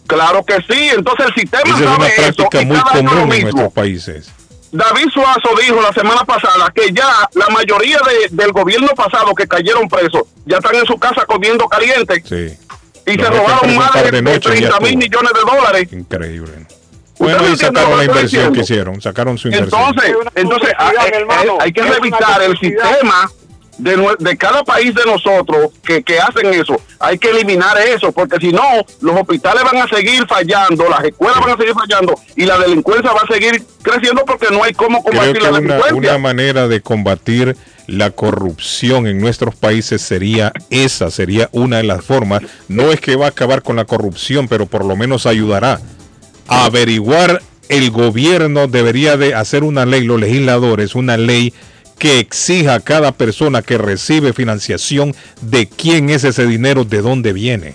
Claro que sí, entonces el sistema Esa es sabe una práctica eso, muy común en nuestros países. David Suazo dijo la semana pasada que ya la mayoría de, del gobierno pasado que cayeron presos ya están en su casa comiendo caliente. Sí. Y Los se robaron más de, de, de treinta mil millones de dólares. Increíble. Bueno, y sacaron la inversión que hicieron, sacaron su inversión. Entonces, entonces hay, hay, hay que revisar el sistema de, de cada país de nosotros que, que hacen eso. Hay que eliminar eso, porque si no, los hospitales van a seguir fallando, las escuelas van a seguir fallando y la delincuencia va a seguir creciendo porque no hay cómo combatir Creo que la una, delincuencia. una manera de combatir la corrupción en nuestros países sería esa, sería una de las formas. No es que va a acabar con la corrupción, pero por lo menos ayudará a averiguar. El gobierno debería de hacer una ley, los legisladores, una ley que exija a cada persona que recibe financiación de quién es ese dinero, de dónde viene.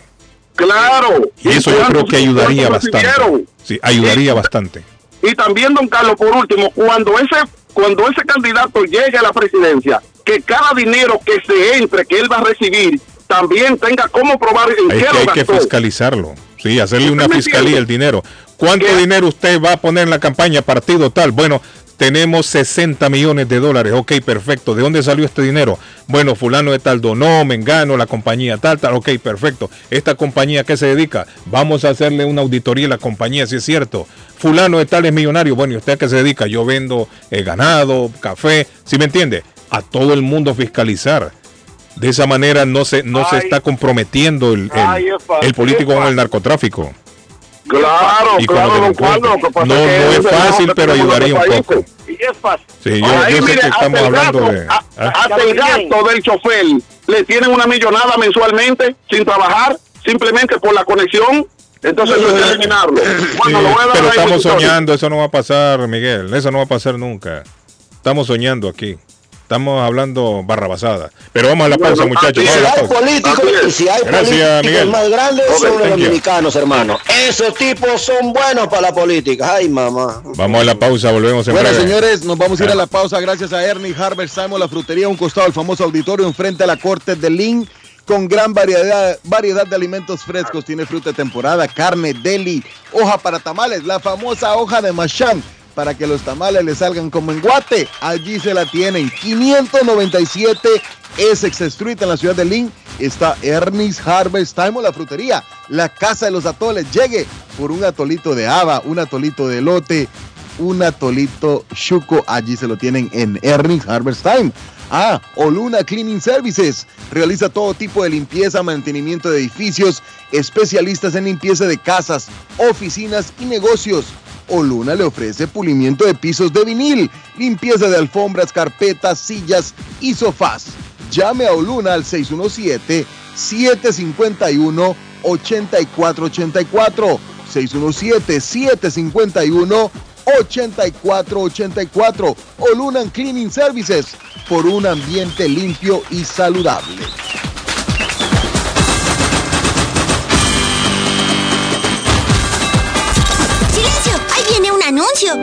Claro. Y eso yo creo que ayudaría bastante. Sí, ayudaría y, bastante. Y también, don Carlos, por último, cuando ese cuando ese candidato llegue a la presidencia, que cada dinero que se entre, que él va a recibir, también tenga cómo probar en hay qué que, lo hay gastó. que fiscalizarlo. Sí, hacerle una fiscalía el dinero. ¿Cuánto ¿Qué? dinero usted va a poner en la campaña partido tal? Bueno, tenemos sesenta millones de dólares. Ok, perfecto. ¿De dónde salió este dinero? Bueno, fulano de tal donó, mengano, la compañía tal, tal. Ok, perfecto. ¿Esta compañía a qué se dedica? Vamos a hacerle una auditoría a la compañía, si es cierto. Fulano de tal es millonario. Bueno, ¿y usted a qué se dedica? Yo vendo eh, ganado, café. ¿Sí me entiende? A todo el mundo fiscalizar. De esa manera no se no ay, se está comprometiendo el, el, ay, el político con el narcotráfico. Claro, y claro, don Carlos. No, no es fácil, pero ayudaría un poco. Y es fácil. Sí, yo, Ahí, yo sé mire, que estamos hablando gasto, de... A, ¿eh? Hasta el gasto del chofer le tienen una millonada mensualmente sin trabajar, simplemente por la conexión. Entonces no hay que eliminarlo. Bueno, sí, lo voy a dar pero ahí, estamos doctor. soñando, eso no va a pasar, Miguel. Eso no va a pasar nunca. Estamos soñando aquí. Estamos hablando barrabasada. Pero vamos a la pausa, bueno, muchachos. Si hay políticos, si hay Gracias, políticos más grandes, okay, son los dominicanos, hermano. Esos tipos son buenos para la política. Ay, mamá. Vamos a la pausa, volvemos en bueno, breve. señores, nos vamos a ir a la pausa gracias a Ernie Harvest Simon, la frutería, a un costado del famoso auditorio, enfrente a la corte de Lynn, con gran variedad, variedad de alimentos frescos. Tiene fruta de temporada, carne, deli, hoja para tamales, la famosa hoja de machán, para que los tamales le salgan como en Guate. Allí se la tienen. quinientos noventa y siete Essex Street en la ciudad de Lynn. Está Ernie's Harvest Time, la frutería, la casa de los atoles. Llegue por un atolito de haba, un atolito de elote, un atolito chuco. Allí se lo tienen en Ernie's Harvest Time. Ah, Oluna Cleaning Services. Realiza todo tipo de limpieza, mantenimiento de edificios, especialistas en limpieza de casas, oficinas y negocios. Oluna le ofrece pulimiento de pisos de vinil, limpieza de alfombras, carpetas, sillas y sofás. Llame a Oluna al seis uno siete, siete cinco uno, ocho cuatro ocho cuatro. seis uno siete, siete cinco uno, ocho cuatro ocho cuatro. Oluna Cleaning Services, por un ambiente limpio y saludable. Tiene un anuncio.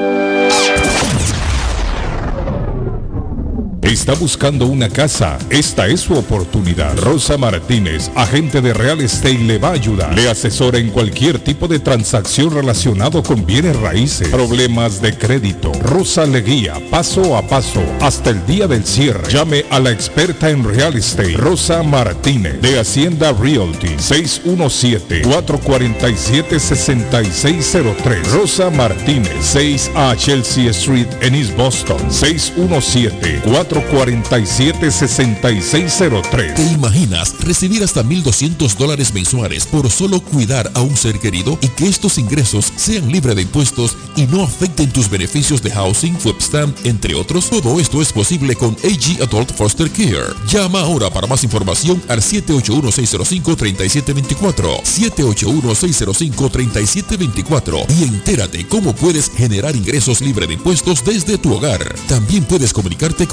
¿Está buscando una casa? Esta es su oportunidad. Rosa Martínez, agente de Real Estate, le va a ayudar. Le asesora en cualquier tipo de transacción relacionado con bienes raíces, problemas de crédito. Rosa le guía paso a paso hasta el día del cierre. Llame a la experta en Real Estate, Rosa Martínez, de Hacienda Realty, seis uno siete, cuatro cuatro siete, seis seis cero tres. Rosa Martínez, seis a Chelsea Street en East Boston, seis uno siete, cuatro cuatro siete, seis seis cero tres. ¿Te imaginas recibir hasta mil doscientos dólares mensuales por solo cuidar a un ser querido y que estos ingresos sean libres de impuestos y no afecten tus beneficios de housing, food stamp, entre otros? Todo esto es posible con A G Adult Foster Care. Llama ahora para más información al siete ocho uno, seis cero cinco, tres siete dos cuatro, siete ocho uno, seis cero cinco, tres siete dos cuatro y entérate cómo puedes generar ingresos libres de impuestos desde tu hogar. También puedes comunicarte con el Care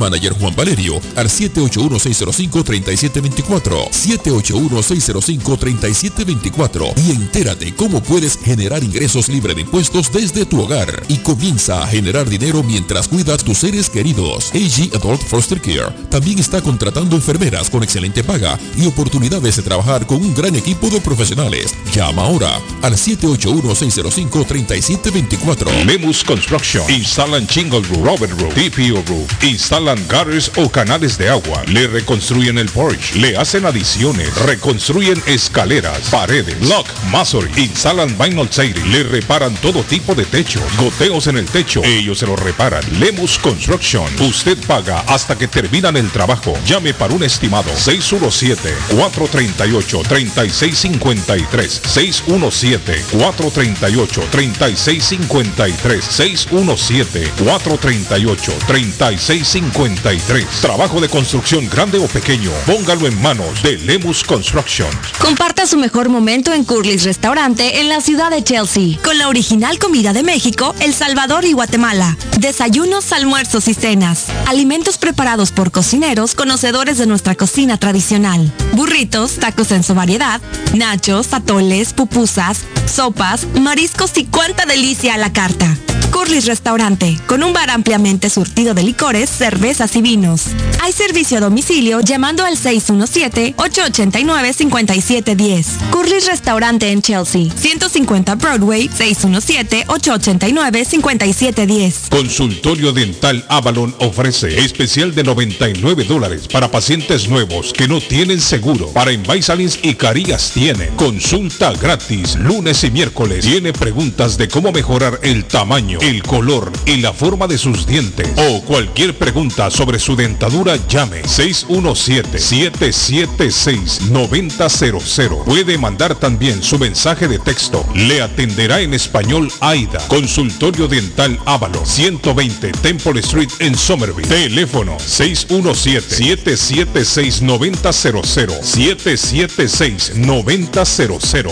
manager Juan Valerio al siete ocho uno, seis cero cinco, tres siete dos cuatro, siete ocho uno, seis cero cinco, tres siete dos cuatro y entérate cómo puedes generar ingresos libre de impuestos desde tu hogar y comienza a generar dinero mientras cuidas tus seres queridos. A G Adult Foster Care también está contratando enfermeras con excelente paga y oportunidades de trabajar con un gran equipo de profesionales. Llama ahora al siete ocho uno, seis cero cinco, tres siete dos cuatro. Lemus Construction. Instalan shingle roof, Robert roof, T P O roof. Instalan gutters o canales de agua. Le reconstruyen el porch. Le hacen adiciones. Reconstruyen escaleras, paredes, lock, masonry. Instalan vinyl siding. Le reparan todo tipo de techo. Goteos en el techo. Ellos se lo reparan. Lemus Construction. Usted paga hasta que terminan el trabajo. Llame para un estimado. seis uno siete, cuatro tres ocho, tres seis cinco tres. seis uno siete, cuatro tres ocho, tres seis cinco tres. seis uno siete, cuatro tres ocho, tres seis cinco tres. Trabajo de construcción grande o pequeño, póngalo en manos de Lemus Construction. Comparta su mejor momento en Curly's Restaurante en la ciudad de Chelsea, con la original comida de México, El Salvador y Guatemala. Desayunos, almuerzos y cenas. Alimentos preparados por cocineros conocedores de nuestra cocina tradicional. Burritos, tacos en su variedad, nachos, atoles, pupusas, sopas, mariscos y cuánta delicia a la carta. Curly's Restaurante, con un bar ampliamente surtido de licores, cervezas y vinos. Hay servicio a domicilio llamando al seis uno siete, ocho ocho nueve, cinco siete uno cero. Curly's Restaurante en Chelsea, ciento cincuenta Broadway, seis uno siete, ocho ocho nueve, cinco siete uno cero. Consultorio Dental Avalon ofrece especial de noventa y nueve dólares para pacientes nuevos que no tienen seguro. Para Invisalins y Carías tienen consulta gratis lunes y miércoles. Tiene preguntas de cómo mejorar el tamaño, el color y la forma de sus dientes o cualquier pregunta sobre su dentadura, llame seis uno siete, siete siete seis, nueve cero cero cero. Puede mandar también su mensaje de texto. Le atenderá en español Aida. Consultorio Dental Avalon, ciento veinte Temple Street en Somerville. Teléfono seis uno siete, siete siete seis, nueve cero cero, siete siete seis, nueve cero cero.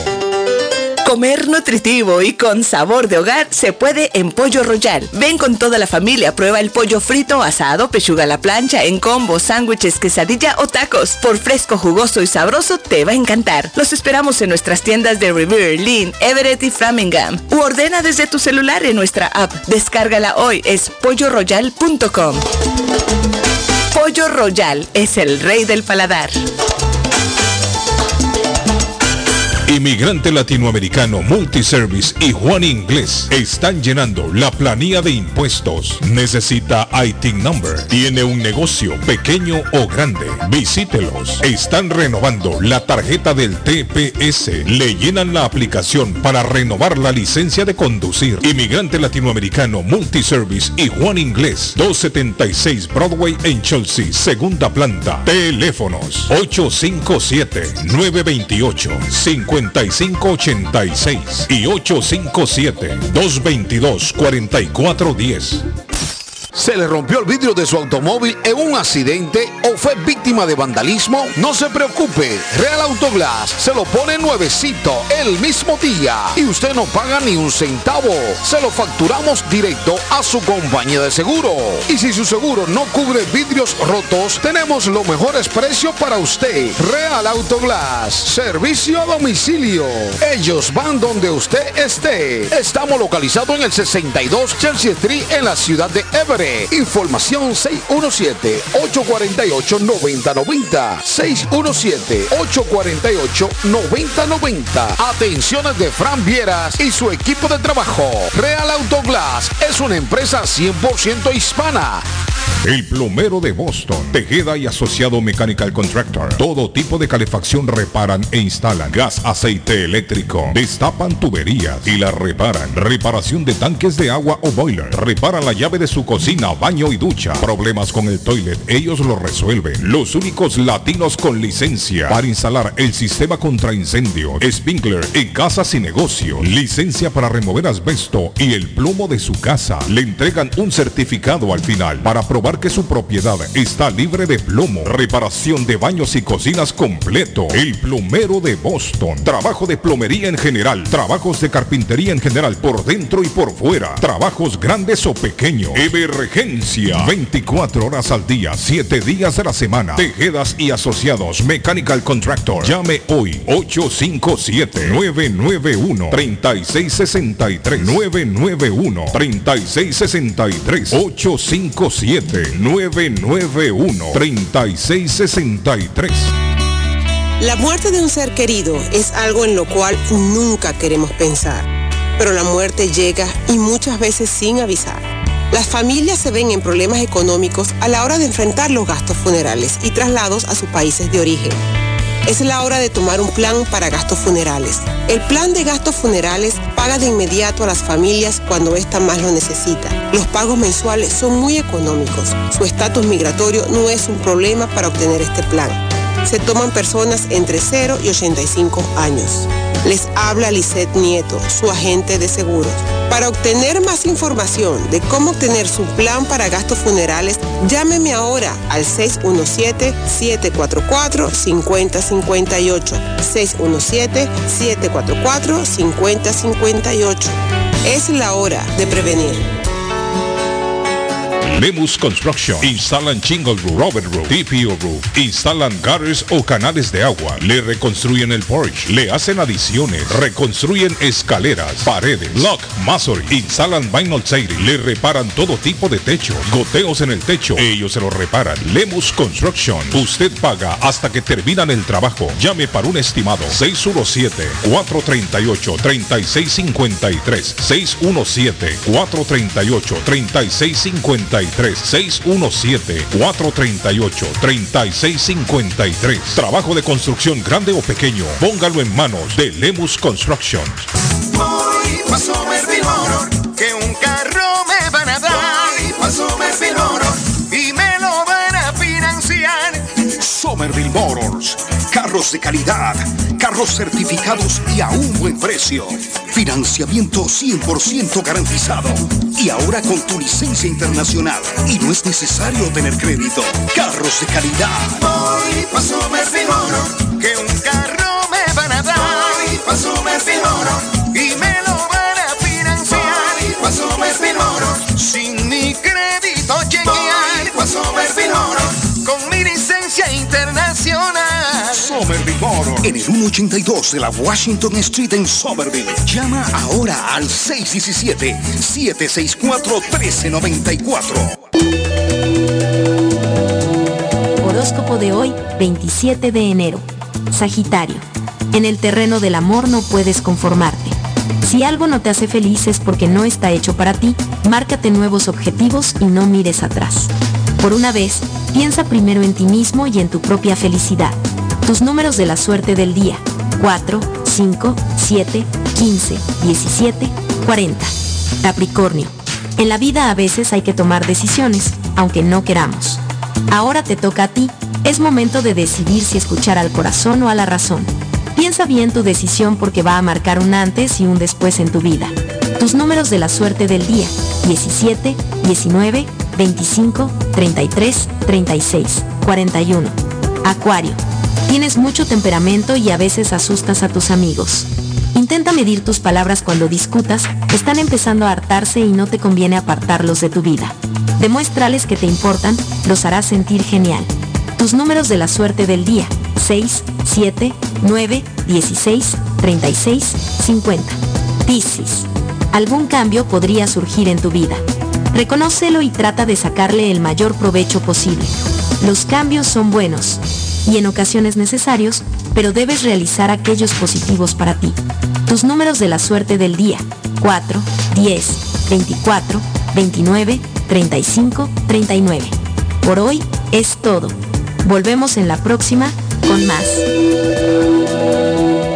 Comer nutritivo y con sabor de hogar se puede en Pollo Royal. Ven con toda la familia, prueba el pollo frito, asado, pechuga a la plancha, en combo, sándwiches, quesadilla o tacos. Por fresco, jugoso y sabroso te va a encantar. Los esperamos en nuestras tiendas de Revere, Lynn, Everett y Framingham. U ordena desde tu celular en nuestra app. Descárgala hoy, es pollo royal punto com. Pollo Royal es el rey del paladar. Inmigrante Latinoamericano Multiservice y Juan Inglés están llenando la planilla de impuestos. ¿Necesita I T I N number? ¿Tiene un negocio pequeño o grande? Visítelos. Están renovando la tarjeta del T P S. Le llenan la aplicación para renovar la licencia de conducir. Inmigrante Latinoamericano Multiservice y Juan Inglés, doscientos setenta y seis Broadway en Chelsea, segunda planta. Teléfonos ocho cinco siete, nueve dos ocho, cinco cinco ocho seis y ocho cinco siete, dos dos dos, cuatro cuatro uno cero. ¿Se le rompió el vidrio de su automóvil en un accidente o fue víctima de vandalismo? No se preocupe, Real Autoglass se lo pone nuevecito el mismo día y usted no paga ni un centavo. Se lo facturamos directo a su compañía de seguro. Y si su seguro no cubre vidrios rotos, tenemos los mejores precios para usted. Real Autoglass, servicio a domicilio. Ellos van donde usted esté. Estamos localizados en el sesenta y dos Chelsea Street en la ciudad de Everett. Información seis uno siete, ocho cuatro ocho, nueve cero nueve cero, seis uno siete, ocho cuatro ocho, nueve cero nueve cero. Atenciones de Fran Vieras y su equipo de trabajo. Real Autoglass es una empresa cien por ciento hispana. El Plomero de Boston, Tejeda y Asociado Mechanical Contractor. Todo tipo de calefacción reparan e instalan. Gas, aceite eléctrico. Destapan tuberías y las reparan. Reparación de tanques de agua o boiler. Reparan la llave de su cocina, baño y ducha. Problemas con el toilet, ellos lo resuelven. Los únicos latinos con licencia para instalar el sistema contra incendio, sprinkler en casas y negocios. Licencia para remover asbesto y el plomo de su casa. Le entregan un certificado al final para probar comprobar que su propiedad está libre de plomo. Reparación de baños y cocinas completo. El Plomero de Boston. Trabajo de plomería en general. Trabajos de carpintería en general por dentro y por fuera. Trabajos grandes o pequeños. Emergencia. veinticuatro horas al día, siete días de la semana. Tejedas y Asociados Mechanical Contractor. Llame hoy. ocho cinco siete, nueve nueve uno, tres seis seis tres. nueve nueve uno, tres seis seis tres. ocho cinco siete, nueve nueve uno, tres seis seis tres. La muerte de un ser querido es algo en lo cual nunca queremos pensar, pero la muerte llega y muchas veces sin avisar. Las familias se ven en problemas económicos a la hora de enfrentar los gastos funerales y traslados a sus países de origen. Es la hora de tomar un plan para gastos funerales. El plan de gastos funerales paga de inmediato a las familias cuando ésta más lo necesita. Los pagos mensuales son muy económicos. Su estatus migratorio no es un problema para obtener este plan. Se toman personas entre cero y ochenta y cinco años. Les habla Lisette Nieto, su agente de seguros. Para obtener más información de cómo obtener su plan para gastos funerales, llámeme ahora al seis uno siete, siete cuatro cuatro, cinco cero cinco ocho. seis uno siete, siete cuatro cuatro, cinco cero cinco ocho. Es la hora de prevenir. Lemus Construction. Instalan shingle roof, rubber roof, T P O roof. Instalan gutters o canales de agua. Le reconstruyen el porch. Le hacen adiciones. Reconstruyen escaleras, paredes, block, masonry. Instalan vinyl siding. Le reparan todo tipo de techo. Goteos en el techo. Ellos se lo reparan. Lemus Construction. Usted paga hasta que terminan el trabajo. Llame para un estimado. seis uno siete, cuatro tres ocho, tres seis cinco tres. seis uno siete, cuatro tres ocho, tres seis cinco tres. seis uno siete, cuatro tres ocho, tres seis cinco tres. Trabajo de construcción grande o pequeño, póngalo en manos de Lemus Construction. Voy pa' Somerville Motor, que un carro me van a dar. Voy pa' Somerville Motor y me lo van a financiar. Somerville Motors, carros de calidad, carros certificados y a un buen precio. Financiamiento cien por ciento garantizado. Y ahora con tu licencia internacional. Y no es necesario tener crédito. Carros de calidad. Voy pa' Somerville Motor, que un carro me van a dar. Voy pa' Somerville Motor y me lo van a financiar. Voy pa' Somerville Motor, sin mi crédito chequear. Voy pa' Somerville Motor, con mi licencia internacional. Somerville Motor, en el ciento ochenta y dos de la Washington Street en Somerville. Llama ahora al seis uno siete, siete seis cuatro, uno tres nueve cuatro. Horóscopo de hoy, veintisiete de enero. Sagitario. En el terreno del amor no puedes conformarte. Si algo no te hace feliz es porque no está hecho para ti, márcate nuevos objetivos y no mires atrás. Por una vez, piensa primero en ti mismo y en tu propia felicidad. Tus números de la suerte del día: cuatro, cinco, siete, quince, diecisiete, cuarenta. Capricornio. En la vida a veces hay que tomar decisiones, aunque no queramos. Ahora te toca a ti. Es momento de decidir si escuchar al corazón o a la razón. Piensa bien tu decisión porque va a marcar un antes y un después en tu vida. Tus números de la suerte del día: diecisiete, diecinueve, veinticinco, treinta y tres, treinta y seis, cuarenta y uno. Acuario. Tienes mucho temperamento y a veces asustas a tus amigos. Intenta medir tus palabras cuando discutas, están empezando a hartarse y no te conviene apartarlos de tu vida. Demuéstrales que te importan, los harás sentir genial. Tus números de la suerte del día: seis, siete, nueve, dieciséis, treinta y seis, cincuenta. Piscis. Algún cambio podría surgir en tu vida. Reconócelo y trata de sacarle el mayor provecho posible. Los cambios son buenos y en ocasiones necesarios, pero debes realizar aquellos positivos para ti. Tus números de la suerte del día: cuatro, diez, veinticuatro, veintinueve, treinta y cinco, treinta y nueve. Por hoy es todo. Volvemos en la próxima con más.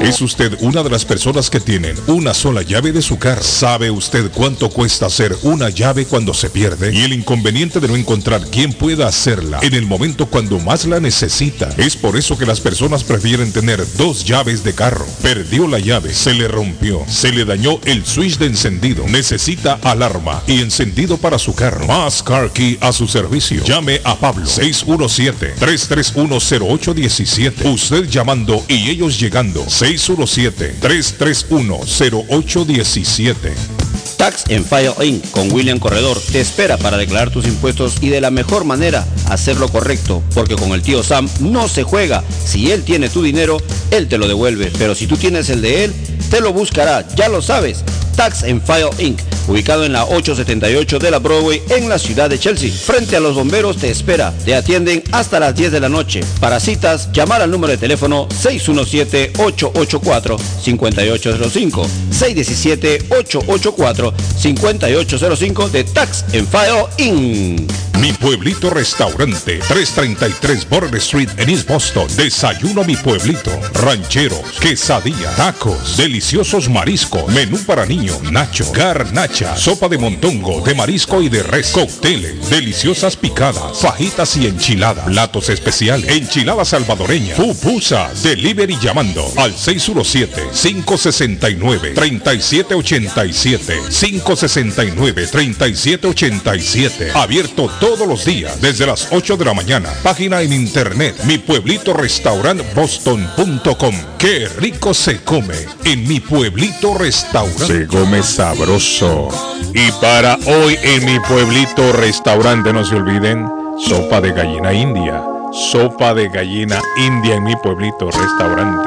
¿Es usted una de las personas que tienen una sola llave de su carro? ¿Sabe usted cuánto cuesta hacer una llave cuando se pierde? Y el inconveniente de no encontrar quien pueda hacerla en el momento cuando más la necesita. Es por eso que las personas prefieren tener dos llaves de carro. Perdió la llave, se le rompió, se le dañó el switch de encendido, necesita alarma y encendido para su carro. Más Car Key a su servicio. Llame a Pablo seis uno siete, tres tres uno, cero ocho uno siete. Usted llamando y ellos llegando. seis uno siete, tres tres uno, cero ocho uno siete. Tax and File incorporated con William Corredor te espera para declarar tus impuestos y de la mejor manera hacerlo correcto, porque con el tío Sam no se juega. Si él tiene tu dinero, él te lo devuelve, pero si tú tienes el de él, te lo buscará, ya lo sabes. Tax and File incorporated, ubicado en la ochocientos setenta y ocho de la Broadway en la ciudad de Chelsea. Frente a los bomberos te espera. Te atienden hasta las diez de la noche. Para citas, llamar al número de teléfono seis uno siete, ocho ocho cuatro, cinco ocho cero cinco, seis uno siete, ocho ocho cuatro, cinco ocho cero cinco de Tax and File incorporated. Mi Pueblito Restaurante, trescientos treinta y tres Border Street en East Boston. Desayuno Mi Pueblito, rancheros, quesadilla, tacos, deliciosos mariscos, menú para niños, nacho, garnacha, sopa de montongo, de marisco y de res, cócteles, deliciosas picadas, fajitas y enchiladas, platos especiales, enchiladas salvadoreñas, pupusas, delivery llamando al seis uno siete, cinco seis nueve, tres siete ocho siete, cinco seis nueve, tres siete ocho siete. Abierto todos los días desde las ocho de la mañana. Página en internet mi pueblito restaurant boston punto com. Qué rico se come en Mi Pueblito Restaurante. Se come sabroso. Y para hoy en Mi Pueblito Restaurante, no se olviden, sopa de gallina india. Sopa de gallina india en Mi Pueblito Restaurante.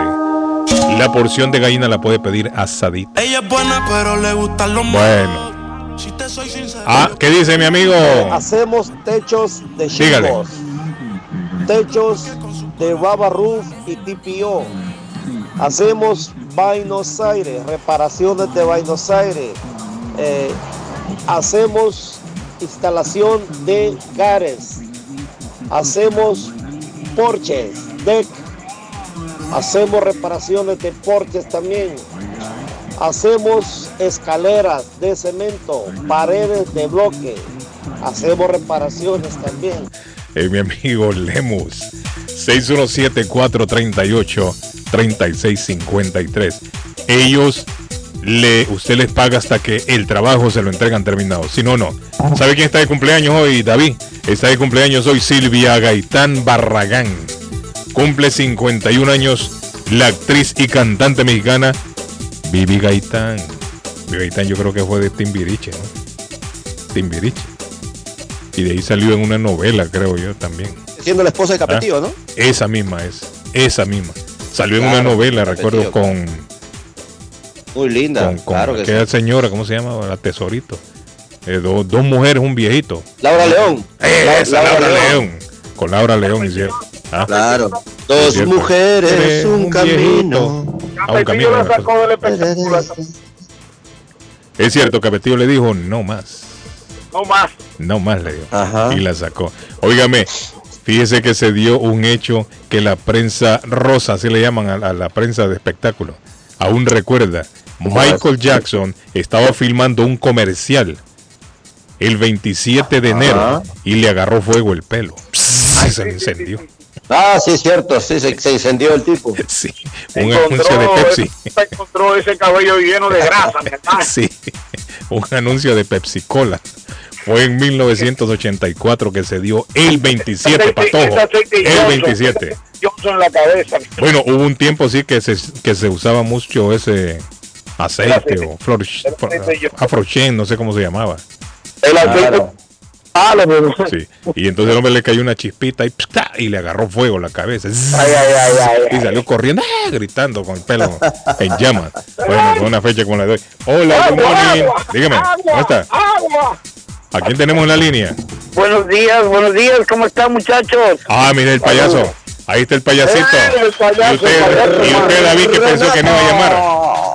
La porción de gallina la puede pedir asadita. Ella es buena, pero le gustan los Bueno. Ah, ¿qué dice mi amigo? Hacemos techos de Dígale. shingles, techos de Rubber Roof y T P O. Hacemos Buenos Aires, reparaciones de Buenos Aires. Eh, hacemos instalación de gares. Hacemos porches, deck. Hacemos reparaciones de porches también. Hacemos escaleras de cemento, paredes de bloque. Hacemos reparaciones también. Eh, mi amigo Lemus, seis uno siete, cuatro tres ocho, tres seis cinco tres. Ellos, le, usted les paga hasta que el trabajo se lo entregan terminado. Si no, no. ¿Sabe quién está de cumpleaños hoy, David? Está de cumpleaños hoy Silvia Gaitán Barragán. Cumple cincuenta y un años la actriz y cantante mexicana Vivi Gaitán. Vivi Gaitán yo creo que fue de Timbiriche, ¿no? Timbiriche. Y de ahí salió en una novela, creo yo también. Siendo la esposa de Capetillo, ¿Ah? ¿no? Esa misma es, esa misma. Salió Claro, en una novela, Capetillo, recuerdo con... Muy linda, con, con claro que aquella sí. señora, ¿cómo se llama? La Tesorito. Eh, do, dos mujeres, un viejito. Laura León. Eh, La- esa, Laura Laura León. León. Con Laura León hicieron. ¿Ah? Claro. Dos Cierto. mujeres, Eh, un, un camino. viejito. Ah, un camino. la sacó del espectáculo. Es cierto, Capetillo le dijo no más. No más. No más le dijo. Ajá. Y la sacó. Óigame, fíjese que se dio un hecho que la prensa rosa, así le llaman a, a la prensa de espectáculo, aún recuerda. Michael Jackson estaba filmando un comercial el veintisiete de enero Ajá. y le agarró fuego el pelo. Pss, se le encendió. Ah, sí, es cierto, sí, se, se incendió el tipo. Sí, un anuncio de Pepsi. Encontró ese cabello lleno de grasa, mi hermano. Sí, un anuncio de Pepsi Cola. Fue en mil novecientos ochenta y cuatro que se dio el veintisiete, Patojo. El veintisiete. Johnson en la cabeza. Bueno, hubo un tiempo sí que se, que se usaba mucho ese aceite o flor, afrochen, no sé cómo se llamaba. El aceite. Claro. Ah, lo Sí. Y entonces el hombre le cayó una chispita y, ¡psta! Y le agarró fuego la cabeza. Ay, ay, ay, ay, Y salió corriendo, ¡ah! Gritando con el pelo en llamas. Bueno, con una fecha como la de hoy. Hola, good morning. Dígame, ¿cómo está? Agua. ¿A quién tenemos en la línea? Buenos días, buenos días, ¿cómo están, muchachos? Ah, mire el payaso. Ahí está el payasito. Eh, el payaso, y usted, el payaso, y usted hermano. David, que pensó que no iba a llamar.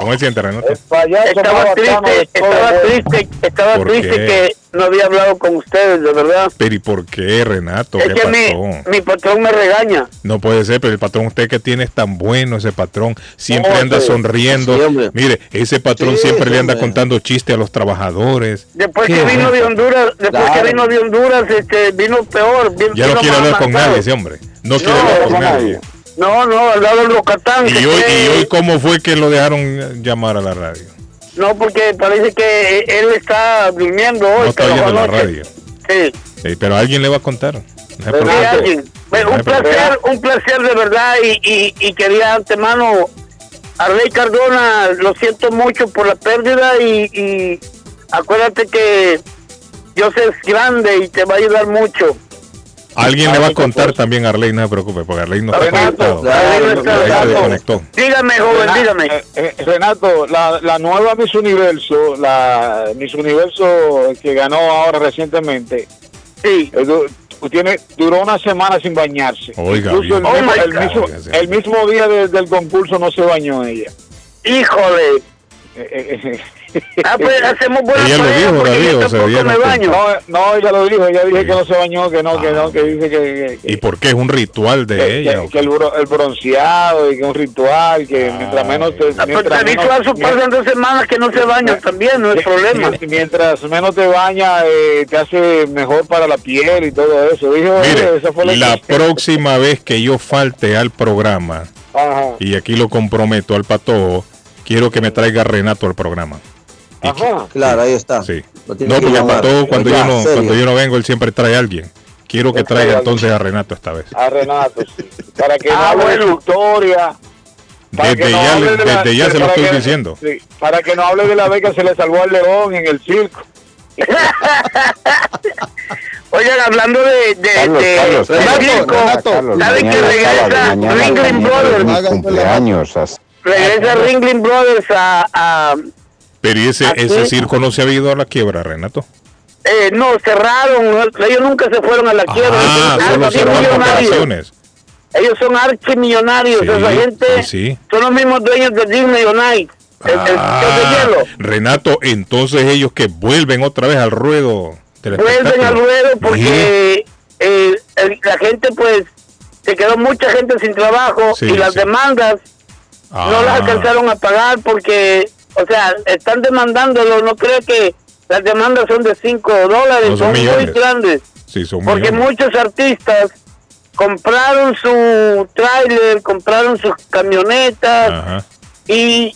¿Cómo se siente, Renato? Estaba triste, estaba triste, estaba triste que no había hablado con ustedes, de verdad. Pero ¿y por qué, Renato? Es ¿Qué que pasó? mi, mi patrón me regaña. No puede ser, pero el patrón usted que tiene es tan bueno, ese patrón. Siempre No, anda sí. sonriendo. Sí, Mire, ese patrón Sí, siempre le anda hombre. contando chistes a los trabajadores. Después Qué que vino bueno. de Honduras, después Claro. que vino de Honduras, este, vino peor. Vino, Ya no vino quiere más hablar con avanzado. nadie ese hombre. No quiere hablar con nadie. No, no, al lado de Locatán. ¿Y hoy, ¿Y hoy cómo fue que lo dejaron llamar a la radio? No, porque parece que él está durmiendo hoy. No está pero oyendo la anoche. radio. Sí. Sí, pero alguien le va a contar. No hay Sí, problema. alguien. Bueno, No hay un placer, un placer de verdad y, y, y quería antemano a Rey Cardona, lo siento mucho por la pérdida y, y acuérdate que Dios es grande y te va a ayudar mucho. Alguien le va a contar también a Arley, no se preocupe, porque Arley no está Renato, conectado. Arley no está Arley se Renato. desconectó. Dígame, joven, dígame. Eh, eh, Renato, la, la nueva Miss Universo, la Miss Universo que ganó ahora recientemente, sí. eh, du- tiene, duró una semana sin bañarse. Oiga, Incluso el, bien. mismo, Oh, my el, God. mismo, el mismo día de- del concurso no se bañó ella. Híjole. Eh, eh, Ah, pues hacemos buena Ella lo pareja dijo, porque David, yo o se tampoco dieron me baño. No, no, ella lo dijo, ella dijo que no se bañó, que no, que no, que dice que, que, ¿Y por qué es un ritual de que- ella? que- que el, bro- el bronceado y que es un ritual, que mientras menos te, Ah, mientras pues te menos- visual pasan dos semanas que no se bañan también, no es problema. Mientras menos te bañas, eh, te hace mejor para la piel y todo eso. Dijo, Mire, eh, esa fue la la que- próxima vez que yo falte al programa, Ajá. y aquí lo comprometo al patojo, quiero que me traiga a Renato al programa. Ajá. Claro, ahí está. Sí. Lo tiene No, que porque el llamar. patojo cuando, Ya, yo no, serio. cuando yo no vengo, él siempre trae a alguien. Quiero que Él trae traiga a entonces a Renato esta vez. A Renato, sí. Para que Ah, no hable de bueno. su historia. Para Desde que no ya, hable le- de la- desde ya se lo para estoy que- diciendo. sí, para que no hable de la vez que se le salvó al león en el circo. Oigan, hablando de, de, Carlos, de, Carlos, de Carlos, circo, Carlos, ¿saben que mañana regresa sábado, mañana Ringling también Brothers? es mi cumpleaños. as- Regresa Ringling Brothers a, a Pero ¿y ese, ¿Ah, ese sí? circo no se ha ido a la quiebra, Renato? eh, no, cerraron, ellos nunca se fueron a la quiebra. Ah, ellos son solo cerraron archimillonarios. operaciones. Ellos son archimillonarios, Sí, esa gente sí, sí. son los mismos dueños de Disney on Ice, el, el show de Ah, hielo. Renato, entonces ellos que vuelven otra vez al ruedo del Vuelven al espectáculo. ruedo porque eh, el- la gente pues se quedó mucha gente sin trabajo Sí, y las sí. demandas no Ah. las alcanzaron a pagar porque, o sea, están demandándolo, no creo que las demandas son de cinco dólares, No, son son muy millones. grandes, Sí, son porque millones. muchos artistas compraron su tráiler, compraron sus camionetas Ajá. y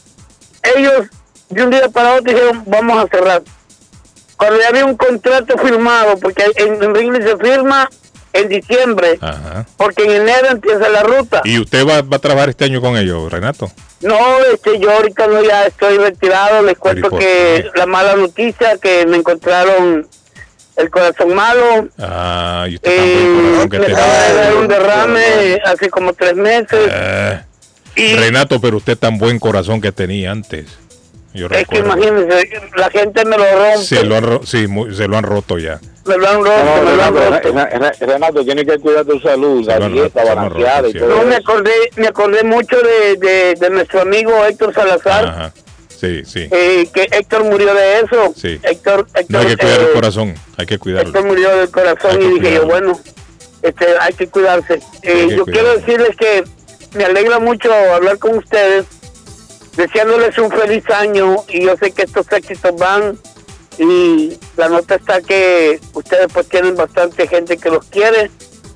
ellos de un día para otro dijeron vamos a cerrar. Cuando ya había un contrato firmado, porque en, en Ringling se firma en diciembre, Ajá. porque en enero empieza la ruta. ¿Y usted va, va a trabajar este año con ellos, Renato? No, este, yo ahorita no, ya estoy retirado. Les cuento por que la mala noticia que me encontraron el corazón malo. Ah, y usted Eh, tan buen corazón que me tiene. acaba de dar un derrame hace como tres meses. Eh, Renato, pero usted tan buen corazón que tenía antes. Yo Es que recuerdo. imagínense, la gente me lo rompe. Se lo han, ro- sí, mu- se lo han roto ya. Me lo han roto, No, me lo han Renato, roto. Re- Re- Renato, tienes que cuidar tu salud, Se la lo han dieta roto, se lo han balanceada roto, y sí. todo No, me eso. acordé, me acordé mucho de, de, de nuestro amigo Héctor Salazar, Ajá. Sí, sí. eh, que Héctor murió de eso. Sí. Héctor, Héctor, No hay que cuidar eh, el corazón, hay que cuidarlo. Héctor murió del corazón Hay que y dije yo, cuidarlo. bueno, este, hay que cuidarse. Eh, Hay que yo cuidarlo. quiero decirles que me alegra mucho hablar con ustedes, deseándoles un feliz año y yo sé que estos éxitos van y la nota está que ustedes pues tienen bastante gente que los quiere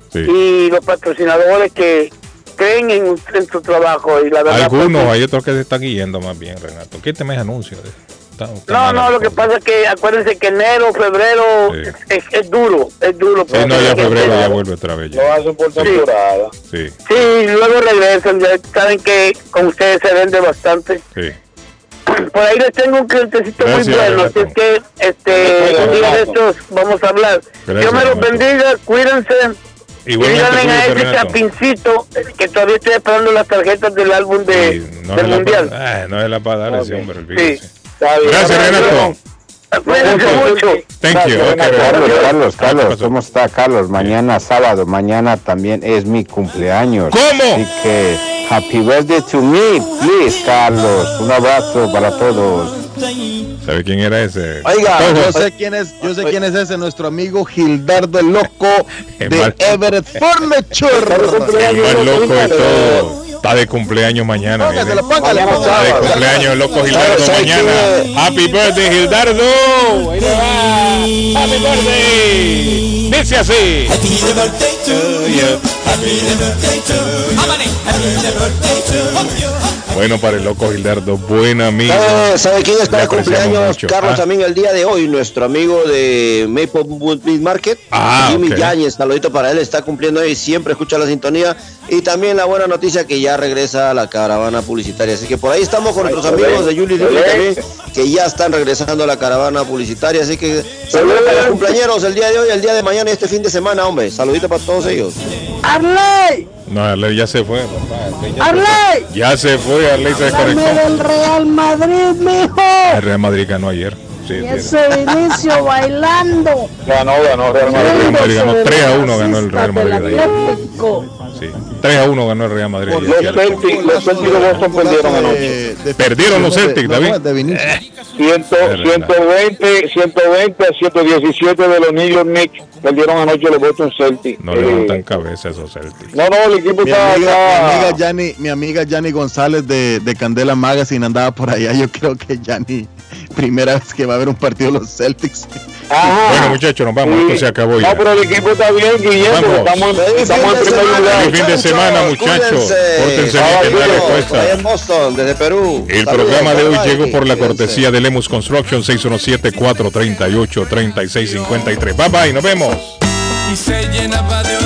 y los patrocinadores que creen en, en su trabajo y la verdad Algunos, pues, hay otros que se están guiando más bien, Renato. Quíteme ese anuncio. Está- está no, mal no, la lo que cosa. pasa es que acuérdense que enero, febrero es, es, es duro, es duro. Sí, no, ya febrero ya vuelve otra vez. ya. Lo hacen por temporada. Sí, Sí, luego regresan, ya saben que con ustedes se vende bastante. sí. Por ahí les tengo un clientecito Gracias, muy bueno, así Renato. es que este, Gracias, un día de Renato. estos vamos a hablar. Gracias, Dios me los Renato. bendiga, cuídense. Y Igualmente, díganle a cuídese, ese Renato. chapincito que todavía estoy esperando las tarjetas del álbum de, No del se la mundial. pa- ah, no se la va a dar ese hombre, olvídese. Está bien. Gracias, Renato. Cuídense mucho. Thank you. Okay, Carlos, Renato. Carlos, Carlos, ¿cómo está Carlos? Mañana sábado, mañana también es mi cumpleaños. ¿Cómo? Así que Happy birthday to me, please, Carlos. Un abrazo para todos. ¿Sabe quién era ese? Oiga, yo sé quién es, yo sé quién es ese, nuestro amigo Gildardo el Loco de Everett Furniture. El más loco de todo. Está de cumpleaños mañana. Póngaselo, póngaselo. Está de cumpleaños el loco Gildardo mañana. Happy birthday, Gildardo. Ahí le va. Happy birthday. Dice así. Happy birthday to you. Happy birthday to you. Bueno, para el loco Gildardo, buen amigo. ¿Sabe, ¿sabe quién está de cumpleaños, mucho. Carlos, ah. también el día de hoy? Nuestro amigo de Maplewood Market, ah, Jimmy okay. Yáñez, saludito para él, está cumpliendo hoy, siempre escucha la sintonía. Y también la buena noticia que ya regresa a la caravana publicitaria. Así que por ahí estamos con nuestros amigos de Julius también, que ya están regresando a la caravana publicitaria. Así que saludos para los cumpleaños el día de hoy, el día de mañana y este fin de semana, hombre. Saludito para todos ellos. ¡Arley! No, Arley ya se fue, papá. Ya ¡Arley! Se fue. Ya se fue, Arley se desconectó. del Real Madrid, mijo. El Real Madrid ganó ayer. Sí, y ese inicio bailando. Ganó, ganó Real Madrid. Real Madrid ganó tres a uno, ganó el Real Madrid. Sí, tres a uno ganó el Real Madrid. Los Celtics, los Celtics de Boston perdieron anoche. Perdieron los Celtics, David. ciento veinte, ciento veinte a ciento diecisiete de los New York Knicks perdieron anoche los Boston Celtics. No levantan eh, cabeza esos Celtics. No, no, el equipo mi está amiga, acá. Mi amiga Yanni, mi amiga Yanni González de, de Candela Magazine andaba por allá. Yo creo que Yanni, primera vez que va a ver un partido de los Celtics. Ajá. Bueno, muchachos, nos vamos. Sí. Esto se acabó ya. No, pero el equipo está bien, Guillermo. Estamos, estamos en primer lugar. Feliz fin de semana, muchachos. Pórtense bien, la respuesta. En Boston, desde Perú. El Saludos, programa de hoy llegó por la cortesía de Lemus Construction, seis uno siete, cuatro tres ocho, tres seis cinco tres. Bye bye, nos vemos. Y se llenaba de